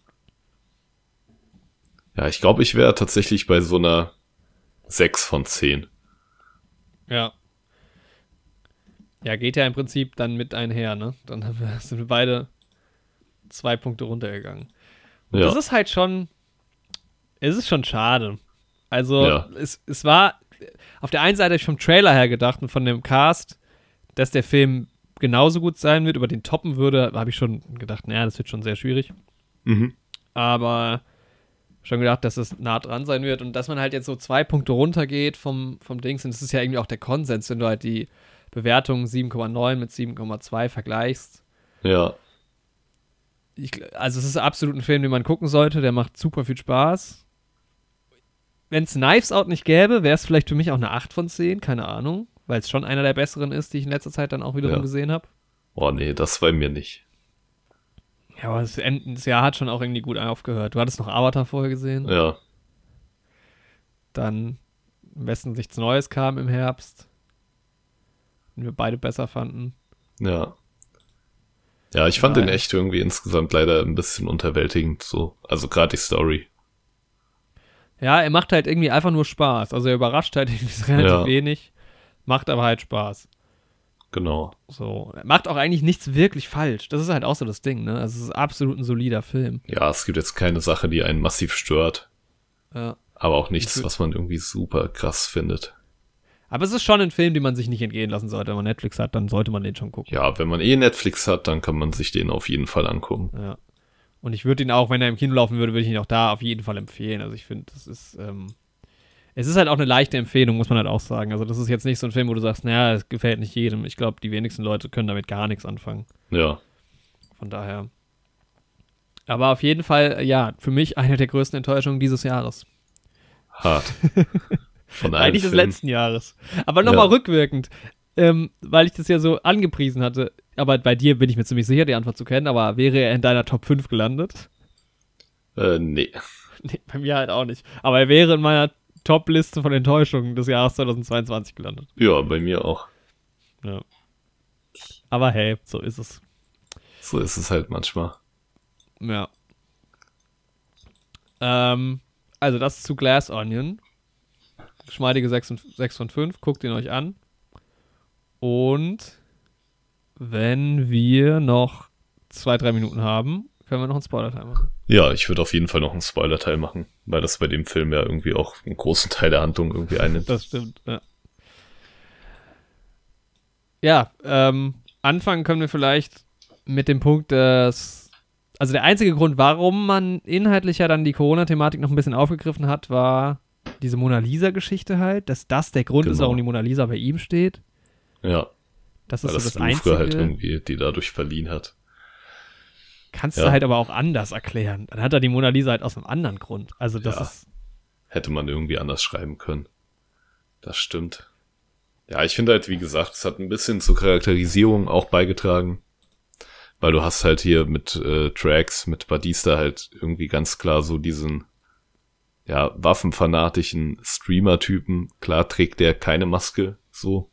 Ja, ich glaube, ich wäre tatsächlich bei so einer sechs von zehn. Ja. Ja, geht ja im Prinzip dann mit einher, ne? Dann haben wir, sind wir beide zwei Punkte runtergegangen. Und ja. Das ist halt schon, es ist schon schade. Also, ja. es, es war, auf der einen Seite habe ich vom Trailer her gedacht und von dem Cast, dass der Film genauso gut sein wird, über den toppen würde, habe ich schon gedacht, naja, das wird schon sehr schwierig. Mhm. Aber schon gedacht, dass es nah dran sein wird und dass man halt jetzt so zwei Punkte runtergeht vom, vom Dings. Und das ist ja irgendwie auch der Konsens, wenn du halt die Bewertung sieben Komma neun mit sieben Komma zwei vergleichst. Ja. Ich, also es ist absolut ein Film, den man gucken sollte. Der macht super viel Spaß. Wenn es Knives Out nicht gäbe, wäre es vielleicht für mich auch eine acht von zehn. Keine Ahnung. Weil es schon einer der besseren ist, die ich in letzter Zeit dann auch wiederum ja. gesehen habe. Oh nee, das bei mir nicht. Ja, aber das, das Jahr hat schon auch irgendwie gut aufgehört. Du hattest noch Avatar vorher gesehen. Ja. Dann am besten nichts Neues kam im Herbst. Den wir beide besser fanden. Ja. Ja, ich fand Nein. den echt irgendwie insgesamt leider ein bisschen unterwältigend, so. Also gerade die Story. Ja, er macht halt irgendwie einfach nur Spaß. Also er überrascht halt irgendwie relativ Ja. wenig, macht aber halt Spaß. Genau. So, er macht auch eigentlich nichts wirklich falsch. Das ist halt auch so das Ding, ne? Also es ist absolut ein solider Film. Ja, es gibt jetzt keine Sache, die einen massiv stört, Ja. aber auch nichts, Ich wür- was man irgendwie super krass findet. Aber es ist schon ein Film, den man sich nicht entgehen lassen sollte. Wenn man Netflix hat, dann sollte man den schon gucken. Ja, wenn man eh Netflix hat, dann kann man sich den auf jeden Fall angucken. Ja. Und ich würde ihn auch, wenn er im Kino laufen würde, würde ich ihn auch da auf jeden Fall empfehlen. Also ich finde, das ist, ähm, es ist halt auch eine leichte Empfehlung, muss man halt auch sagen. Also das ist jetzt nicht so ein Film, wo du sagst, naja, es gefällt nicht jedem. Ich glaube, die wenigsten Leute können damit gar nichts anfangen. Ja. Von daher. Aber auf jeden Fall, ja, für mich eine der größten Enttäuschungen dieses Jahres. Hart. Von allen Eigentlich des Filmen. letzten Jahres. Aber nochmal Ja. rückwirkend, ähm, weil ich das ja so angepriesen hatte. Aber bei dir bin ich mir ziemlich sicher, die Antwort zu kennen. Aber wäre er in deiner Top fünf gelandet? Äh, nee. Nee, bei mir halt auch nicht. Aber er wäre in meiner Top-Liste von Enttäuschungen des Jahres zweitausendzweiundzwanzig gelandet. Ja, bei mir auch. Ja. Aber hey, so ist es. So ist es halt manchmal. Ja. Ähm, also das zu Glass Onion. Geschmeidige sechs von fünf. Guckt ihn euch an. Und wenn wir noch zwei, drei Minuten haben, können wir noch einen Spoiler-Teil machen. Ja, ich würde auf jeden Fall noch einen Spoiler-Teil machen, weil das bei dem Film ja irgendwie auch einen großen Teil der Handlung irgendwie einnimmt. Das stimmt, ja. Ja, ähm, anfangen können wir vielleicht mit dem Punkt, dass, also der einzige Grund, warum man inhaltlich ja dann die Corona-Thematik noch ein bisschen aufgegriffen hat, war diese Mona Lisa-Geschichte halt, dass das der Grund ist, Genau. warum die Mona Lisa bei ihm steht. Ja, Das ist weil so das das Louvre Einzige. halt irgendwie die dadurch verliehen hat. Kannst Ja. du halt aber auch anders erklären. Dann hat er die Mona Lisa halt aus einem anderen Grund. Also das Ja. ist, Hätte man irgendwie anders schreiben können. Das stimmt. Ja, ich finde halt, wie gesagt, es hat ein bisschen zur Charakterisierung auch beigetragen. Weil du hast halt hier mit äh, Tracks, mit Batista halt irgendwie ganz klar so diesen, ja, waffenfanatischen Streamer-Typen. Klar trägt der keine Maske, so.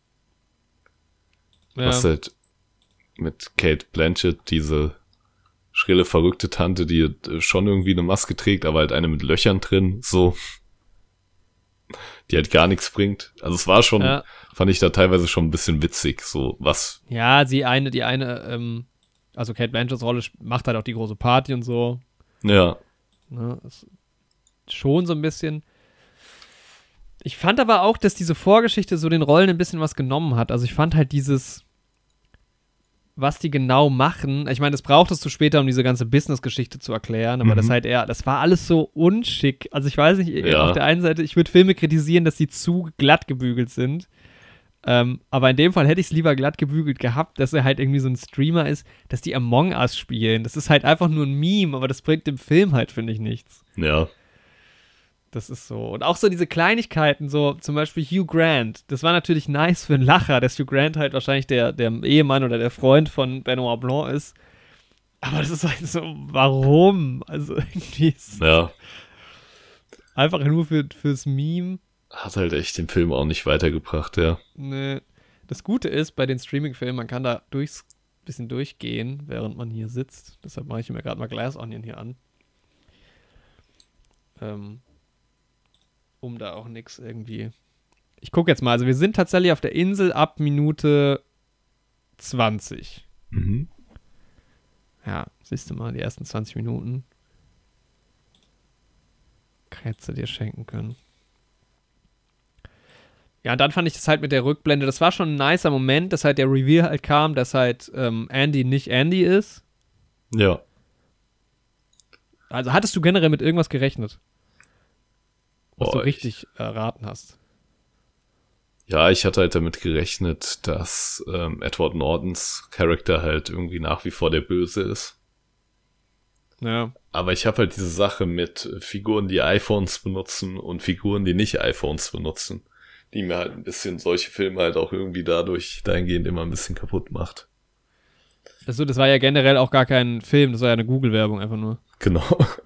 ja, Was halt mit Kate Blanchett, diese schrille, verrückte Tante, die äh, schon irgendwie eine Maske trägt, aber halt eine mit Löchern drin, so. Die halt gar nichts bringt. Also es war schon, ja. fand ich da teilweise schon ein bisschen witzig, so was. Ja, sie eine, die eine, ähm, also Kate Blanchetts Rolle sp- macht halt auch die große Party und so. Ja, Ne, ist schon so ein bisschen. Ich fand aber auch, dass diese Vorgeschichte so den Rollen ein bisschen was genommen hat. Also ich fand halt dieses, was die genau machen. Ich meine, das brauchtest du später, um diese ganze Business-Geschichte zu erklären, aber Mhm. das halt eher, das war alles so unschick. Also ich weiß nicht, Ja. auf der einen Seite, ich würde Filme kritisieren, dass sie zu glatt gebügelt sind. Ähm, aber in dem Fall hätte ich es lieber glatt gebügelt gehabt, dass er halt irgendwie so ein Streamer ist, dass die Among Us spielen. Das ist halt einfach nur ein Meme, aber das bringt dem Film halt, finde ich, nichts. ja, Das ist so. Und auch so diese Kleinigkeiten, so zum Beispiel Hugh Grant. Das war natürlich nice für einen Lacher, dass Hugh Grant halt wahrscheinlich der, der Ehemann oder der Freund von Benoit Blanc ist. Aber das ist halt so, warum? Also irgendwie ist ja. einfach nur für, fürs Meme. Hat halt echt den Film auch nicht weitergebracht, ja. Ne. Das Gute ist, bei den Streaming-Filmen, man kann da durchs bisschen durchgehen, während man hier sitzt. Deshalb mache ich mir gerade mal Glass Onion hier an. Ähm, um da auch nichts irgendwie. Ich gucke jetzt mal, also wir sind tatsächlich auf der Insel ab Minute zwanzig. Mhm. Ja, siehst du mal, die ersten zwanzig Minuten. Hättest du dir schenken können. Ja, und dann fand ich das halt mit der Rückblende, das war schon ein nicer Moment, dass halt der Reveal halt kam, dass halt ähm, Andy nicht Andy ist. Ja. Also hattest du generell mit irgendwas gerechnet, was Boah, du richtig erraten hast? Ja, ich hatte halt damit gerechnet, dass ähm, Edward Nortons Charakter halt irgendwie nach wie vor der Böse ist. Ja. Aber ich habe halt diese Sache mit Figuren, die iPhones benutzen und Figuren, die nicht iPhones benutzen, die mir halt ein bisschen solche Filme halt auch irgendwie dadurch dahingehend immer ein bisschen kaputt macht. Also, das war ja generell auch gar kein Film, das war ja eine Google-Werbung einfach nur. Genau.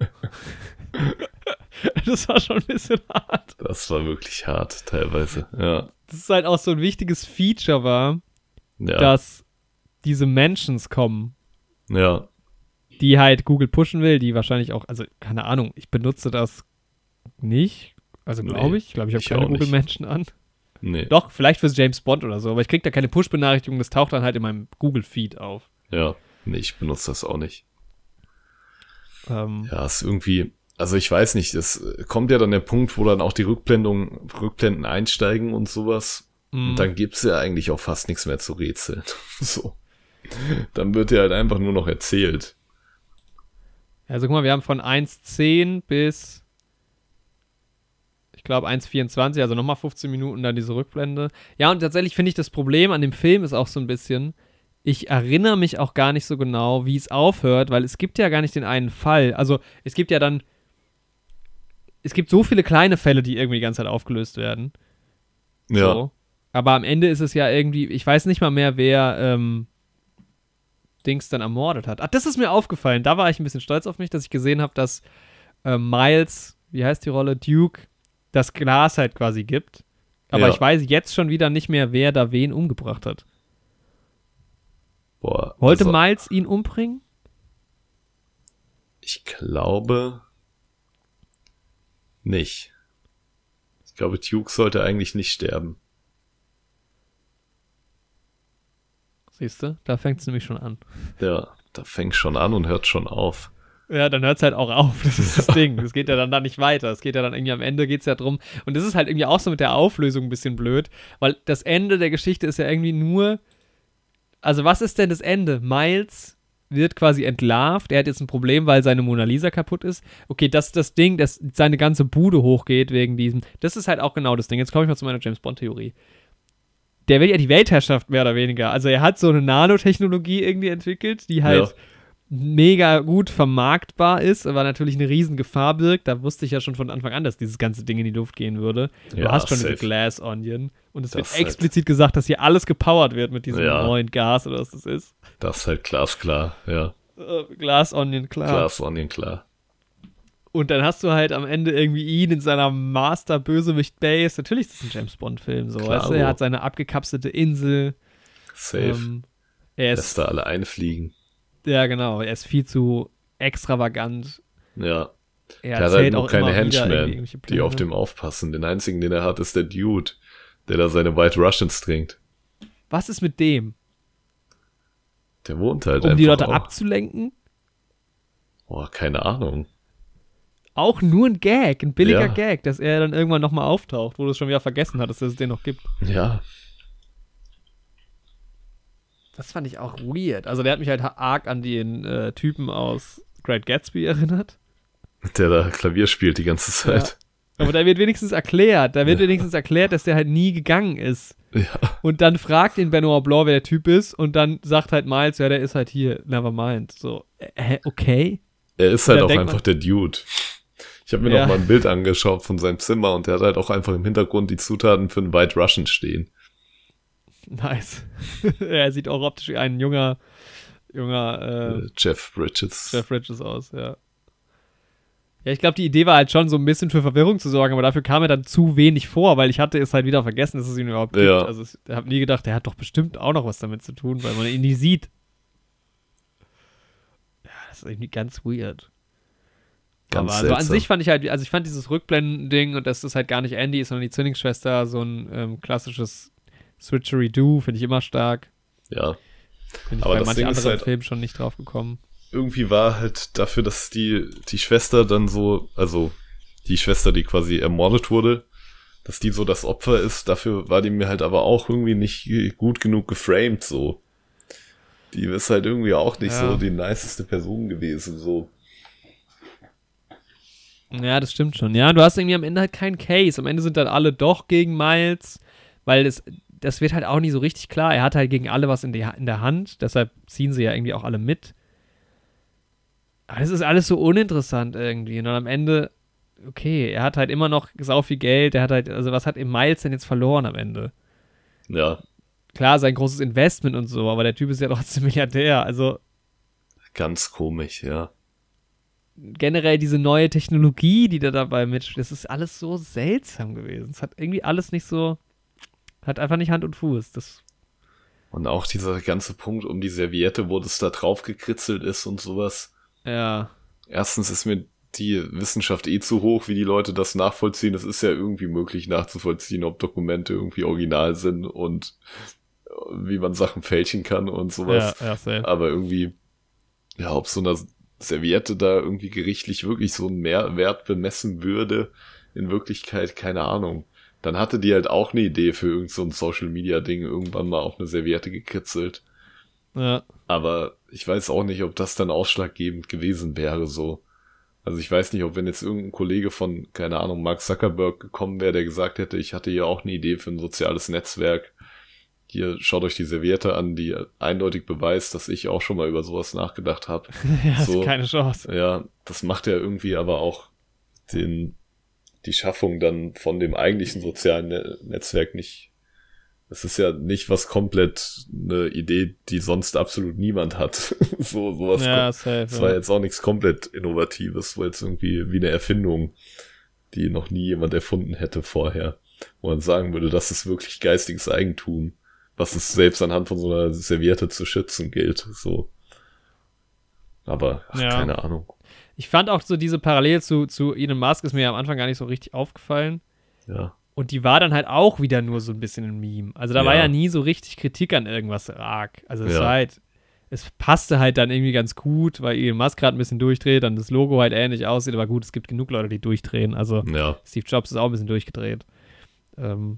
Das war schon ein bisschen hart. Das war wirklich hart, teilweise, ja. Das ist halt auch so ein wichtiges Feature war, Ja, dass diese Mentions kommen Ja. Die halt Google pushen will, die wahrscheinlich auch, also keine Ahnung, ich benutze das nicht, also glaube Nee, ich, ich glaube, ich habe ich keine auch nicht. Google-Menschen an. Nee. Doch, vielleicht fürs James Bond oder so, aber ich kriege da keine Push-Benachrichtigung, das taucht dann halt in meinem Google-Feed auf. Ja. Nee, ich benutze das auch nicht. Ähm, Ja, ist irgendwie, also ich weiß nicht, es kommt ja dann der Punkt, wo dann auch die Rückblendung, Rückblenden einsteigen und sowas. mh. Und dann gibt's ja eigentlich auch fast nichts mehr zu rätseln. So. Dann wird ja halt einfach nur noch erzählt. Also guck mal, wir haben von eins Komma zehn bis, ich glaube, eins Komma vierundzwanzig, also nochmal fünfzehn Minuten dann diese Rückblende. Ja, und tatsächlich finde ich, das Problem an dem Film ist auch so ein bisschen, ich erinnere mich auch gar nicht so genau, wie es aufhört, weil es gibt ja gar nicht den einen Fall. Also es gibt ja dann, es gibt so viele kleine Fälle, die irgendwie die ganze Zeit aufgelöst werden. Ja. So. Aber am Ende ist es ja irgendwie, ich weiß nicht mal mehr, wer ähm, Dings dann ermordet hat. Ach, das ist mir aufgefallen. Da war ich ein bisschen stolz auf mich, dass ich gesehen habe, dass äh, Miles, wie heißt die Rolle, Duke, das Glas halt quasi gibt. Aber Ja. ich weiß jetzt schon wieder nicht mehr, wer da wen umgebracht hat. Boah. Wollte also, Miles ihn umbringen? Ich glaube nicht. Ich glaube, Duke sollte eigentlich nicht sterben. Siehst du, da fängt es nämlich schon an. Ja, da fängt schon an und hört schon auf. Ja, dann hört es halt auch auf. Das ist das Ding. Das geht ja dann da nicht weiter. Es geht ja dann irgendwie am Ende geht es ja drum. Und das ist halt irgendwie auch so mit der Auflösung ein bisschen blöd, weil das Ende der Geschichte ist ja irgendwie nur. Also, was ist denn das Ende? Miles wird quasi entlarvt. Er hat jetzt ein Problem, weil seine Mona Lisa kaputt ist. Okay, das ist das Ding, dass seine ganze Bude hochgeht wegen diesem. Das ist halt auch genau das Ding. Jetzt komme ich mal zu meiner James-Bond-Theorie. Der will ja die Weltherrschaft mehr oder weniger. Also, er hat so eine Nanotechnologie irgendwie entwickelt, die halt. Ja. Mega gut vermarktbar ist, aber natürlich eine riesen Gefahr birgt. Da wusste ich ja schon von Anfang an, dass dieses ganze Ding in die Luft gehen würde. Du Ja, hast schon safe. diese Glass Onion und es Das wird halt- explizit gesagt, dass hier alles gepowert wird mit diesem Ja. neuen Gas oder was das ist. Das ist halt glasklar, ja. Äh, Glass Onion, klar. Glas Onion, klar. Und dann hast du halt am Ende irgendwie ihn in seiner Master-Bösewicht-Base. Natürlich ist das ein James-Bond-Film, so. Klar, Weißt du? Er wo- hat seine abgekapselte Insel. Safe. Ähm, er Lässt ist, da alle einfliegen. ja genau, er ist viel zu extravagant. Ja. Er Der hat halt erzählt nur auch keine immer wieder Henchmen, irgendwelche die auf Pläne. dem aufpassen. Den einzigen, den er hat, ist der Dude, der da seine White Russians trinkt. Was ist mit dem? Der wohnt halt Um einfach die Leute auch. abzulenken? Boah, keine Ahnung. Auch nur ein Gag, ein billiger Ja. Gag, dass er dann irgendwann nochmal auftaucht, wo du es schon wieder vergessen hattest, dass es den noch gibt. Ja, Das fand ich auch weird. Also der hat mich halt arg an den äh, Typen aus Great Gatsby erinnert. der da Klavier spielt die ganze Zeit. Aber da wird wenigstens erklärt, da wird wenigstens erklärt, dass der halt nie gegangen ist. Ja. Und dann fragt ihn Benoit Blanc, wer der Typ ist, und dann sagt halt Miles, ja, der ist halt hier, never mind. So, äh, okay. Er ist halt Da auch denkt einfach man- der Dude. Ich habe mir Ja. noch mal ein Bild angeschaut von seinem Zimmer und der hat halt auch einfach im Hintergrund die Zutaten für einen White Russian stehen. Nice. Er sieht auch optisch wie ein junger, junger äh, Äh, Jeff Bridges. Jeff Bridges aus, ja. Ja, ich glaube, die Idee war halt schon so ein bisschen für Verwirrung zu sorgen, aber dafür kam er dann zu wenig vor, weil ich hatte es halt wieder vergessen, dass es ihn überhaupt gibt. Ja. Also ich habe nie gedacht, der hat doch bestimmt auch noch was damit zu tun, weil man ihn nie sieht. Ja, das ist irgendwie ganz weird. Ganz aber also an seltsam. sich fand ich halt, also ich fand dieses Rückblenden-Ding und dass das halt gar nicht Andy ist, sondern die Zwillingsschwester, so ein ähm, klassisches Switchery-Do, finde ich immer stark. Ja. Bin ich Aber bei das manchen Ding ist anderen halt- Filmen schon nicht drauf gekommen. Irgendwie war halt dafür, dass die, die Schwester dann so, also die Schwester, die quasi ermordet wurde, dass die so das Opfer ist, dafür war die mir halt aber auch irgendwie nicht gut genug geframed, so. Die ist halt irgendwie auch nicht Ja. so die niceste Person gewesen, so. Ja, das stimmt schon. Ja, du hast irgendwie am Ende halt keinen Case. Am Ende sind dann alle doch gegen Miles, weil das, das wird halt auch nicht so richtig klar. Er hat halt gegen alle was in, die, in der Hand, deshalb ziehen sie ja irgendwie auch alle mit. Aber das ist alles so uninteressant irgendwie. Und dann am Ende, okay, er hat halt immer noch sau viel Geld. Er hat halt, also was hat im Miles denn jetzt verloren am Ende? Ja, Klar, sein großes Investment und so, aber der Typ ist ja trotzdem Milliardär. Also ganz komisch, ja. generell diese neue Technologie, die da dabei mitspielt, das ist alles so seltsam gewesen. Es hat irgendwie alles nicht so, hat einfach nicht Hand und Fuß. Das Und auch dieser ganze Punkt um die Serviette, wo das da drauf gekritzelt ist und sowas. Ja. Erstens ist mir die Wissenschaft eh zu hoch, wie die Leute das nachvollziehen. Es ist ja irgendwie möglich nachzuvollziehen, ob Dokumente irgendwie original sind und wie man Sachen fälschen kann und sowas. Ja, ja, safe. Aber irgendwie, ja, ob so eine Serviette da irgendwie gerichtlich wirklich so einen Mehrwert bemessen würde, in Wirklichkeit, keine Ahnung. Dann hatte die halt auch eine Idee für irgend so ein Social-Media-Ding irgendwann mal auf eine Serviette gekritzelt. Ja. Aber ich weiß auch nicht, ob das dann ausschlaggebend gewesen wäre, so. Also ich weiß nicht, ob wenn jetzt irgendein Kollege von, keine Ahnung, Mark Zuckerberg gekommen wäre, der gesagt hätte, ich hatte hier auch eine Idee für ein soziales Netzwerk. Hier, schaut euch die Serviette an, die eindeutig beweist, dass ich auch schon mal über sowas nachgedacht habe. Ja, so, ist keine Chance. Ja, das macht ja irgendwie aber auch den, die Schaffung dann von dem eigentlichen sozialen Ne- Netzwerk nicht. Es ist ja nicht was komplett eine Idee, die sonst absolut niemand hat. so sowas. Ja, kom- safe. Es war Ja. jetzt auch nichts komplett Innovatives, war jetzt irgendwie wie eine Erfindung, die noch nie jemand erfunden hätte vorher. Wo man sagen würde, das ist wirklich geistiges Eigentum, was es selbst anhand von so einer Serviette zu schützen gilt. So. Aber, ach, Ja. keine Ahnung. Ich fand auch so diese Parallele zu, zu Elon Musk ist mir am Anfang gar nicht so richtig aufgefallen. Ja. Und die war dann halt auch wieder nur so ein bisschen ein Meme. Also da Ja. war ja nie so richtig Kritik an irgendwas arg. Also es Ja. war halt, es passte halt dann irgendwie ganz gut, weil Elon Musk gerade ein bisschen durchdreht, dann das Logo halt ähnlich aussieht, aber gut, es gibt genug Leute, die durchdrehen. Also Ja. Steve Jobs ist auch ein bisschen durchgedreht. Ähm,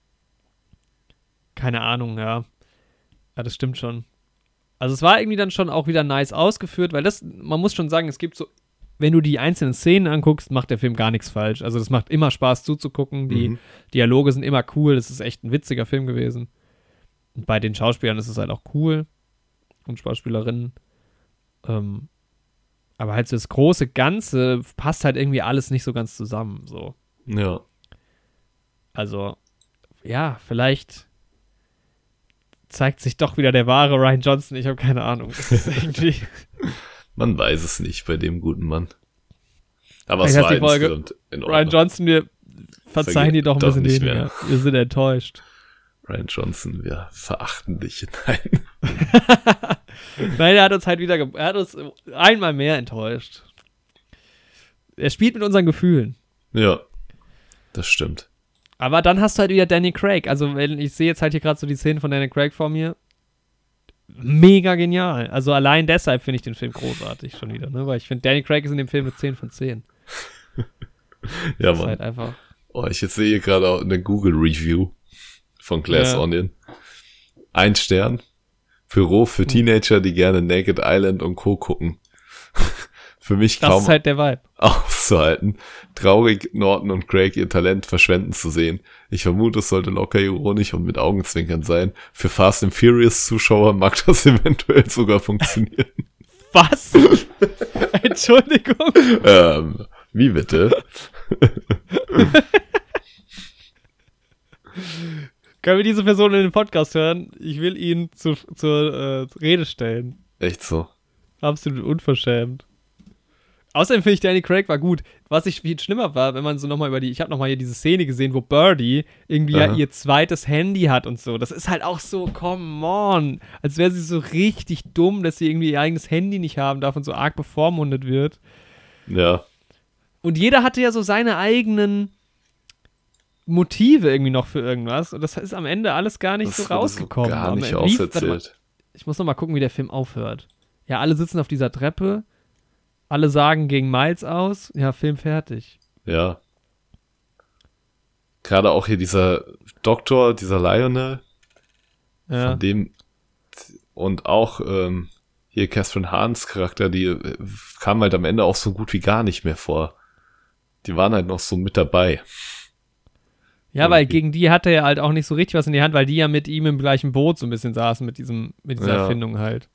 keine Ahnung, ja. Ja, das stimmt schon. Also es war irgendwie dann schon auch wieder nice ausgeführt, weil das, man muss schon sagen, es gibt so, wenn du die einzelnen Szenen anguckst, macht der Film gar nichts falsch. Also das macht immer Spaß zuzugucken, die Mhm. Dialoge sind immer cool, das ist echt ein witziger Film gewesen. Und bei den Schauspielern ist es halt auch cool und Schauspielerinnen. Ähm, aber halt so das große Ganze passt halt irgendwie alles nicht so ganz zusammen, so. Ja. Also, ja, vielleicht zeigt sich doch wieder der wahre Ryan Johnson. Ich habe keine Ahnung. Das ist irgendwie Man weiß es nicht bei dem guten Mann. Aber Vielleicht es heißt war die Folge, insgesamt in Ordnung. Ryan Johnson, wir verzeihen dir doch ein Doch bisschen nicht weniger. mehr. Wir sind enttäuscht. Ryan Johnson, wir verachten dich. Nein. Nein, er hat uns halt wieder, ge- er hat uns einmal mehr enttäuscht. Er spielt mit unseren Gefühlen. Ja, das stimmt. Aber dann hast du halt wieder Danny Craig. Also, wenn ich sehe jetzt halt hier gerade so die Szenen von Danny Craig vor mir. Mega genial. Also, allein deshalb finde ich den Film großartig schon wieder, ne? Weil ich finde, Danny Craig ist in dem Film mit zehn von zehn. Ja, Das ist Mann. halt einfach. Oh, ich jetzt sehe hier gerade auch eine Google-Review von Glass Ja. Onion. Ein Stern. Büro für Teenager, die gerne Naked Island und Co. gucken. Für mich Das kaum ist halt der Vibe. auszuhalten. Traurig, Norton und Craig ihr Talent verschwenden zu sehen. Ich vermute, es sollte locker ironisch und mit Augenzwinkern sein. Für Fast and Furious Zuschauer mag das eventuell sogar funktionieren. Was? Entschuldigung. ähm, wie bitte? Können wir diese Person in den Podcast hören? Ich will ihn zu, zur äh, Rede stellen. Echt so. Absolut unverschämt. Außerdem finde ich, Danny Craig war gut. Was ich viel schlimmer war, wenn man so nochmal über die, ich habe nochmal hier diese Szene gesehen, wo Birdie irgendwie ja Aha. ihr zweites Handy hat und so. Das ist halt auch so, come on. Als wäre sie so richtig dumm, dass sie irgendwie ihr eigenes Handy nicht haben darf und so arg bevormundet wird. Ja. Und jeder hatte ja so seine eigenen Motive irgendwie noch für irgendwas. Und das ist am Ende alles gar nicht Das so wurde so rausgekommen. gar Am nicht Ende lief- warte mal, auserzählt. ich muss noch mal gucken, wie der Film aufhört. Ja, alle sitzen auf dieser Treppe. Alle sagen gegen Miles aus. Ja, Film fertig. Ja. Gerade auch hier dieser Doktor, dieser Lionel, Ja. von dem und auch ähm, hier Catherine Hahns Charakter, die äh, kam halt am Ende auch so gut wie gar nicht mehr vor. Die waren halt noch so mit dabei. Ja, weil irgendwie. gegen die hatte er halt auch nicht so richtig was in die Hand, weil die ja mit ihm im gleichen Boot so ein bisschen saßen mit diesem, mit dieser Ja. Erfindung halt.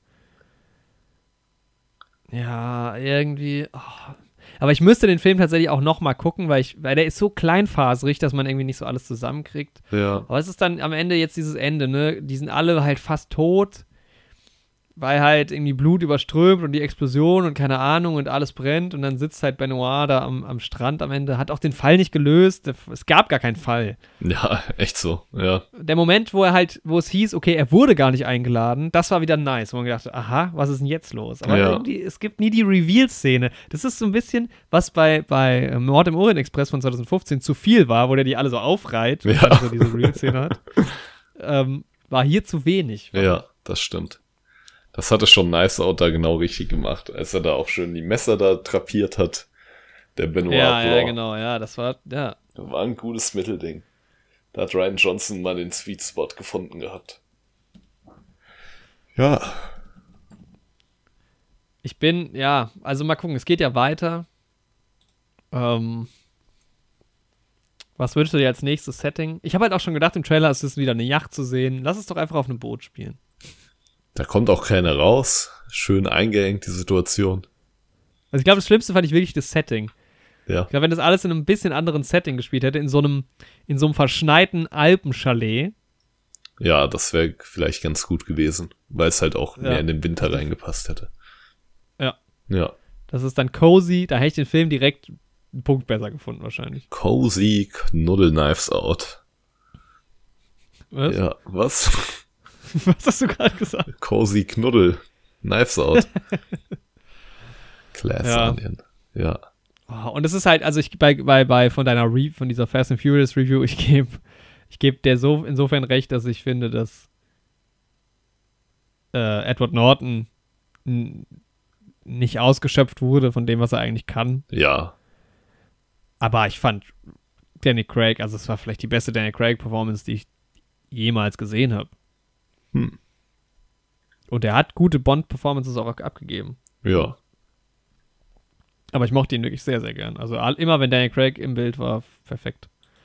Ja, irgendwie. Oh. Aber ich müsste den Film tatsächlich auch noch mal gucken, weil ich, weil der ist so kleinfaserig, dass man irgendwie nicht so alles zusammenkriegt. Ja. Aber es ist dann am Ende jetzt dieses Ende, ne? Die sind alle halt fast tot. weil halt irgendwie Blut überströmt und die Explosion und keine Ahnung und alles brennt und dann sitzt halt Benoit da am, am Strand am Ende, hat auch den Fall nicht gelöst, es gab gar keinen Fall. Ja, echt so, ja. Der Moment, wo er halt, wo es hieß, okay, er wurde gar nicht eingeladen, das war wieder nice, wo man gedacht hat, aha, was ist denn jetzt los? Aber Ja. irgendwie, es gibt nie die Reveal-Szene. Das ist so ein bisschen, was bei, bei Mord im Orient Express von zwanzig fünfzehn zu viel war, wo der die alle so aufreiht, Ja. und so diese Reveal-Szene hat. ähm, war hier zu wenig. Ja, das stimmt. Das hatte schon Knives Out da genau richtig gemacht, als er da auch schön die Messer da drapiert hat. Der Benoit Ja, ja, Blanc. genau, ja, das war, ja. War ein gutes Mittelding. Da hat Rian Johnson mal den Sweet Spot gefunden gehabt. Ja. Ich bin, ja, also mal gucken, es geht ja weiter. Ähm, was wünschst du dir als nächstes Setting? Ich habe halt auch schon gedacht, im Trailer ist es wieder eine Yacht zu sehen. Lass es doch einfach auf einem Boot spielen. Da kommt auch keiner raus. Schön eingeengt, die Situation. Also ich glaube, das Schlimmste fand ich wirklich das Setting. Ja. Ich glaube, wenn das alles in einem bisschen anderen Setting gespielt hätte, in so einem, in so einem verschneiten Alpenchalet. Ja, das wäre vielleicht ganz gut gewesen, weil es halt auch Ja. mehr in den Winter reingepasst hätte. Ja. Ja. Das ist dann cozy, da hätte ich den Film direkt einen Punkt besser gefunden wahrscheinlich. Cozy Knuddel Knives Out. Was? Ja, was? Was hast du gerade gesagt? Cozy Knuddel Knives Out. Class Ja. Onion. Ja. Oh, und es ist halt, also ich bei, bei, bei von deiner Re von dieser Fast and Furious Review, ich gebe ich geb dir so insofern recht, dass ich finde, dass äh, Edward Norton n- nicht ausgeschöpft wurde von dem, was er eigentlich kann. Ja. Aber ich fand Danny Craig, also es war vielleicht die beste Danny Craig-Performance, die ich jemals gesehen habe. Hm. Und er hat gute Bond-Performances auch abgegeben. Ja. Aber ich mochte ihn wirklich sehr, sehr gern. Also all, immer, wenn Danny Craig im Bild war, perfekt.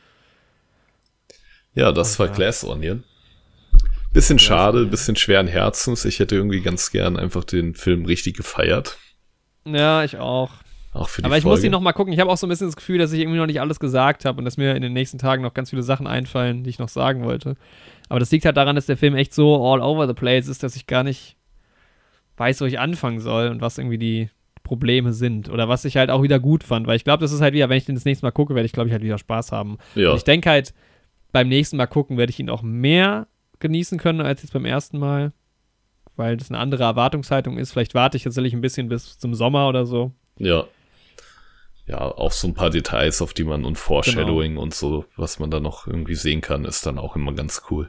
Ja, das war Ja. Glass Onion. Bisschen Glass schade, Onion. bisschen schweren Herzens. Ich hätte irgendwie ganz gern einfach den Film richtig gefeiert. Ja, ich auch. Auch für die Aber ich Folge. muss ihn noch mal gucken. Ich habe auch so ein bisschen das Gefühl, dass ich irgendwie noch nicht alles gesagt habe und dass mir in den nächsten Tagen noch ganz viele Sachen einfallen, die ich noch sagen wollte. Aber das liegt halt daran, dass der Film echt so all over the place ist, dass ich gar nicht weiß, wo ich anfangen soll und was irgendwie die Probleme sind. Oder was ich halt auch wieder gut fand. Weil ich glaube, das ist halt wieder, wenn ich den das nächste Mal gucke, werde ich, glaube ich, halt wieder Spaß haben. Ja. Und ich denke halt, beim nächsten Mal gucken werde ich ihn auch mehr genießen können als jetzt beim ersten Mal. Weil das eine andere Erwartungshaltung ist. Vielleicht warte ich tatsächlich ein bisschen bis zum Sommer oder so. Ja. Ja, auch so ein paar Details, auf die man und Foreshadowing Genau. und so, was man da noch irgendwie sehen kann, ist dann auch immer ganz cool.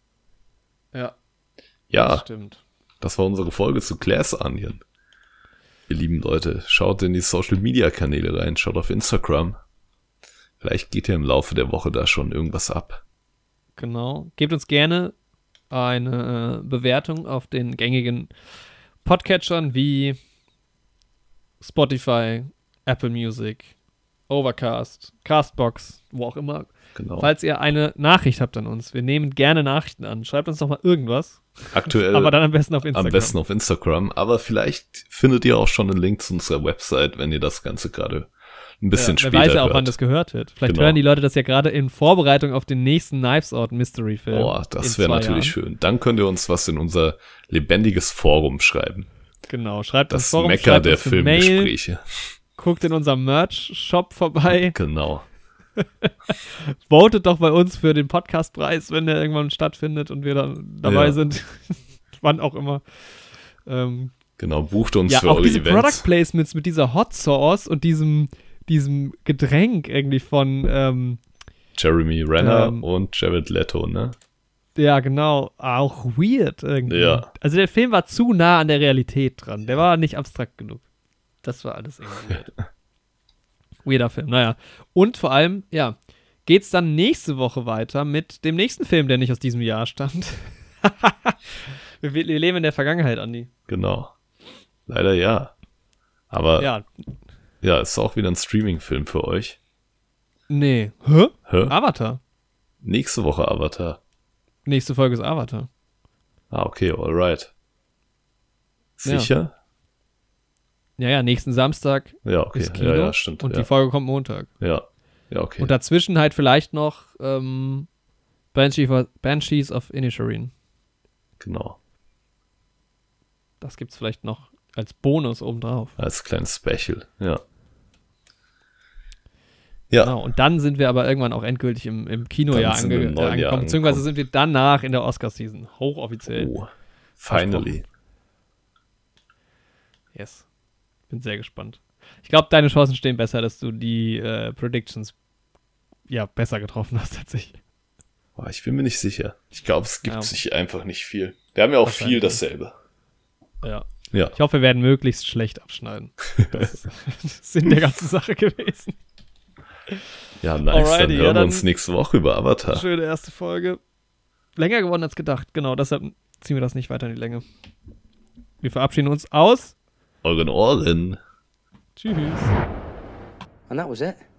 Ja, Ja, das stimmt. das war unsere Folge zu Glass Onion. Ihr lieben Leute, schaut in die Social Media Kanäle rein, schaut auf Instagram. Vielleicht geht ja im Laufe der Woche da schon irgendwas ab. Genau. Gebt uns gerne eine äh, Bewertung auf den gängigen Podcatchern wie Spotify, Apple Music, Overcast, Castbox, wo auch immer. Genau. Falls ihr eine Nachricht habt an uns. Wir nehmen gerne Nachrichten an. Schreibt uns doch mal irgendwas. Aktuell Aber dann am besten auf Instagram. am besten auf Instagram. Aber vielleicht findet ihr auch schon einen Link zu unserer Website, wenn ihr das Ganze gerade ein bisschen ja, später wer weiß ja auch, hört. wann das gehört wird. Vielleicht Genau. hören die Leute das ja gerade in Vorbereitung auf den nächsten Knives Out Mystery Film. Boah, das in wäre zwei natürlich Jahren. schön. Dann könnt ihr uns was in unser lebendiges Forum schreiben. Genau, schreibt uns Das Forum, Mecker schreibt der uns eine Mail, Filmgespräche. guckt in unserem Merch-Shop vorbei, Genau. votet doch bei uns für den Podcastpreis, wenn der irgendwann stattfindet und wir dann dabei Ja. sind. Wann auch immer. Ähm, Genau, bucht uns ja, für auch eure diese Events. Product Placements mit dieser Hot Sauce und diesem, diesem Getränk irgendwie von, ähm, Jeremy Renner Ähm, und Jared Leto, ne? ja, genau, auch weird irgendwie. Ja. Also der Film war zu nah an der Realität dran. Der war nicht abstrakt genug. Das war alles irgendwie weird. Weirder Film, naja. Und vor allem, ja, geht's dann nächste Woche weiter mit dem nächsten Film, der nicht aus diesem Jahr stammt. wir, wir leben in der Vergangenheit, Andi. Genau. Leider ja. Aber ja, Ja, ist auch wieder ein Streaming-Film für euch. nee. Hä? Hä? Avatar. Nächste Woche Avatar. Nächste Folge ist Avatar. Ah, okay, alright. Sicher? Ja, ja, nächsten Samstag Ja, okay. ist Kino Ja, ja, stimmt. und ja. die Folge kommt Montag. ja. Ja, okay. Und dazwischen halt vielleicht noch ähm, Banshee, Banshees of Inisherin. Genau. Das gibt's vielleicht noch als Bonus obendrauf. Als kleines Special, ja. Ja. Genau, und dann sind wir aber irgendwann auch endgültig im, im Kinojahr ange- äh, angekommen, Jahr beziehungsweise sind wir danach in der Oscar-Season, hochoffiziell. Oh, finally. Yes. Bin sehr gespannt. Ich glaube, deine Chancen stehen besser, dass du die äh, Predictions ja besser getroffen hast tatsächlich. Oh, ich bin mir nicht sicher. Ich glaube, es gibt ja. sich einfach nicht viel. Wir haben ja auch viel dasselbe. Ja. ja. Ich hoffe, wir werden möglichst schlecht abschneiden. Das ist das Sinn der ganzen Sache gewesen. Ja, nice. Alrighty, dann hören ja, wir dann uns nächste Woche über Avatar. Schöne erste Folge. Länger geworden als gedacht. Genau, deshalb ziehen wir das nicht weiter in die Länge. Wir verabschieden uns aus euren Ohren. Tschüss. And that was it.